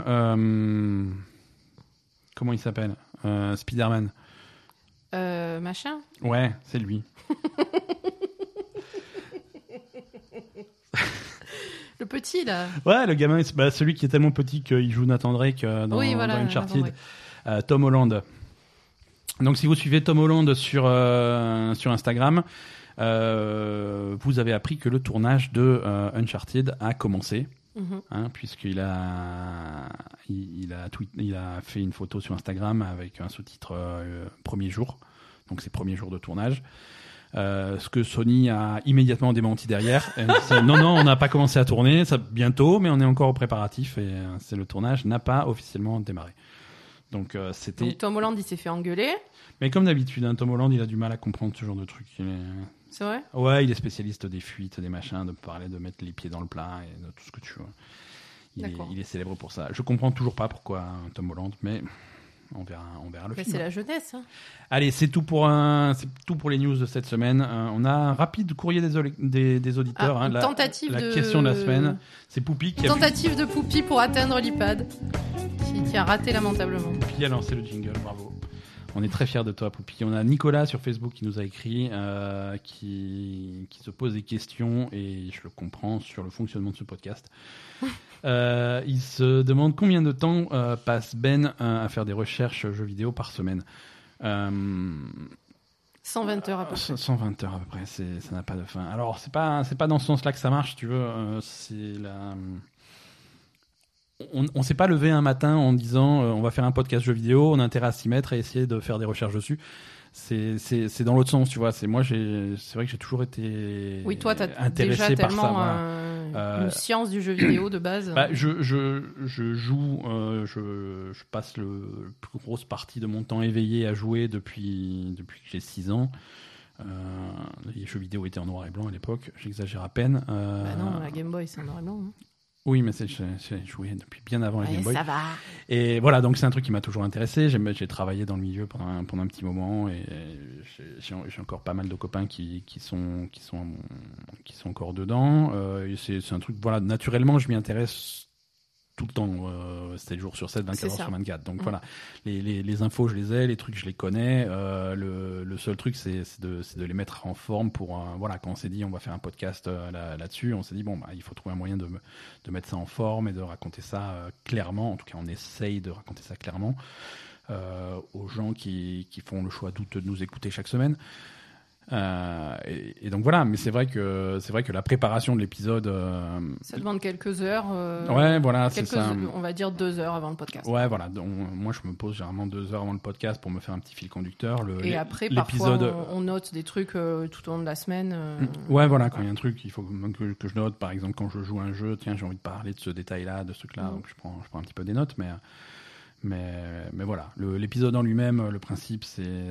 comment il s'appelle, Spider-Man. Machin. Ouais, c'est lui. Le petit, là. Ouais, le gamin, celui qui est tellement petit qu'il joue Nathan Drake dans Uncharted. Tom Holland. Donc, si vous suivez Tom Holland sur Instagram, vous avez appris que le tournage de Uncharted a commencé. Puisqu'il a fait une photo sur Instagram avec un sous-titre premier jour. Donc, c'est premier jour de tournage. Ce que Sony a immédiatement démenti derrière. Non, on n'a pas commencé à tourner, ça bientôt, mais on est encore au préparatif et le tournage n'a pas officiellement démarré. Donc Tom Holland, il s'est fait engueuler. Mais comme d'habitude, Tom Holland, il a du mal à comprendre ce genre de trucs. C'est vrai ? Ouais, il est spécialiste des fuites, des machins, de parler, de mettre les pieds dans le plat et de tout ce que tu veux. Il est célèbre pour ça. Je comprends toujours pas pourquoi Tom Holland, mais on verra le film. C'est la jeunesse. Hein. Allez, c'est tout pour les news de cette semaine. On a un rapide courrier des auditeurs. La question de la semaine, c'est Poupie qui tentative de Poupie pour atteindre l'iPad, qui a raté lamentablement. Poupie a lancé le jingle, bravo. On est très fiers de toi, Poupie. On a Nicolas sur Facebook qui nous a écrit, qui se pose des questions, et je le comprends, sur le fonctionnement de ce podcast. Il se demande combien de temps passe Ben à faire des recherches jeux vidéo par semaine. 120 heures à peu près. 120 heures à peu près, ça n'a pas de fin. Alors, c'est pas dans ce sens-là que ça marche, tu veux. On s'est pas levé un matin en disant on va faire un podcast jeux vidéo, on a intérêt à s'y mettre et essayer de faire des recherches dessus. C'est dans l'autre sens, tu vois. C'est vrai que j'ai toujours été intéressé par ça. Une science du jeu vidéo de base. Je joue, je passe la plus grosse partie de mon temps éveillé à jouer depuis que j'ai 6 ans. Les jeux vidéo étaient en noir et blanc à l'époque, j'exagère à peine. Non, la Game Boy c'est en noir et blanc. Hein. Oui, mais j'ai joué depuis bien avant la Game Boy. Ça va. Et voilà, donc c'est un truc qui m'a toujours intéressé. J'ai travaillé dans le milieu pendant un petit moment et j'ai encore pas mal de copains qui sont encore dedans. C'est un truc, voilà, naturellement, je m'y intéresse tout le temps, 7 jours sur 7, 24 heures sur 24. Donc voilà, les infos, je les ai, les trucs, je les connais. Le seul truc, c'est de les mettre en forme pour... voilà, quand on s'est dit on va faire un podcast là-dessus, on s'est dit, il faut trouver un moyen de mettre ça en forme et de raconter ça clairement. En tout cas, on essaye de raconter ça clairement aux gens qui font le choix douteux de nous écouter chaque semaine. Et donc voilà, mais c'est vrai que la préparation de l'épisode ça demande quelques heures. Ouais, voilà, c'est ça. On va dire 2 heures avant le podcast. Ouais, voilà. Donc, moi, je me pose généralement 2 heures avant le podcast pour me faire un petit fil conducteur. Et après, parfois, on note des trucs tout au long de la semaine. Ouais, voilà. Quand il y a un truc, il faut que je note. Par exemple, quand je joue à un jeu, tiens, j'ai envie de parler de ce détail-là, de ce truc-là. Donc, je prends un petit peu des notes, mais voilà, l'épisode en lui-même, le principe, c'est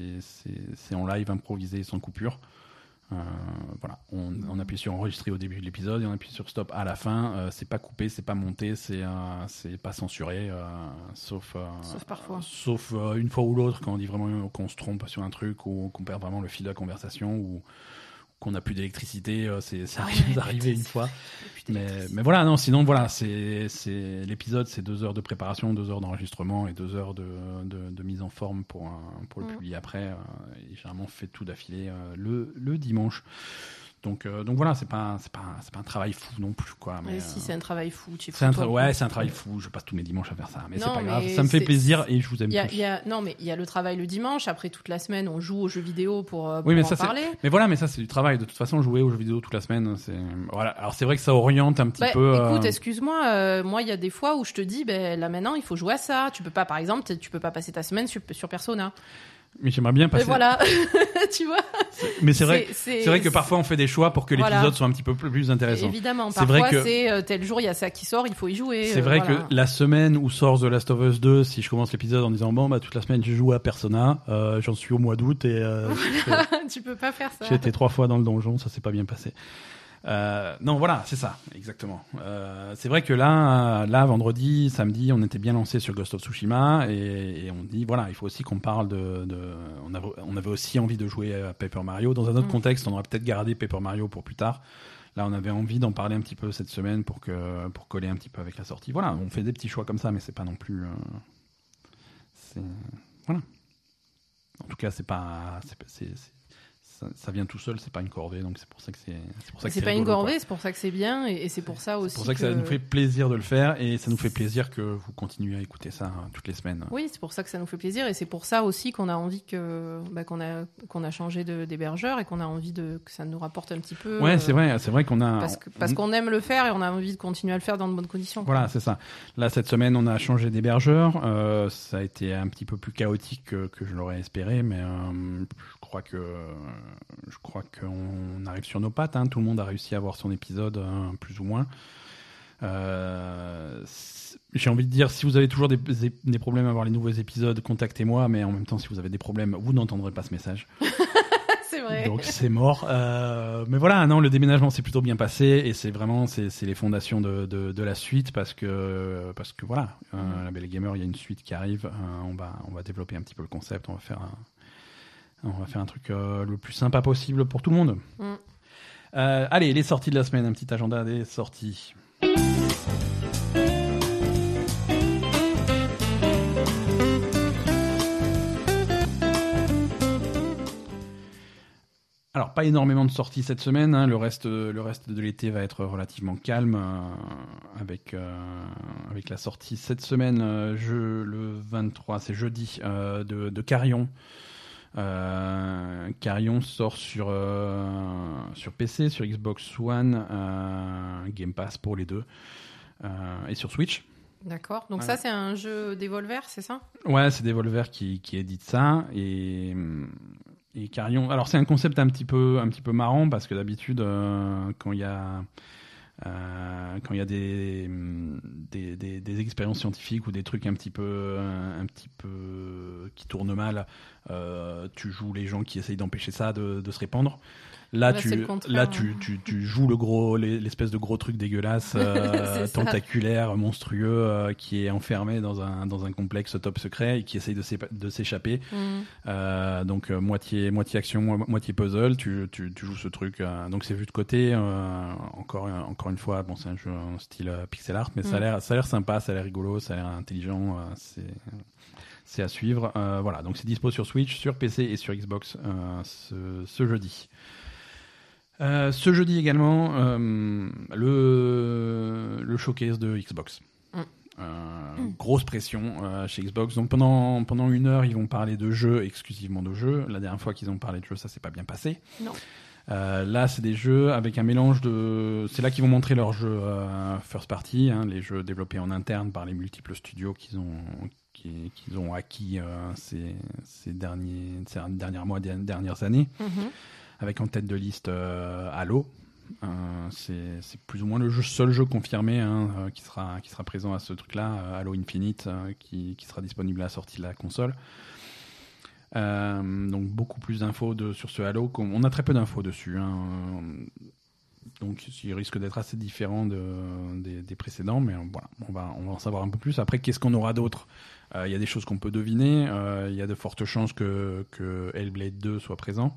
en live, improvisé, sans coupure. Voilà, on appuie sur enregistrer au début de l'épisode et on appuie sur stop à la fin. C'est pas coupé, c'est pas monté, c'est pas censuré, sauf parfois. Sauf une fois ou l'autre quand on dit vraiment qu'on se trompe sur un truc ou qu'on perd vraiment le fil de la conversation ou qu'on n'a plus d'électricité, ça arrivé une fois. Mais voilà, non, sinon voilà, l'épisode, c'est 2 heures de préparation, 2 heures d'enregistrement et 2 heures de mise en forme pour le publier après. Et généralement, on fait tout d'affilée le dimanche. Donc voilà, c'est pas un travail fou non plus, quoi. Mais si c'est un travail fou, tu c'est un travail fou. Je passe tous mes dimanches à faire ça, mais c'est pas grave. Ça me fait plaisir et je vous aime tous. Non, mais il y a le travail le dimanche. Après toute la semaine, on joue aux jeux vidéo pour en parler. Mais voilà, mais ça c'est du travail. De toute façon, jouer aux jeux vidéo toute la semaine, c'est voilà. Alors c'est vrai que ça oriente un petit peu. Écoute, excuse-moi, moi il y a des fois où je te dis, là maintenant il faut jouer à ça. Tu peux pas, par exemple, passer ta semaine sur Persona. Mais j'aimerais bien passer. Mais voilà, tu vois. Mais c'est vrai que parfois on fait des choix pour que l'épisode soit un petit peu plus intéressant. Évidemment, parfois c'est tel jour il y a ça qui sort, il faut y jouer. C'est vrai que la semaine où sort The Last of Us 2, si je commence l'épisode en disant toute la semaine je joue à Persona, j'en suis au mois d'août et tu peux pas faire ça. J'ai été 3 fois dans le donjon, ça s'est pas bien passé. Non, voilà, c'est ça, exactement. C'est vrai que là, vendredi, samedi, on était bien lancé sur Ghost of Tsushima et on dit voilà, il faut aussi qu'on parle on avait aussi envie de jouer à Paper Mario dans un autre contexte. On aurait peut-être gardé Paper Mario pour plus tard. Là, on avait envie d'en parler un petit peu cette semaine pour coller un petit peu avec la sortie. Voilà, on fait des petits choix comme ça, mais c'est pas non plus. Voilà. En tout cas, ça vient tout seul, c'est pas une corvée, donc c'est pour ça que c'est pas une corvée, c'est pour ça que c'est bien, et c'est pour ça aussi. C'est pour ça que ça nous fait plaisir de le faire, et ça nous fait plaisir que vous continuez à écouter ça toutes les semaines. Oui, c'est pour ça que ça nous fait plaisir, et c'est pour ça aussi qu'on a envie qu'on a changé d'hébergeur, et qu'on a envie que ça nous rapporte un petit peu. Ouais, c'est vrai qu'on a. Parce qu'on aime le faire, et on a envie de continuer à le faire dans de bonnes conditions. Voilà, c'est ça. Là, cette semaine, on a changé d'hébergeur. Ça a été un petit peu plus chaotique que je l'aurais espéré, mais je crois qu'on arrive sur nos pattes. Hein. Tout le monde a réussi à avoir son épisode, plus ou moins. J'ai envie de dire, si vous avez toujours des problèmes à avoir les nouveaux épisodes, contactez-moi. Mais en même temps, si vous avez des problèmes, vous n'entendrez pas ce message. C'est vrai. Donc c'est mort. Mais voilà, non, le déménagement s'est plutôt bien passé, et c'est vraiment c'est les fondations de la suite, parce que voilà, la Belle Gamer, il y a une suite qui arrive. On va développer un petit peu le concept. On va faire un truc le plus sympa possible pour tout le monde. Allez, les sorties de la semaine, un petit agenda des sorties. Alors, pas énormément de sorties cette semaine. Hein. Le reste de l'été va être relativement calme, avec la sortie cette semaine, le 23, c'est jeudi, de Carrion. Carrion sort sur PC, sur Xbox One, Game Pass pour les deux, et sur Switch. D'accord. Donc ça, c'est un jeu Devolver, c'est ça ? Ouais, c'est Devolver qui édite ça, et Carrion. Alors c'est un concept un petit peu marrant, parce que d'habitude, quand il y a des expériences scientifiques ou des trucs un petit peu qui tournent mal, tu joues les gens qui essayent d'empêcher ça de se répandre. Là, tu joues l'espèce de gros truc dégueulasse, tentaculaire, monstrueux, qui est enfermé dans un complexe top secret et qui essaye de s'échapper. Donc moitié action, moitié puzzle. Tu joues ce truc. Donc c'est vu de côté. Encore une fois, bon, c'est un jeu en style pixel art, mais ça a l'air sympa, ça a l'air rigolo, ça a l'air intelligent. C'est à suivre. Voilà. Donc c'est dispo sur Switch, sur PC et sur Xbox ce jeudi. Ce jeudi également, le showcase de Xbox. Grosse pression chez Xbox. Donc pendant 1 heure, ils vont parler de jeux, exclusivement de jeux. La dernière fois qu'ils ont parlé de jeux, ça s'est pas bien passé. Non. Là, c'est des jeux avec un mélange de. C'est là qu'ils vont montrer leurs jeux first party, hein, les jeux développés en interne par les multiples studios qu'ils ont acquis ces derniers mois, dernières années. Avec en tête de liste Halo. C'est plus ou moins le seul jeu confirmé, hein, qui sera présent à ce truc-là, Halo Infinite, qui sera disponible à la sortie de la console. Donc beaucoup plus d'infos sur ce Halo. On a très peu d'infos dessus. Hein, donc il risque d'être assez différent des précédents, mais voilà, on va en savoir un peu plus. Après, qu'est-ce qu'on aura d'autre ? Il y a des choses qu'on peut deviner. Il y a de fortes chances que Hellblade 2 soit présent.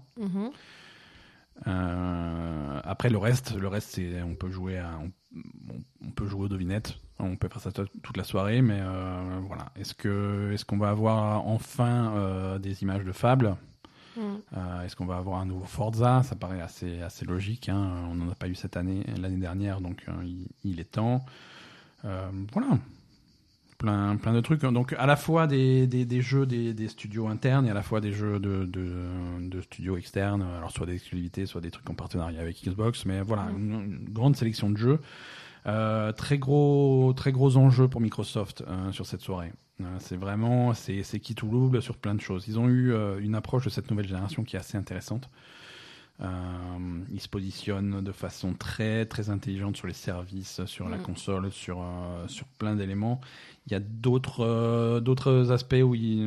Après le reste c'est on peut jouer aux devinettes, on peut faire ça toute la soirée, mais voilà. Est-ce qu'on va avoir enfin des images de Fable? Est-ce qu'on va avoir un nouveau Forza? Ça paraît assez logique, hein. On n'en a pas eu l'année dernière, donc il est temps. Voilà. Plein de trucs. Donc à la fois des jeux des studios internes et à la fois des jeux de studios externes. Alors soit des exclusivités, soit des trucs en partenariat avec Xbox. Mais voilà, une grande sélection de jeux. Très gros enjeux pour Microsoft sur cette soirée. C'est vraiment c'est qui tout double sur plein de choses. Ils ont eu une approche de cette nouvelle génération qui est assez intéressante. Ils se positionnent de façon très très intelligente sur les services, sur la console, sur plein d'éléments. Il y a d'autres aspects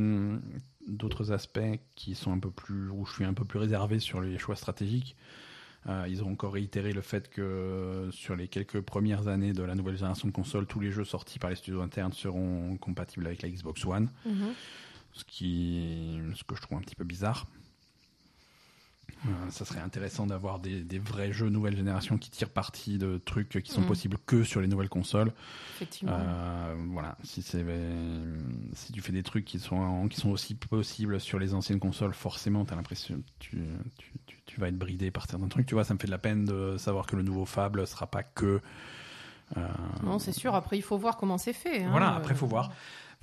qui sont où je suis un peu plus réservé sur les choix stratégiques. Ils ont encore réitéré le fait que sur les quelques premières années de la nouvelle génération de consoles, tous les jeux sortis par les studios internes seront compatibles avec la Xbox One, ce que je trouve un petit peu bizarre. Ça serait intéressant d'avoir des vrais jeux nouvelle génération qui tirent parti de trucs qui sont possibles que sur les nouvelles consoles. Effectivement. Voilà, si tu fais des trucs qui sont aussi possibles sur les anciennes consoles, forcément, t'as l'impression que tu vas être bridé par certains trucs. Tu vois, ça me fait de la peine de savoir que le nouveau Fable sera pas que... Non, c'est sûr. Après, il faut voir comment c'est fait. Hein. Voilà, après, il faut voir.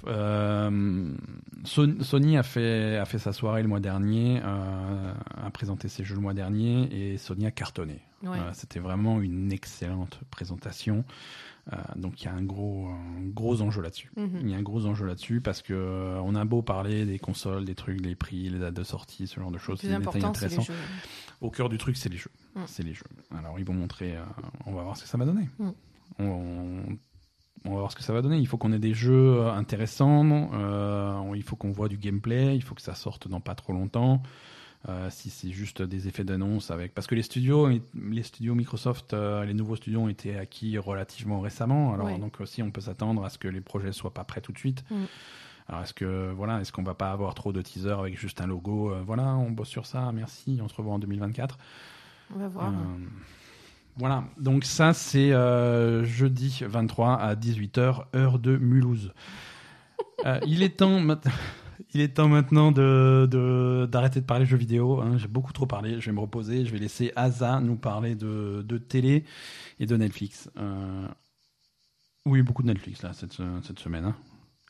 Sony a fait sa soirée le mois dernier, a présenté ses jeux le mois dernier, et Sony a cartonné. Ouais. C'était vraiment une excellente présentation. Donc il y a un gros enjeu là-dessus. Il y a un gros enjeu là-dessus parce que on a beau parler des consoles, des trucs, des prix, les dates de sortie, ce genre de choses, c'est des détails intéressants. Au cœur du truc, c'est les jeux. C'est les jeux. Alors ils vont montrer, on va voir ce que ça va donner. On va voir ce que ça va donner. Il faut qu'on ait des jeux intéressants. Il faut qu'on voit du gameplay. Il faut que ça sorte dans pas trop longtemps. Si c'est juste des effets d'annonce parce que les studios Microsoft, les nouveaux studios ont été acquis relativement récemment. Alors donc aussi, on peut s'attendre à ce que les projets soient pas prêts tout de suite. Alors est-ce qu'on va pas avoir trop de teasers avec juste un logo voilà, on bosse sur ça. Merci. On se revoit en 2024. On va voir. Voilà, donc ça c'est jeudi 23 à 18h, heure de Mulhouse. Il est temps maintenant d'arrêter de parler jeux vidéo. Hein. J'ai beaucoup trop parlé, je vais me reposer. Je vais laisser Asa nous parler de télé et de Netflix. Oui, beaucoup de Netflix là cette semaine. Hein.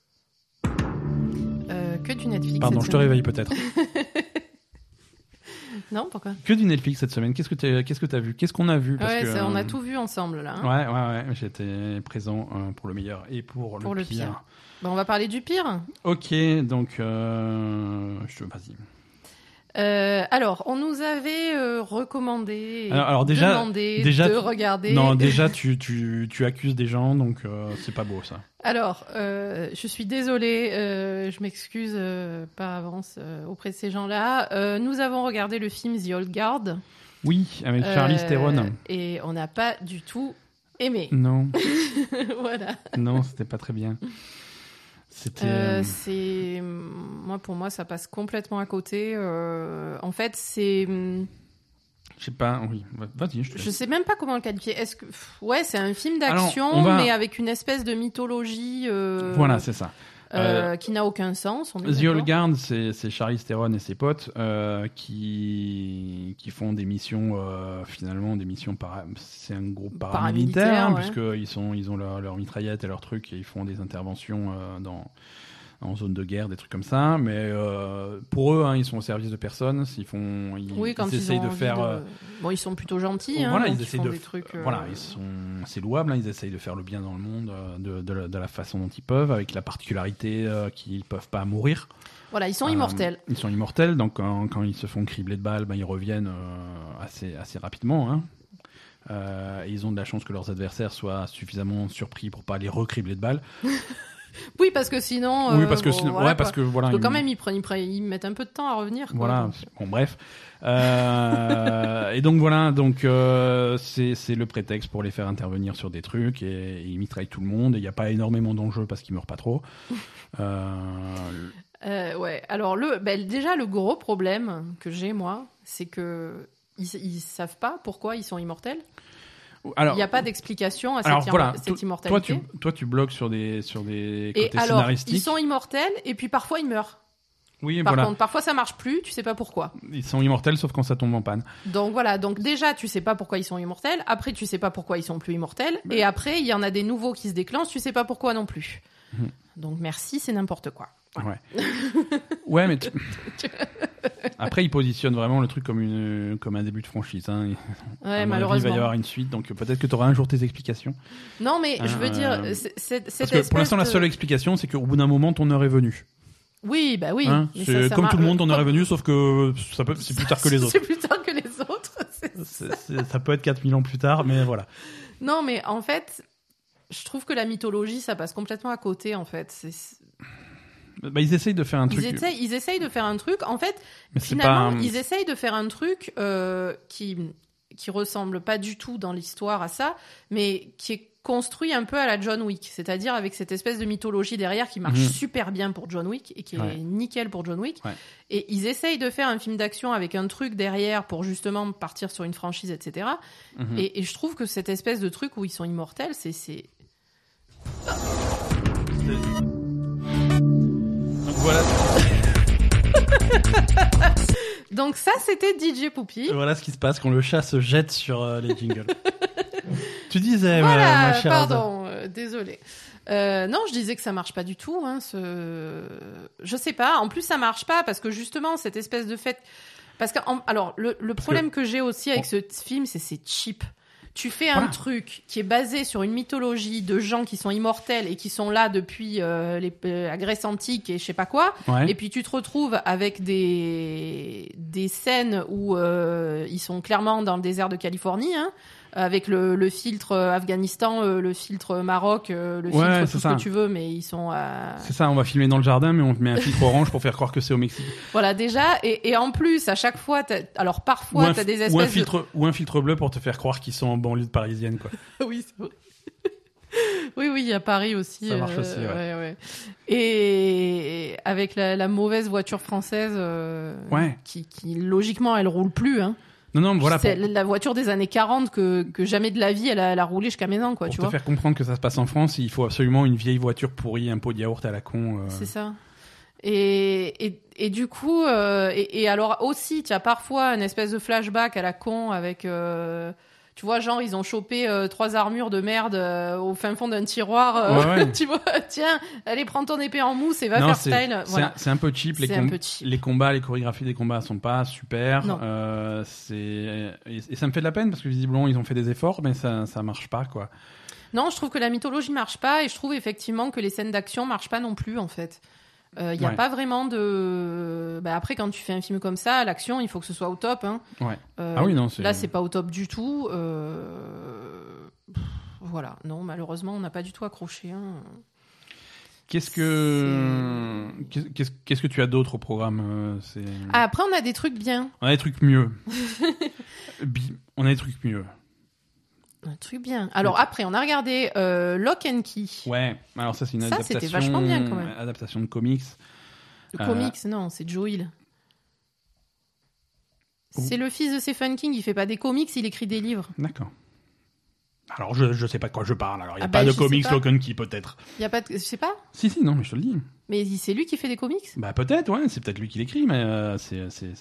Que du Netflix. Pardon, je te réveille peut-être. Non, pourquoi ? Que du Netflix cette semaine. Qu'est-ce que t'as vu ? Qu'est-ce qu'on a vu ? Parce que, on a tout vu ensemble là. Hein. Ouais. J'étais présent pour le meilleur et pour le pire. Bon, on va parler du pire. Ok, donc vas-y. Alors, on nous avait recommandé, demandé de regarder. Non, déjà tu accuses des gens, donc c'est pas beau ça. Alors, je suis désolée, je m'excuse par avance auprès de ces gens-là. Nous avons regardé le film The Old Guard. Oui, avec Charlize Theron. Et on n'a pas du tout aimé. Non. Voilà. Non, c'était pas très bien. Pour moi, ça passe complètement à côté. En fait, c'est... Je sais pas, oui. Vas-y, je sais même pas comment le qualifier. Est-ce que... Ouais, c'est un film d'action, mais avec une espèce de mythologie... Voilà, c'est ça. Qui n'a aucun sens. The Old Guard, c'est Charlize Theron et ses potes qui font des missions, finalement, c'est un groupe paramilitaire, hein, puisqu'ils ont leur mitraillette et leur truc, et ils font des interventions en zone de guerre, des trucs comme ça. Mais pour eux, hein, ils sont au service de personne. Ils essayent de faire... Bon, ils sont plutôt gentils. Voilà, hein, ils essayent de des trucs. Voilà, c'est louable. Hein, ils essayent de faire le bien dans le monde de la façon dont ils peuvent, avec la particularité qu'ils peuvent pas mourir. Voilà, ils sont immortels. Ils sont immortels, donc quand ils se font cribler de balles, ils reviennent assez rapidement. Hein. Et ils ont de la chance que leurs adversaires soient suffisamment surpris pour pas les recribler de balles. Oui, parce que sinon. Parce que quand même, ils mettent un peu de temps à revenir. Quoi, voilà. donc. Bon, bref. Et donc voilà. Donc c'est le prétexte pour les faire intervenir sur des trucs et ils mitraillent tout le monde. Et il n'y a pas énormément d'enjeux parce qu'ils meurent pas trop. Ouais. Alors déjà le gros problème que j'ai moi, c'est que ils savent pas pourquoi ils sont immortels. Alors, il n'y a pas d'explication à cette immortalité. Toi, tu bloques sur des côtés scénaristiques. Ils sont immortels et puis parfois ils meurent. Oui, Par contre, parfois ça marche plus, tu sais pas pourquoi. Ils sont immortels sauf quand ça tombe en panne. Donc voilà, donc déjà tu sais pas pourquoi ils sont immortels, après tu sais pas pourquoi ils sont plus immortels, et après il y en a des nouveaux qui se déclenchent, tu sais pas pourquoi non plus. Donc merci, c'est n'importe quoi. Ouais. Ouais, mais après, ils positionnent vraiment le truc comme un début de franchise. Hein. Ouais, malheureusement. Il va y avoir une suite, donc peut-être que tu auras un jour tes explications. Non, mais je veux dire, parce que pour l'instant, la seule explication, c'est qu'au bout d'un moment, ton heure est venue. Oui, bah oui. Hein, c'est comme tout le monde, ton heure est venue, sauf que c'est plus tard que les autres. C'est plus tard que les autres. Ça peut être 4000 ans plus tard, mais voilà. Non, mais en fait, je trouve que la mythologie, ça passe complètement à côté, en fait. Ils essayent de faire un truc. Ils essayent de faire un truc. En fait, finalement, ils essayent de faire un truc qui ressemble pas du tout dans l'histoire à ça, mais qui est construit un peu à la John Wick, c'est-à-dire avec cette espèce de mythologie derrière qui marche super bien pour John Wick et qui est nickel pour John Wick. Ouais. Et ils essayent de faire un film d'action avec un truc derrière pour justement partir sur une franchise, etc. Et je trouve que cette espèce de truc où ils sont immortels, c'est... Donc voilà. Donc ça, c'était DJ Poupy. Voilà ce qui se passe quand le chat se jette sur les jingles. Tu disais, voilà, ma chère pardon, désolé. Non, je disais que ça marche pas du tout. Je sais pas. En plus, ça marche pas parce que justement, cette espèce de fait. Parce que, alors, le problème que j'ai aussi avec ce film, c'est cheap. Tu fais un truc qui est basé sur une mythologie de gens qui sont immortels et qui sont là depuis la Grèce antique et je sais pas quoi. Ouais. Et puis tu te retrouves avec des scènes où ils sont clairement dans le désert de Californie, avec le filtre Afghanistan, le filtre Maroc, le filtre tout ce que tu veux, mais ils sont... C'est ça, on va filmer dans le jardin, mais on met un filtre orange pour faire croire que c'est au Mexique. Voilà, déjà, et en plus, à chaque fois, alors parfois, t'as des espèces ou un filtre bleu pour te faire croire qu'ils sont en banlieue parisienne, quoi. Oui, c'est vrai. Oui, à Paris aussi. Ça marche aussi, ouais. Et avec la mauvaise voiture française, qui logiquement, elle roule plus, Non, voilà. C'est la voiture des années 40 que jamais de la vie elle a roulé jusqu'à maintenant, quoi. Pour tu vois. Pour te faire comprendre que ça se passe en France, il faut absolument une vieille voiture pourrie, un pot de yaourt à la con. C'est ça. Et du coup, et alors aussi, tu as parfois une espèce de flashback à la con avec, tu vois, genre ils ont chopé 3 armures de merde au fin fond d'un tiroir. Tu vois, tiens, allez prends ton épée en mousse et va faire style. Voilà. C'est un peu cheap. Les combats, les chorégraphies des combats sont pas super. Et ça me fait de la peine parce que visiblement ils ont fait des efforts, mais ça marche pas, quoi. Non, je trouve que la mythologie marche pas et je trouve effectivement que les scènes d'action marchent pas non plus, en fait. Il y a pas vraiment de... après, quand tu fais un film comme ça, l'action, il faut que ce soit au top. Là, c'est pas au top du tout. Voilà. Non, malheureusement, on n'a pas du tout accroché. Qu'est-ce que tu as d'autre au programme Après, on a des trucs bien. On a des trucs mieux. On a des trucs mieux. Un truc bien. Alors après, on a regardé Lock and Key. Ouais, alors ça c'est une adaptation. C'était vachement bien quand même. Adaptation de comics. Comics, non, c'est Joe Hill. C'est le fils de Stephen King, il fait pas des comics, il écrit des livres. D'accord. Alors je sais pas de quoi je parle. Alors il y a pas de comics Lock and Key peut-être. Il y a pas de... je sais pas. Si non, mais je te le dis. Mais c'est lui qui fait des comics ? Peut-être, ouais, c'est peut-être lui qui l'écrit, mais c'est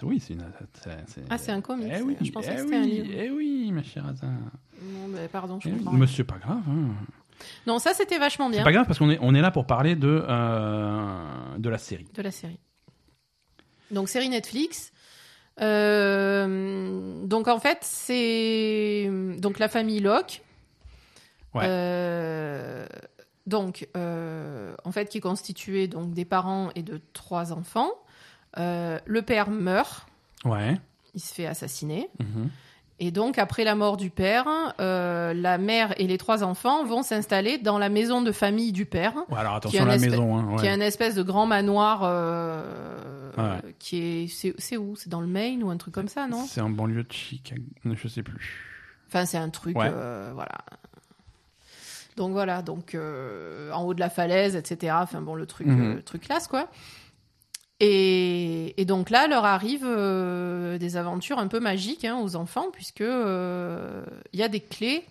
un comics. Oui, je pensais que c'était un livre. Oui, ma chère Azin. Non, pardon, je comprends. Mais c'est pas grave. Non, ça c'était vachement bien. C'est pas grave parce qu'on est là pour parler de la série. De la série. Donc série Netflix. Donc en fait c'est donc la famille Locke. Ouais. Donc, en fait, qui est constitué donc des parents et de 3 enfants. Le père meurt. Ouais. Il se fait assassiner. Mm-hmm. Et donc, après la mort du père, la mère et les 3 enfants vont s'installer dans la maison de famille du père. Ouais, alors attention à la maison. Qui est un espèce de grand manoir qui est... C'est où ? C'est dans le Maine ou un truc comme ça, non ? C'est en banlieue de Chicago. Je sais plus. Enfin, c'est un truc... voilà. Donc voilà, en haut de la falaise, etc. Enfin bon, le truc classe, quoi. Et donc là, leur arrive des aventures un peu magiques aux enfants, puisque il y a des clés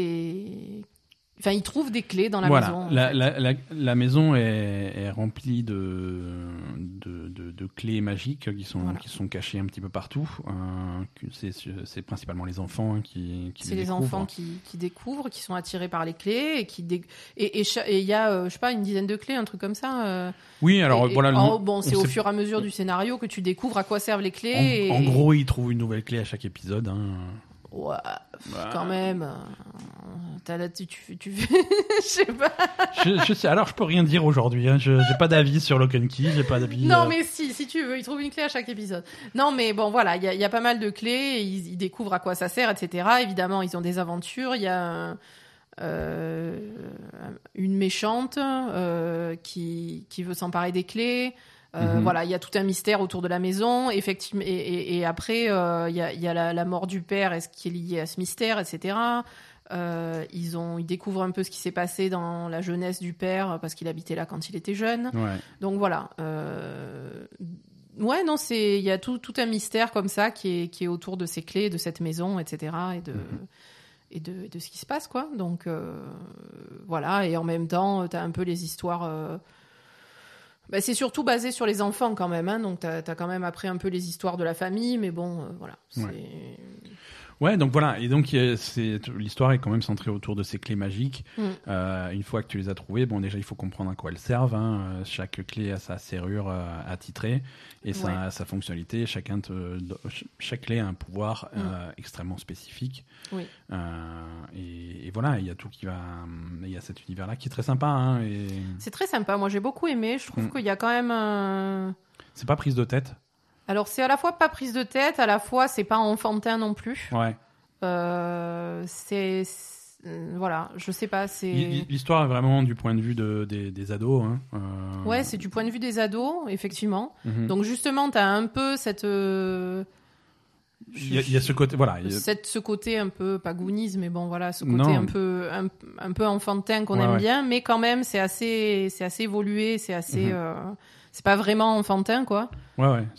ils trouvent des clés dans la maison. La maison est remplie de clés magiques qui sont cachées un petit peu partout. C'est principalement les enfants qui c'est les enfants qui découvrent, qui sont attirés par les clés et il y a je sais pas une dizaine de clés, un truc comme ça. Oui, alors c'est au fur et à mesure du scénario que tu découvres à quoi servent les clés. En gros, ils trouvent une nouvelle clé à chaque épisode. Ouais, quand même. Tu je sais pas. Je sais. Alors, je peux rien dire aujourd'hui. J'ai pas d'avis sur Lock and Key. J'ai pas d'avis. Non, mais si tu veux, ils trouvent une clé à chaque épisode. Non, mais bon, voilà, il y a pas mal de clés. Ils découvrent à quoi ça sert, etc. Évidemment, ils ont des aventures. Il y a une méchante qui veut s'emparer des clés. Voilà, il y a tout un mystère autour de la maison, effectivement, et après il y a la mort du père, est-ce qui est lié à ce mystère, etc. Ils découvrent un peu ce qui s'est passé dans la jeunesse du père parce qu'il habitait là quand il était jeune. Ouais. Donc voilà. Ouais, non, il y a tout un mystère comme ça qui est autour de ces clés, de cette maison, etc. Et de ce qui se passe, quoi. Donc voilà. Et en même temps, t'as un peu les histoires. C'est surtout basé sur les enfants quand même, hein. Donc t'as quand même appris un peu les histoires de la famille, mais bon, voilà. Ouais, donc voilà, et donc l'histoire est quand même centrée autour de ces clés magiques. Une fois que tu les as trouvées, bon déjà il faut comprendre à quoi elles servent. Hein. Chaque clé a sa serrure attitrée et sa fonctionnalité. Chaque clé a un pouvoir extrêmement spécifique. Oui. Et voilà, il y a tout il y a cet univers-là qui est très sympa. Hein, et... C'est très sympa. Moi j'ai beaucoup aimé. Je trouve qu'il y a quand même. C'est pas prise de tête. Alors, c'est à la fois pas prise de tête, à la fois, c'est pas enfantin non plus. Ouais. Voilà, je sais pas, c'est... L'histoire est vraiment du point de vue des ados. Hein. Ouais, c'est du point de vue des ados, effectivement. Donc, justement, t'as un peu cette... Il y a ce côté, voilà. Ce côté un peu, pas Goonies, mais bon, voilà, ce côté un peu enfantin qu'on aime bien, mais quand même, c'est assez évolué, c'est assez... C'est pas vraiment enfantin, quoi. Ouais,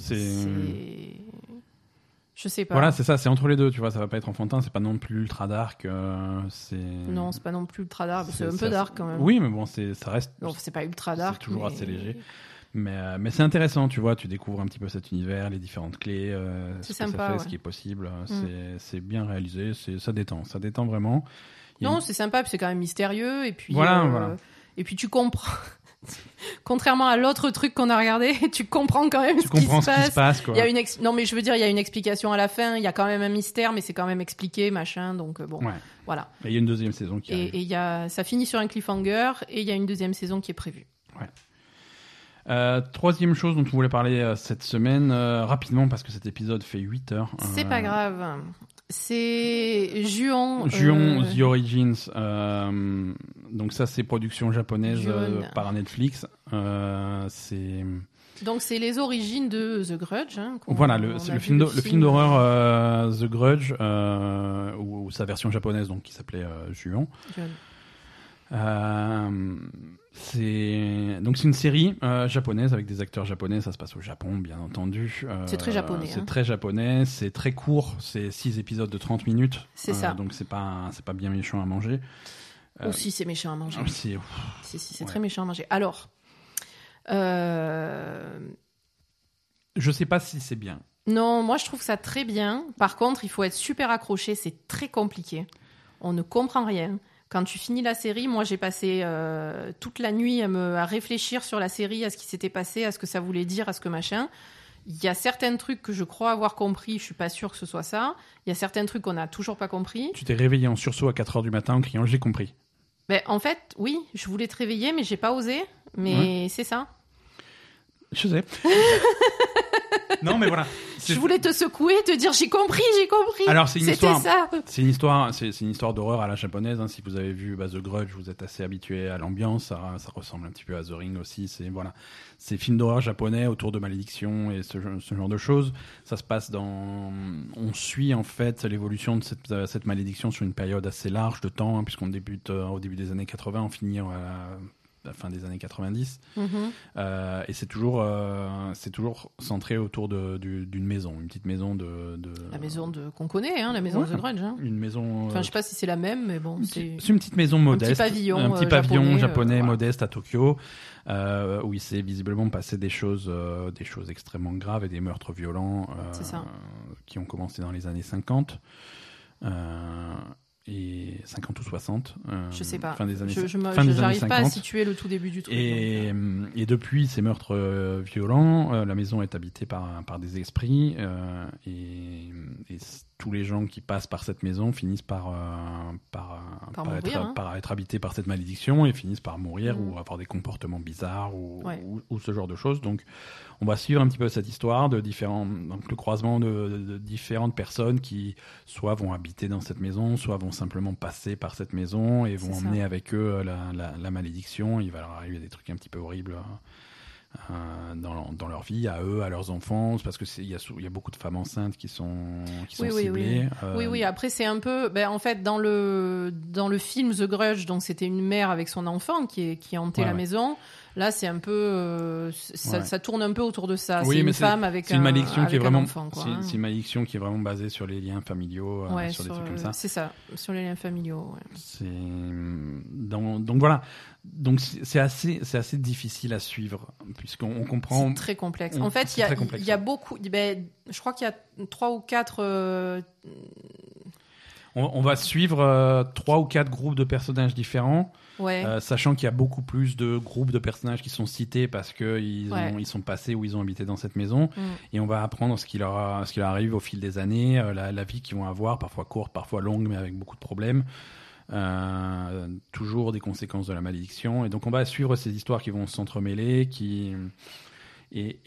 Je sais pas. Voilà, c'est ça, c'est entre les deux, tu vois, ça va pas être enfantin, c'est pas non plus ultra dark, Non, c'est pas non plus ultra dark, c'est un peu dark quand même. Oui, mais bon, ça reste... Non, c'est pas ultra dark. C'est toujours assez léger. Mais c'est intéressant, tu vois, tu découvres un petit peu cet univers, les différentes clés, c'est ce que sympa, ça fait, ce qui est possible, c'est bien réalisé, ça détend vraiment. Non, c'est sympa, puis c'est quand même mystérieux, et puis... Voilà. Et puis tu comprends... Contrairement à l'autre truc qu'on a regardé, tu comprends quand même ce qui se passe. Quoi. Il y a Non, mais je veux dire, il y a une explication à la fin. Il y a quand même un mystère, mais c'est quand même expliqué, machin. Donc bon, voilà. Et il y a une deuxième saison qui arrive. Et ça finit sur un cliffhanger, et il y a une deuxième saison qui est prévue. Ouais. Troisième chose dont on voulait parler cette semaine, rapidement, parce que cet épisode fait 8 heures. C'est pas grave. C'est Ju-on. Ju-on, The Origins. Donc ça, c'est production japonaise par Netflix. Donc c'est les origines de The Grudge. Hein, voilà, c'est le film d'horreur The Grudge, ou sa version japonaise, donc qui s'appelait Ju-on. C'est une série japonaise avec des acteurs japonais, ça se passe au Japon bien entendu. C'est très japonais. C'est très japonais, c'est très court, c'est 6 épisodes de 30 minutes. C'est ça. Donc c'est pas bien méchant à manger. Si, c'est méchant à manger. Si, c'est très méchant à manger. Alors, je sais pas si c'est bien. Non, moi je trouve ça très bien. Par contre, il faut être super accroché, c'est très compliqué. On ne comprend rien. Quand tu finis la série, moi j'ai passé toute la nuit à réfléchir sur la série, à ce qui s'était passé, à ce que ça voulait dire, à ce que machin. Il y a certains trucs que je crois avoir compris, je suis pas sûre que ce soit ça. Il y a certains trucs qu'on n'a toujours pas compris. Tu t'es réveillé en sursaut à 4h du matin en criant « j'ai compris ». En fait, oui, je voulais te réveiller, mais j'ai pas osé. Mais c'est ça. Je sais. Non, mais voilà. Je voulais te secouer, te dire j'ai compris. Alors c'est une histoire. Ça. C'est une histoire d'horreur à la japonaise. Hein. Si vous avez vu The Grudge, vous êtes assez habitué à l'ambiance. Ça ressemble un petit peu à The Ring aussi. C'est film d'horreur japonais autour de malédictions et ce genre de choses. Ça se passe on suit en fait l'évolution de cette malédiction sur une période assez large de temps, hein, puisqu'on débute au début des années 80, on finit à la fin des années 90. Et c'est toujours centré autour d'une maison, une petite maison la maison qu'on connaît, hein, la maison de The Grudge. Hein. Une maison. Enfin, je sais pas si c'est la même, mais bon, c'est une petite maison modeste, un petit pavillon japonais modeste à Tokyo, où il s'est visiblement passé des choses extrêmement graves et des meurtres violents qui ont commencé dans les années 50. Et 50 ou 60. Je sais pas. Fin des années, je n'arrive pas à situer le tout début du truc. Et depuis ces meurtres violents, la maison est habitée par des esprits et tous les gens qui passent par cette maison finissent par être habités par cette malédiction et finissent par mourir ou avoir des comportements bizarres ou ce genre de choses. Donc on va suivre un petit peu cette histoire donc le croisement de différentes personnes qui soit vont habiter dans cette maison, soit vont simplement passer par cette maison et vont emmener avec eux la malédiction. Il va leur arriver des trucs un petit peu horribles dans leur vie, à eux, à leurs enfants, parce que il y a beaucoup de femmes enceintes qui sont ciblées. Oui. Après, c'est un peu, en fait, dans le film The Grudge, donc c'était une mère avec son enfant qui hantait la maison. Là, c'est un peu, ça tourne un peu autour de ça. Oui, c'est une femme avec une malédiction qui est vraiment, enfant, quoi, c'est une malédiction qui est vraiment basée sur les liens familiaux, sur des trucs comme ça. C'est ça, sur les liens familiaux. Ouais. Donc voilà. Donc c'est assez difficile à suivre puisqu'on comprend. C'est très complexe. En fait, il y a beaucoup. Je crois qu'il y a 3 ou 4. On va suivre 3 ou 4 groupes de personnages différents. Ouais. Sachant qu'il y a beaucoup plus de groupes de personnages qui sont cités parce qu'ils ils sont passés ou ils ont habité dans cette maison. Et on va apprendre ce qui leur arrive au fil des années, la vie qu'ils vont avoir, parfois courte, parfois longue, mais avec beaucoup de problèmes. Toujours des conséquences de la malédiction. Et donc on va suivre ces histoires qui vont s'entremêler, et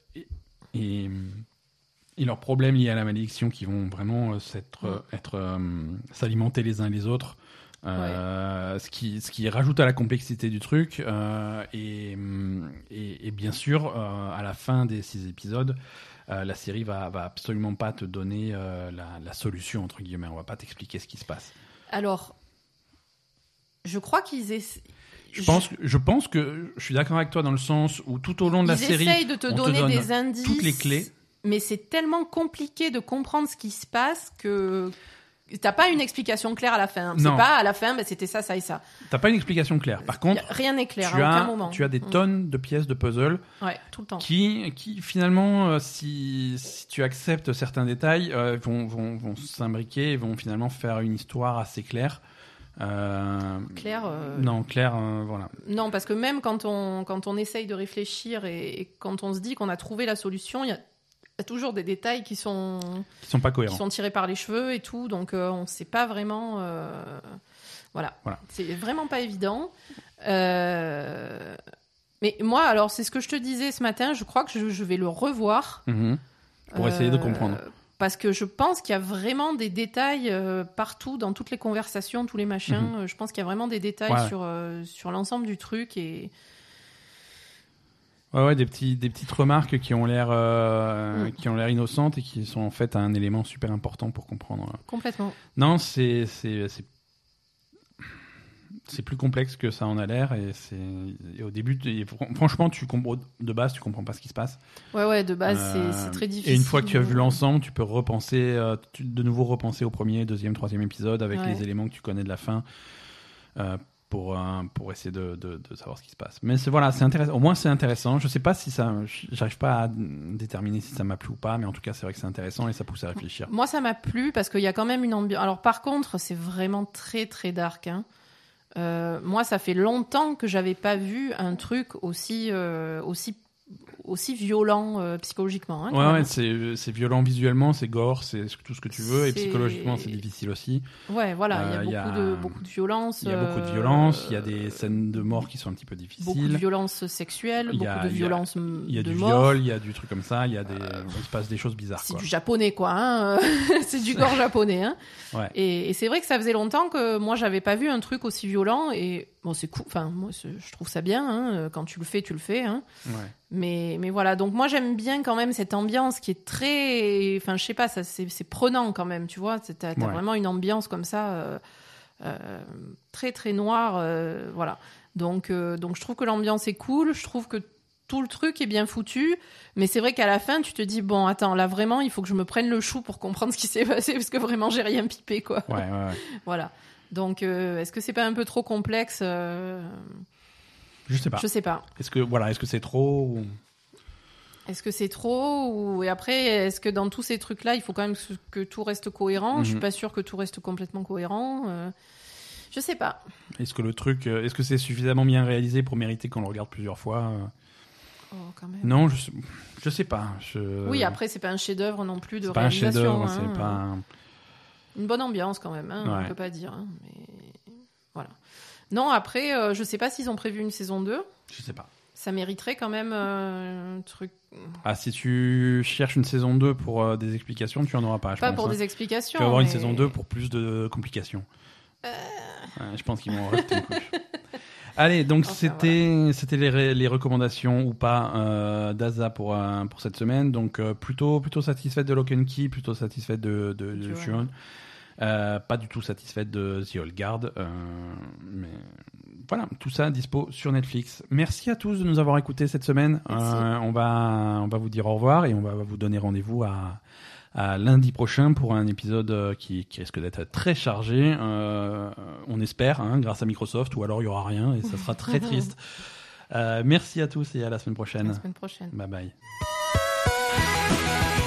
leurs problèmes liés à la malédiction qui vont vraiment s'alimenter les uns les autres. Ce qui rajoute à la complexité du truc et bien sûr à la fin des 6 épisodes la série va absolument pas te donner la solution entre guillemets, on va pas t'expliquer ce qui se passe. Alors je crois qu'ils je pense que je suis d'accord avec toi dans le sens où tout au long de la série ils essayent de te donner des indices, toutes les clés, mais c'est tellement compliqué de comprendre ce qui se passe que t'as pas une explication claire à la fin. C'est pas à la fin, c'était ça, ça et ça. T'as pas une explication claire. Par contre, rien n'est clair à aucun moment. Tu as des tonnes de pièces de puzzle. Ouais, tout le temps. Qui finalement, si tu acceptes certains détails, vont s'imbriquer et vont finalement faire une histoire assez claire. Claire, voilà. Non, parce que même quand on essaye de réfléchir et quand on se dit qu'on a trouvé la solution, il y a toujours des détails qui sont pas cohérents, qui sont tirés par les cheveux et tout, donc on ne sait pas vraiment. Voilà. C'est vraiment pas évident. Mais moi, alors c'est ce que je te disais ce matin. Je crois que je vais le revoir pour essayer de comprendre. Parce que je pense qu'il y a vraiment des détails partout, dans toutes les conversations, tous les machins. Je pense qu'il y a vraiment des détails sur l'ensemble du truc et. Ouais, des petites remarques qui ont l'air innocentes et qui sont en fait un élément super important pour comprendre. Complètement. Non, c'est plus complexe que ça en a l'air et au début, franchement, de base, tu comprends pas ce qui se passe. Ouais, de base, c'est très difficile. Et une fois que tu as vu l'ensemble, tu peux de nouveau repenser au premier, deuxième, troisième épisode avec les éléments que tu connais de la fin. Pour essayer de savoir ce qui se passe. Mais c'est intéressant. Au moins, c'est intéressant. Je sais pas si j'arrive pas à déterminer si ça m'a plu ou pas, mais en tout cas, c'est vrai que c'est intéressant et ça pousse à réfléchir. Moi, ça m'a plu parce qu'il y a quand même une ambiance. Alors, par contre, c'est vraiment très, très dark. Moi, ça fait longtemps que j'avais pas vu un truc aussi violent psychologiquement. C'est violent visuellement, c'est gore, c'est tout ce que tu veux, et psychologiquement, c'est difficile aussi. Ouais, voilà, il y a beaucoup de violence. Il y a beaucoup de violence, il y a des scènes de mort qui sont un petit peu difficiles. Beaucoup de violence sexuelle, beaucoup de violence de mort. Il y a du viol, il y a du truc comme ça, il se passe des choses bizarres. C'est du japonais, quoi. C'est du gore japonais. Ouais. Et c'est vrai que ça faisait longtemps que moi, j'avais pas vu un truc aussi violent, et bon, c'est cool. Enfin, moi, je trouve ça bien. Quand tu le fais, tu le fais. Ouais. Mais voilà, donc moi j'aime bien quand même cette ambiance qui est très, enfin je sais pas, c'est prenant quand même, tu vois, t'as vraiment une ambiance comme ça, très très noire, voilà. Donc je trouve que l'ambiance est cool, je trouve que tout le truc est bien foutu, mais c'est vrai qu'à la fin tu te dis bon attends, là vraiment il faut que je me prenne le chou pour comprendre ce qui s'est passé parce que vraiment j'ai rien pipé quoi. Ouais. Voilà. Donc est-ce que c'est pas un peu trop complexe Je sais pas. Est-ce que c'est trop ou... Est-ce que c'est trop et après, est-ce que dans tous ces trucs-là, il faut quand même que tout reste cohérent? Je suis pas sûre que tout reste complètement cohérent. Je sais pas. Est-ce que c'est suffisamment bien réalisé pour mériter qu'on le regarde plusieurs fois? Oh, quand même. Non, je sais pas. Oui, après, c'est pas un chef-d'œuvre non plus de réalisation. C'est pas un chef-d'œuvre, c'est pas une bonne ambiance quand même. On peut pas dire. Mais voilà. Non, après, je sais pas s'ils ont prévu une saison 2. Je sais pas. Ça mériterait quand même un truc. Ah, si tu cherches une saison 2 pour des explications, tu en auras pas, je pense. Pas pour des explications. Tu vas avoir une saison 2 pour plus de complications. Je pense qu'ils vont en rajouter une couche. Allez, donc c'était les recommandations ou pas d'Aza pour cette semaine. Donc plutôt satisfaite de Lock and Key, plutôt satisfaite de Juon. Pas du tout satisfaite de The Old Guard. Mais voilà, tout ça dispo sur Netflix. Merci à tous de nous avoir écoutés cette semaine. On va vous dire au revoir et on va vous donner rendez-vous à lundi prochain pour un épisode qui risque d'être très chargé. On espère, grâce à Microsoft, ou alors il y aura rien et ça sera très triste. Merci à tous et à la semaine prochaine. À la semaine prochaine. Bye bye.